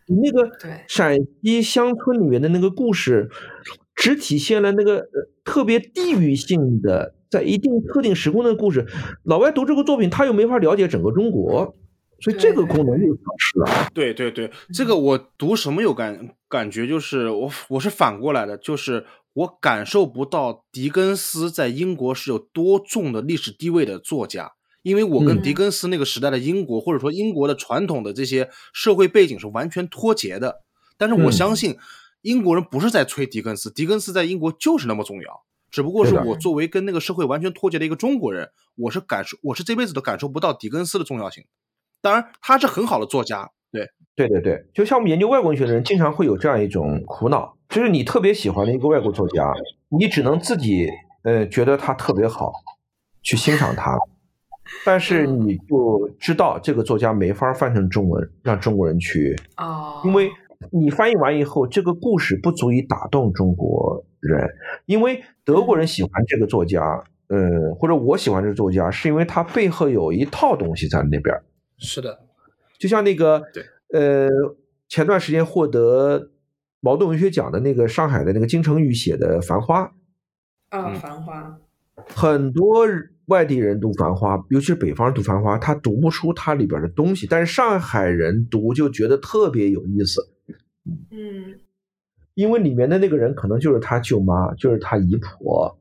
C: 那个陕西乡村里面的那个故事，只体现了那个特别地域性的，在一定特定时空的故事。老外读这个作品，他又没法了解整个中国，所以这个功能又丧失了。
E: 对，这个我读什么有感觉，就是我是反过来的，就是我感受不到狄更斯在英国是有多重的历史地位的作家。因为我跟狄更斯那个时代的英国，或者说英国的传统的这些社会背景是完全脱节的。但是我相信英国人不是在吹狄更斯，狄更斯在英国就是那么重要，只不过是我作为跟那个社会完全脱节的一个中国人，我是这辈子都感受不到狄更斯的重要性。当然他是很好的作家。
C: 对，就像我们研究外国文学的人经常会有这样一种苦恼，就是你特别喜欢的一个外国作家，你只能自己觉得他特别好，去欣赏他，但是你就知道这个作家没法翻成中文让中国人去，因为你翻译完以后这个故事不足以打动中国人，因为德国人喜欢这个作家，或者我喜欢这个作家，是因为他背后有一套东西在那边。
E: 是的，
C: 就像那个前段时间获得茅盾文学奖的那个上海的那个金城宇写的《繁花》
D: 繁花，
C: 很多外地人读《繁花》，尤其是北方人读《繁花》，他读不出它里边的东西，但是上海人读就觉得特别有意思。因为里面的那个人可能就是他舅妈，就是他姨婆，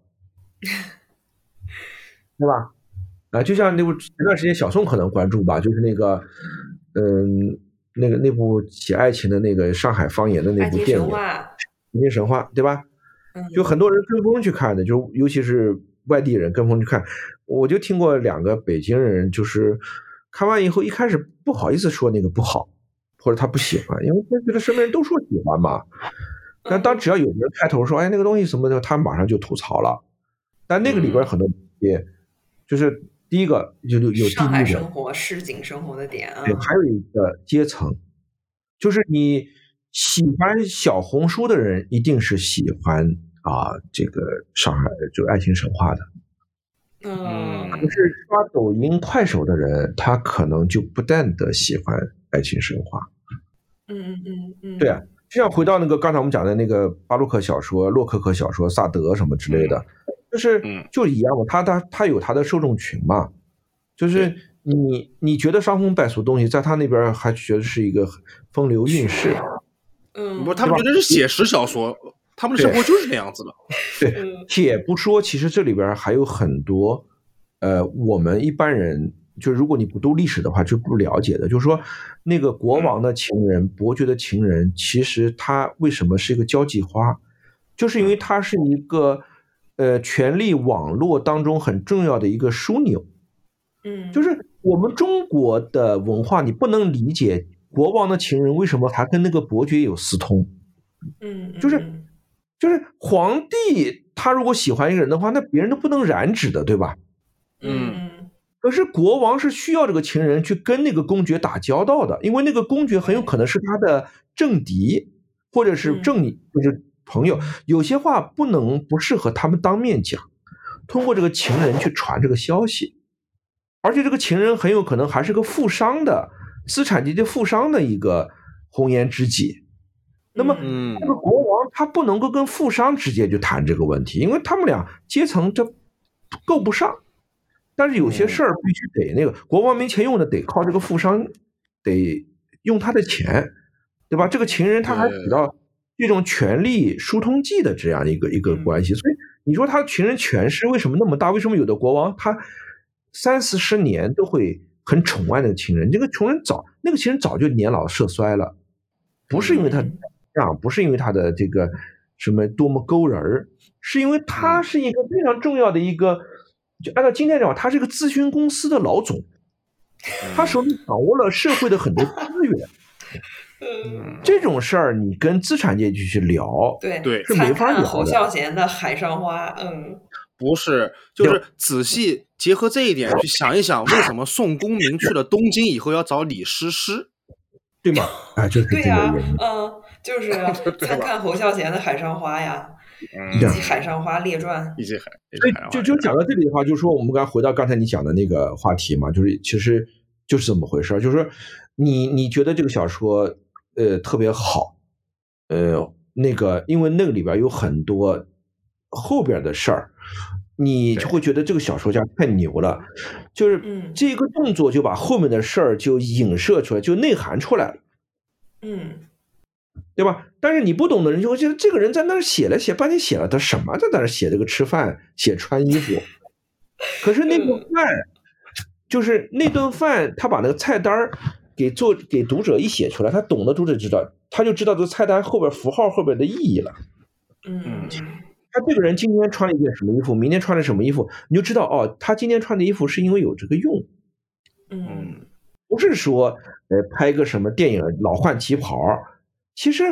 C: 对吧？就像那部前段时间小宋可能关注吧，就是那个那部写爱情的那个上海方言的那部电影《爱情神话》，对吧？就很多人跟风去看的，就尤其是外地人跟风去看。我就听过2个北京人，就是看完以后一开始不好意思说那个不好，或者他不喜欢，因为他觉得身边人都说喜欢嘛。但只要有人开头说，哎，那个东西什么的，他马上就吐槽了。但那个里边很多也就是第一个就有地域
D: 上海生活、市井生活的点
C: 对，还有一个阶层，就是你喜欢小红书的人一定是喜欢这个上海就爱情神话的。可是刷抖音、快手的人，他可能就不但得喜欢爱情神话。对啊，就像回到那个刚才我们讲的那个巴洛克小说、洛可可小说、萨德什么之类的，就一样嘛，他有他的受众群嘛，就是你觉得伤风败俗的东西，在他那边还觉得是一个风流韵事，
E: 不，他们觉得是写实小说，他们的生活就是那样子的。
C: 对，且不说，其实这里边还有很多我们一般人就如果你不读历史的话就不了解的，就是说那个国王的情人、伯爵的情人，其实他为什么是一个交际花，就是因为他是一个权力网络当中很重要的一个枢纽。就是我们中国的文化，你不能理解国王的情人为什么还跟那个伯爵有私通。就是皇帝他如果喜欢一个人的话，那别人都不能染指的，对吧？可是国王是需要这个情人去跟那个公爵打交道的，因为那个公爵很有可能是他的政敌，或者是就是朋友，有些话不适合他们当面讲，通过这个情人去传这个消息，而且这个情人很有可能还是个富商的资产阶级富商的一个红颜知己。那么这个国王他不能够跟富商直接就谈这个问题，因为他们俩阶层这够不上。但是有些事儿必须得那个国王没钱用的，得靠这个富商，得用他的钱，对吧？这个情人他还起到这种权力疏通剂的这样一个关系。所以你说他情人权势为什么那么大？为什么有的国王他30-40年都会很宠爱那个情人？那个情人早就年老色衰了，不是因为他这样，不是因为他的这个什么多么勾人，是因为他是一个非常重要的一个。就按照今天讲，他是一个咨询公司的老总，他手里掌握了社会的很多资源。这种事儿你跟资产阶级去聊，
D: 对，
C: 是没法聊的。
D: 侯孝贤的《海上花》，
E: 不是，就是仔细结合这一点去想一想，为什么宋公明去了东京以后要找李师师，
C: 对吗？就是这个原因。
D: 就是参看侯孝贤的《海上花》呀。以及《海上花列传》，
C: 就讲到这里的话，就是说我们刚才回到刚才你讲的那个话题嘛，就是其实就是这么回事，就是说你觉得这个小说特别好，那个因为那个里边有很多后边的事儿，你就会觉得这个小说家太牛了，就是这个动作就把后面的事儿就影射出来，就内涵出来了，对吧？但是你不懂的人就会觉得这个人在那儿写了半天，写了他什么，在那儿写这个吃饭，写穿衣服，可是那顿饭，就是那顿饭，他把那个菜单给读者一写出来，他懂的读者知道，他就知道这个菜单后边符号后边的意义了。他这个人今天穿了一件什么衣服，明天穿了什么衣服，你就知道哦，他今天穿的衣服是因为有这个用。不是说拍个什么电影老换旗袍，其实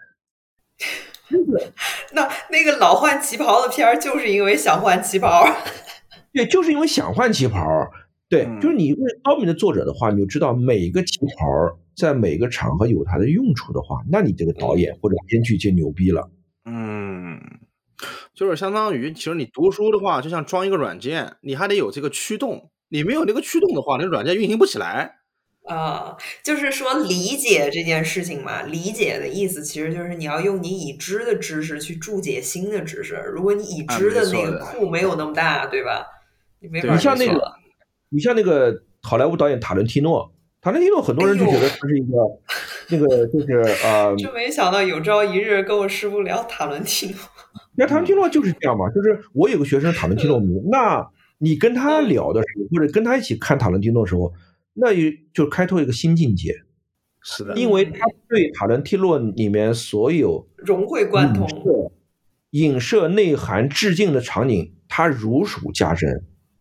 D: 那个老换旗袍的片儿就是因为想换旗袍。
C: 对，就是因为想换旗袍。对，就是你为高明的作者的话，你就知道每一个旗袍在每个场合有它的用处的话，那你这个导演或者编剧就牛逼了。
E: 就是相当于，其实你读书的话，就像装一个软件，你还得有这个驱动，你没有那个驱动的话，那个软件运行不起来。
D: 就是说理解这件事情嘛，理解的意思其实就是你要用你已知的知识去注解新的知识。如果你已知的那个库没有那么大，对吧？你没法。
C: 你像那个好莱坞导演塔伦蒂诺很多人就觉得他是一个那个就是
D: 就没想到有朝一日跟我师傅聊塔伦蒂诺。
C: 那塔伦蒂诺就是这样嘛，就是我有个学生塔伦蒂诺迷，那你跟他聊的时候，或者跟他一起看塔伦蒂诺的时候，那就开拓一个新境界。
E: 是的，
C: 因为他对塔伦蒂诺里面所有
D: 融会贯通、
C: 影射内涵、致敬的场景，他如数家珍。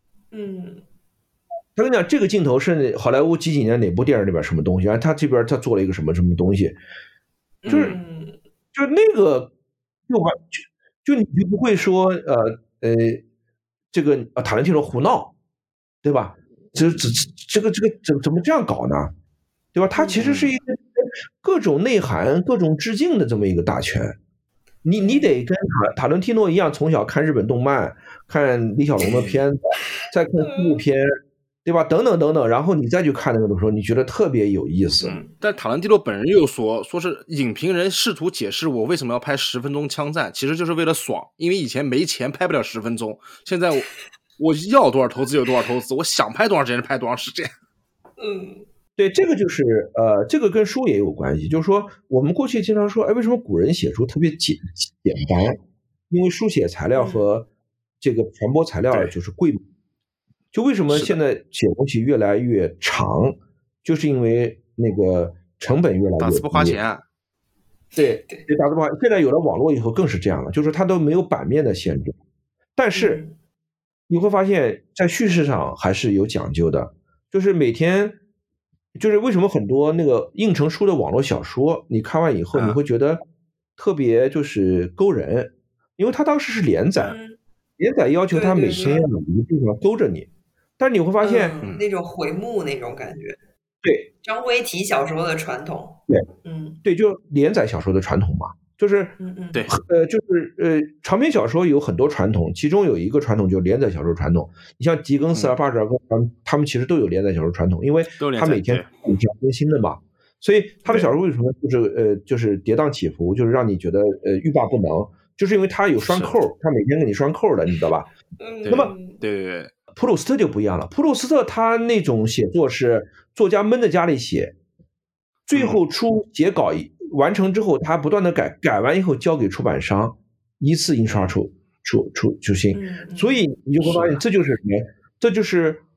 C: 他跟你讲，这个镜头是好莱坞几年哪部电影里边什么东西，他这边他做了一个什么东西，就是那个就你就不会说这个塔伦蒂诺胡闹，对吧？这个怎么这样搞呢？对吧？它其实是一个各种内涵、各种致敬的这么一个大全。你得跟塔伦蒂诺一样，从小看日本动漫，看李小龙的片子，再看纪录片，对吧？等等等等，然后你再去看那个的时候，你觉得特别有意思。
E: 但塔伦蒂诺本人又说是影评人试图解释我为什么要拍10分钟枪战，其实就是为了爽，因为以前没钱拍不了10分钟，现在我要多少投资有多少投资，我想拍多长时间拍多长时间。
C: 对，这个就是这个跟书也有关系，就是说我们过去经常说，为什么古人写书特别简单？因为书写材料和这个传播材料就是贵嘛。就为什么现在写东西越来越长，就是因为那个成本越来越低，
E: 打字不花钱。
C: 对，打字不花钱。现在有了网络以后更是这样了，就是它都没有版面的限制，但是你会发现在叙事上还是有讲究的，就是每天。就是为什么很多那个印成书的网络小说，你看完以后你会觉得特别就是勾人，因为他当时是连载，连载要求他每天要有一个地方勾着你，但是你会发现
D: 那种回目那种感觉，
C: 对
D: 章回体小说的传统，
C: 对，就连载小说的传统嘛。就是
E: 对，
C: 就是长篇小说有很多传统，其中有一个传统就是连载小说传统。你像狄更斯、巴尔格他们其实都有连载小说传统，因为他每天更新的嘛，所以他的小说为什么就是跌宕起伏，就是让你觉得欲罢不能，就是因为他有双扣，他每天给你双扣的，你知道吧？那么
E: 对，
C: 普鲁斯特就不一样了，普鲁斯特他那种写作是作家闷在家里写，最后出结稿完成之后，他不断的改完以后交给出版商，一次印刷出新，所以你就会发现这就是什么？这就是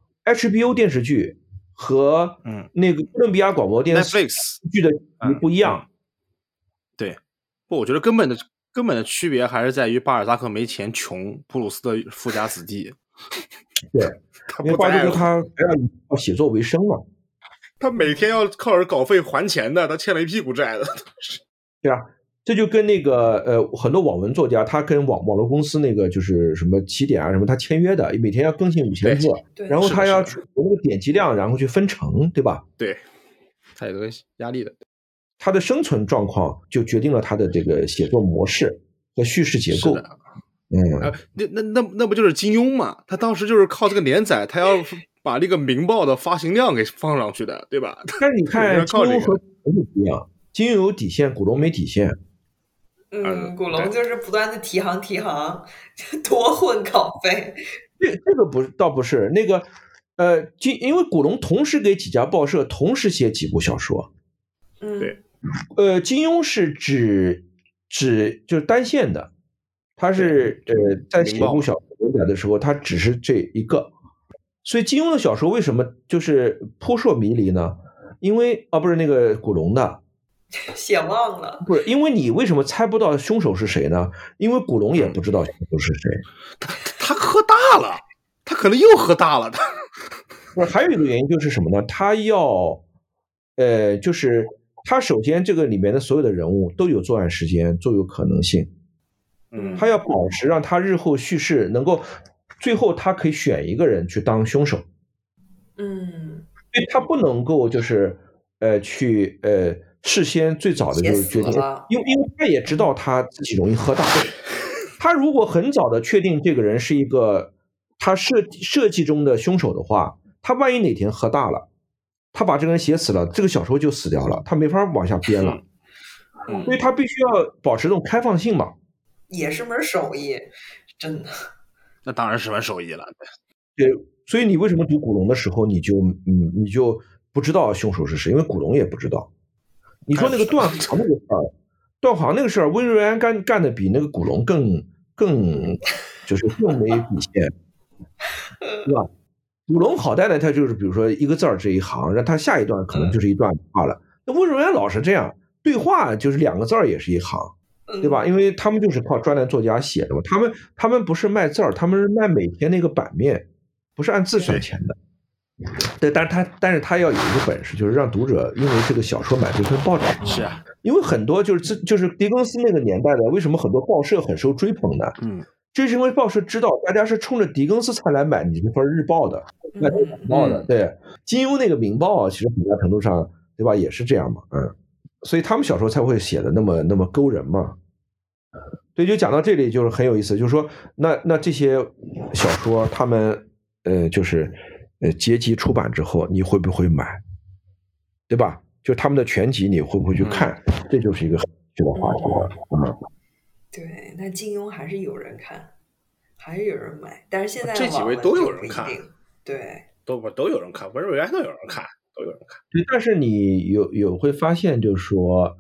C: HBO 电视剧和那个哥伦比亚广播电视剧的不一样。
E: 对，我觉得根本的区别还是在于巴尔扎克没钱穷，普鲁斯特富家子弟。
C: 对，因为巴尔扎克他要写作为生嘛。
E: 他每天要靠着稿费还钱的，他欠了一屁股债的。
C: 对啊，这就跟那个很多网文作家，他跟网络公司那个就是什么起点啊什么，他签约的，每天要更新5000字，然后他要去那个点击量，然后去分成，对吧？
E: 对，他有这个压力的。
C: 他的生存状况就决定了他的这个写作模式和叙事结构。
E: 那不就是金庸嘛？他当时就是靠这个连载，他要把那个《明报》的发行量给放上去的，对吧？
C: 但是你看金庸和不一样， 金庸有底线，古龙没底线。
D: 古龙就是不断的提行，多混稿费。
C: 这个倒不是那个因为古龙同时给几家报社同时写几部小说。
E: 对。
C: 金庸是只就是单线的，他是在写部小说的时候，他只是这一个。所以金庸的小说为什么就是扑朔迷离呢？因为不是那个古龙的
D: 写忘了，
C: 不是因为你为什么猜不到凶手是谁呢？因为古龙也不知道凶手是谁，
E: 他喝大了，他可能又喝大了。
C: 不是，还有一个原因就是什么呢？他要就是他首先这个里面的所有的人物都有作案时间，都有可能性。他要保持让他日后叙事能够最后他可以选一个人去当凶手。所以他不能够就是去事先最早的就是决定，因为他也知道他自己容易喝大。他如果很早的确定这个人是一个他设计中的凶手的话，他万一哪天喝大了，他把这个人写死了，这个小说就死掉了，他没法往下编了。所以他必须要保持这种开放性嘛。
D: 也是门手艺，真的。
E: 那当然是门手艺了。
C: 对，所以你为什么读古龙的时候，你就不知道凶手是谁？因为古龙也不知道。你说那个段航那个事儿，段航那个事儿，温瑞安干的比那个古龙更就是更没底线，对吧？古龙好歹呢，他就是比如说一个字儿这一行，让他下一段可能就是一段话了。那温瑞安老是这样，对话就是2个字儿也是一行，对吧？因为他们就是靠专栏作家写的嘛，他们不是卖字儿，他们是卖每天那个版面，不是按字算钱的。对，但是他要有一个本事，就是让读者因为这个小说买这份报纸。
E: 是啊，
C: 因为很多就是狄更斯那个年代的，为什么很多报社很受追捧呢？这是因为报社知道大家是冲着狄更斯才来买你这份日报的，买这本报的。对，金庸那个明报啊，其实很大程度上，对吧，也是这样嘛。所以他们小说才会写的那么勾人嘛。对，就讲到这里就是很有意思，就是说那这些小说他们就是结集出版之后你会不会买，对吧？就他们的全集你会不会去看，这就是一个很有趣的话题了。
D: 对，那金庸还是有人看，还是有人买，但是现在
E: 这几位都有人看，
D: 对，
E: 都有人看，温瑞安都有人看，都有人看。
C: 对，但是你有会发现，就是说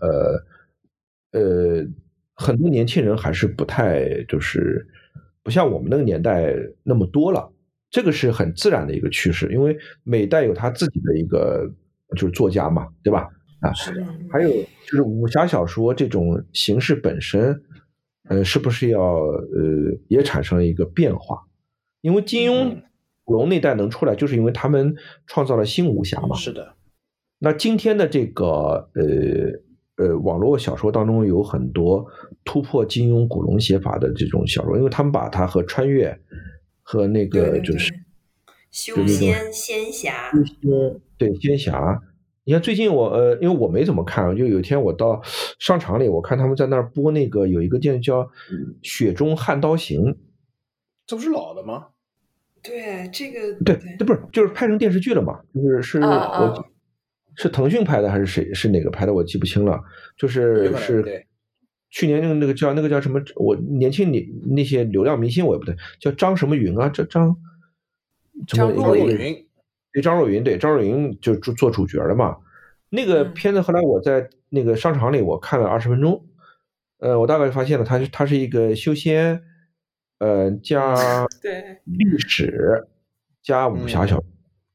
C: 很多年轻人还是不太就是不像我们那个年代那么多了，这个是很自然的一个趋势，因为每代有他自己的一个就是作家嘛，对吧？
E: 是的。
C: 还有就是武侠小说这种形式本身，是不是要也产生了一个变化？因为金庸、古龙那代能出来，就是因为他们创造了新武侠嘛。
E: 是的。
C: 那今天的这个网络小说当中有很多突破金庸、古龙写法的这种小说，因为他们把它和穿越和那个就是
D: 修仙仙侠，
C: 对仙侠。你看最近因为我没怎么看，就有一天我到商场里，我看他们在那儿播那个有一个电视叫《雪中悍刀行》，
E: 这不是老的吗？
D: 对，这个
C: 对，不是就是拍成电视剧了嘛？是腾讯拍的还是谁是哪个拍的？我记不清了。就是去年那个叫什么？我年轻那些流量明星我也不对，叫张什么云啊？张
E: 若昀。
C: 对，张若昀就做主角了嘛。那个片子后来我在那个商场里我看了20分钟，我大概发现了它是一个修仙，加历史加武侠小说。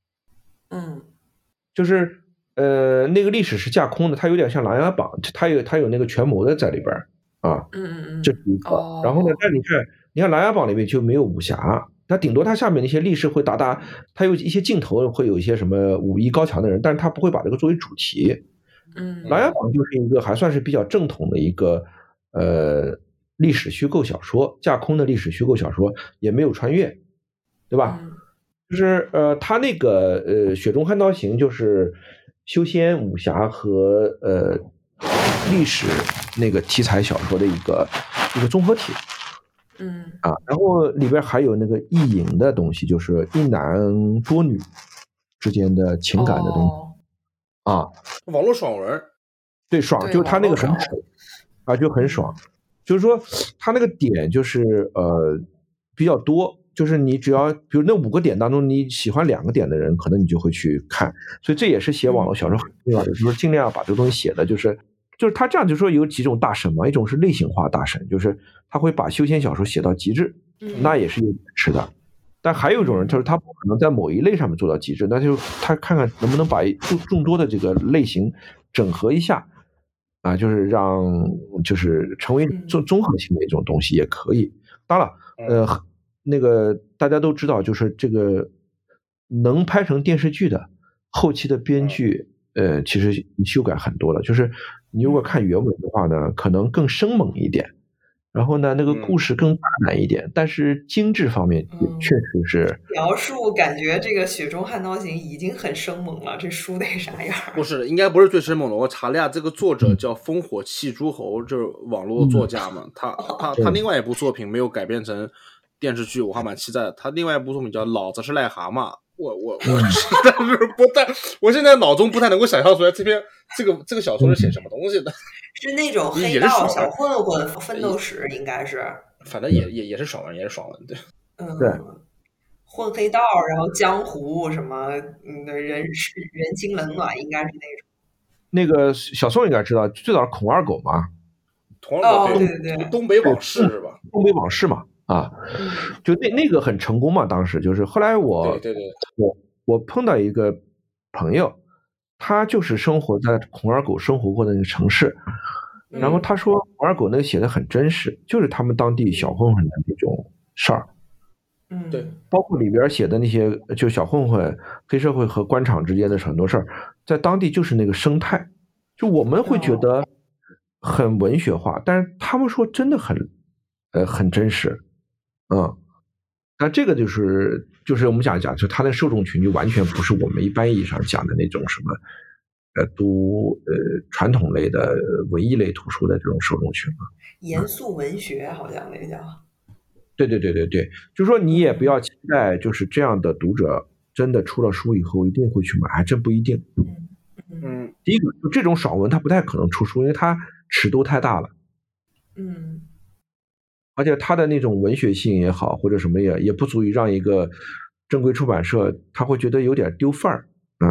C: 就是那个历史是架空的，它有点像《琅琊榜》，它有那个权谋的在里边啊。这是一个。然后呢，但你看《琅琊榜》里面就没有武侠。它顶多它下面那些力士会打，它有一些镜头会有一些什么武艺高强的人，但是它不会把这个作为主题。琅琊榜就是一个还算是比较正统的一个历史虚构小说，架空的历史虚构小说，也没有穿越，对吧？就是它那个雪中悍刀行就是修仙武侠和历史那个题材小说的一个综合体。然后里边还有那个意淫的东西，就是一男多女之间的情感的东西。
E: 网络爽文。
C: 对，爽，就是他那个很爽啊，就很爽。就是说他那个点就是比较多，就是你只要比如那5个点当中你喜欢2个点的人，可能你就会去看。所以这也是写网络小说很重要的，就是尽量把这个东西写的就是他这样，就说有几种大神嘛，一种是类型化大神，就是他会把修仙小说写到极致，那也是有本事的。但还有一种人，就是他不可能在某一类上面做到极致，那就他看看能不能把众多的这个类型整合一下啊，就是就是成为综合性的一种东西也可以。当然那个大家都知道，就是这个能拍成电视剧的后期的编剧其实修改很多了，就是你如果看原文的话呢，可能更生猛一点，然后呢那个故事更大胆一点，但是精致方面也确实是
D: 描述感觉这个《雪中悍刀行》已经很生猛了，这书得啥样？
E: 不是，应该不是最生猛的。我查了一下，这个作者叫烽火戏诸侯，就是网络作家嘛。他另外一部作品没有改编成电视剧，我还蛮期待的。他另外一部作品叫《老子是癞蛤蟆》，我实在是不太，我现在脑中不太能够想象出来这个小说是写什么东西的。
D: 是那种黑道小混混奋斗史，应该是。
E: 反正也是爽文，也是爽文，对。
C: 对。
D: 混黑道，然后江湖什么，人情冷暖，应该是那种。
C: 那个小宋应该知道，最早是孔二狗嘛。
E: 孔二狗，
D: 对，
E: 东北往事是吧？
C: 东北往事嘛，啊，就那个很成功嘛，当时就是后来我碰到一个朋友，他就是生活在孔二狗生活过的那个城市，然后他说孔二狗那个写的很真实，就是他们当地小混混的那种事儿。
E: 对，
C: 包括里边写的那些就小混混、黑社会和官场之间的很多事儿，在当地就是那个生态，就我们会觉得很文学化，但是他们说真的很真实，但这个就是我们讲，就他的受众群就完全不是我们一般意义上讲的那种什么读传统类的文艺类图书的这种受众群了。
D: 严肃文学好像那个叫。对，
C: 就是说你也不要期待，就是这样的读者真的出了书以后一定会去买，还真不一定。第一个，就这种爽文它不太可能出书，因为它尺度太大了。而且它的那种文学性也好，或者什么也不足以让一个正规出版社他会觉得有点丢范儿，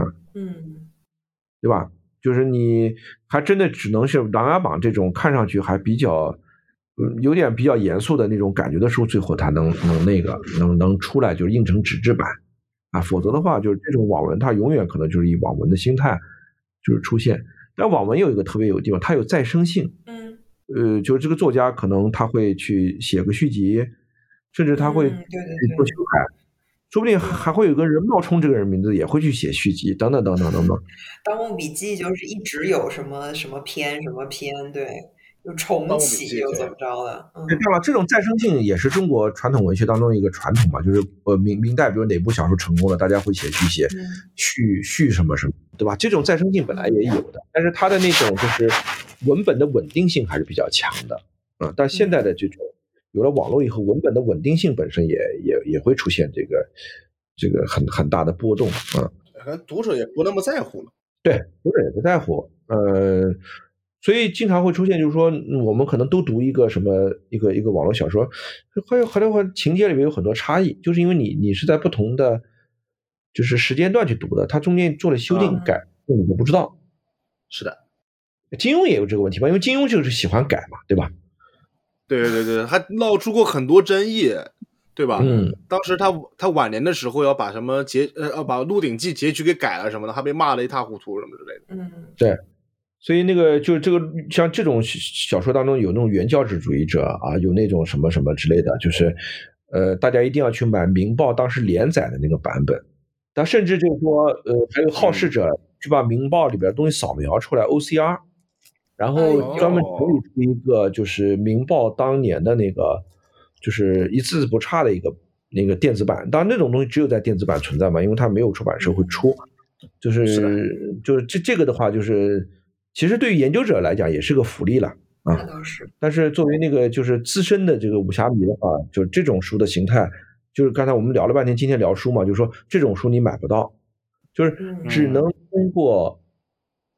C: 对吧？就是你还真的只能是《琅琊榜》这种看上去还比较。有点比较严肃的那种感觉的书，最后它能出来，就是印成纸质版啊，否则的话，就是这种网文，它永远可能就是以网文的心态就是出现。但网文有一个特别有地方，它有再生性，就是这个作家可能他会去写个续集，甚至他会做修改，说不定还会有个人冒充这个人名字，也会去写续集，等等。
D: 盗墓笔记就是一直有什么什么篇，对。又重启又怎么着的？
C: 对吧？这种再生性也是中国传统文学当中一个传统嘛，就是明代比如哪部小说成功了，大家会写续什么什么，对吧？这种再生性本来也有的，但是它的那种就是文本的稳定性还是比较强的但现在的这种有了网络以后，文本的稳定性本身也会出现这个很大的波动
E: 读者也不那么在乎了。
C: 对，读者也不在乎，所以经常会出现，就是说我们可能都读一个什么一个网络小说，会情节里面有很多差异，就是因为你是在不同的就是时间段去读的，它中间做了修订改，你都不知道。
E: 是的，
C: 金庸也有这个问题吧？因为金庸就是喜欢改嘛，对吧？
E: 对，还闹出过很多争议，对吧？当时他晚年的时候要把什么把《鹿鼎记》结局给改了什么的，还被骂得一塌糊涂什么之类的。
C: 对。所以那个就是这个像这种小说当中有那种原教旨主义者啊，有那种什么什么之类的，就是大家一定要去买《明报》当时连载的那个版本，但甚至就是说还有好事者去把《明报》里边的东西扫描出来 OCR， 然后专门整理出一个就是《明报》当年的那个就是一字不差的一个那个电子版，当然那种东西只有在电子版存在嘛，因为它没有出版社会出，就是这个的话就是其实对于研究者来讲也是个福利了啊。但是作为那个就是资深的这个武侠迷的话，就这种书的形态，就是刚才我们聊了半天，今天聊书嘛，就是说这种书你买不到，就是只能通过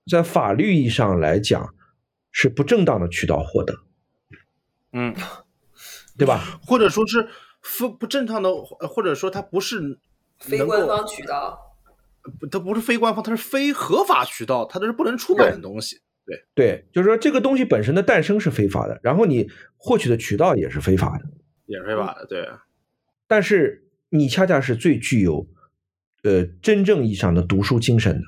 C: 在法律意义上来讲是不正当的渠道获得，对吧？
E: 或者说是不正常的，或者说它不是
D: 非官方渠道，
E: 它不是非官方，它是非合法渠道，它都是不能出版的东西。
C: 对，就是说这个东西本身的诞生是非法的，然后你获取的渠道也是非法的，
E: 也是非法的，对。但
C: 是你恰恰是最具有真正意义上的读书精神的，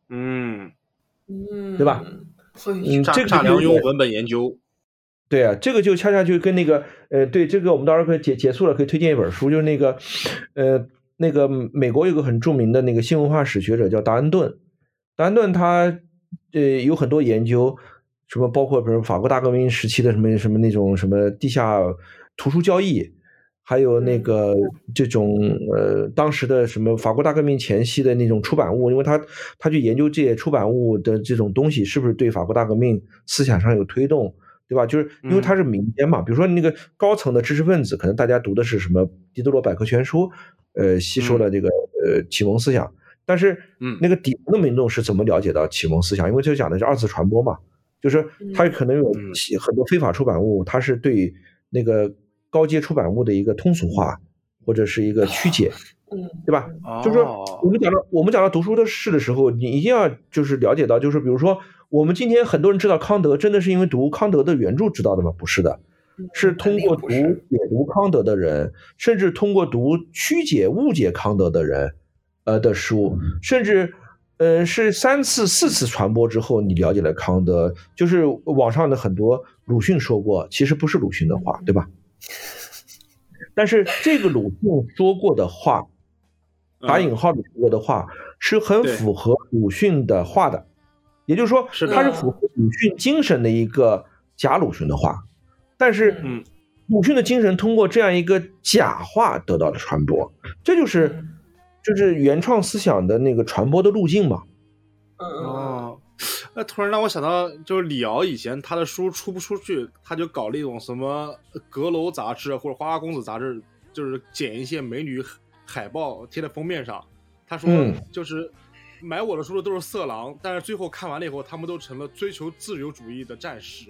C: 对吧？
E: 这个大量用文本研究，
C: 对啊，这个就恰恰就跟那个对，这个我们到时候可以结束了，可以推荐一本书，就是那个美国有个很著名的那个新文化史学者叫达恩顿，他有很多研究，什么包括比如法国大革命时期的什么那种什么地下图书交易，还有那个这种当时的什么法国大革命前夕的那种出版物，因为他去研究这些出版物的这种东西是不是对法国大革命思想上有推动，对吧？就是因为它是民间嘛，比如说那个高层的知识分子，可能大家读的是什么狄德罗百科全书，吸收了这个启蒙思想。但是那个底层的民众是怎么了解到启蒙思想？因为这讲的是二次传播嘛，就是它可能有很多非法出版物，它是对那个高阶出版物的一个通俗化或者是一个曲解，对吧？就是说我们讲到读书的事的时候，你一定要就是了解到，就是比如说我们今天很多人知道康德，真的是因为读康德的原著知道的吗？不是的，是通过解读康德的人，甚至通过读曲解误解康德的人的书，甚至是3次4次传播之后，你了解了康德。就是网上的很多鲁迅说过，其实不是鲁迅的话，对吧？但是这个鲁迅说过的话，打引号的说过的话，是很符合鲁迅的话的，也就是说，它是符合鲁迅精神的一个假鲁迅的话。但是鲁迅的精神通过这样一个假话得到了传播，这就是原创思想的那个传播的路径嘛。
E: 那突然让我想到，就是李敖以前他的书出不出去，他就搞那种什么阁楼杂志或者花花公子杂志，就是剪一些美女海报贴在封面上。他说就是买我的书的都是色狼，但是最后看完了以后，他们都成了追求自由主义的战士。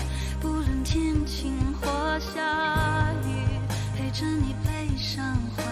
F: 下雨陪着你悲伤。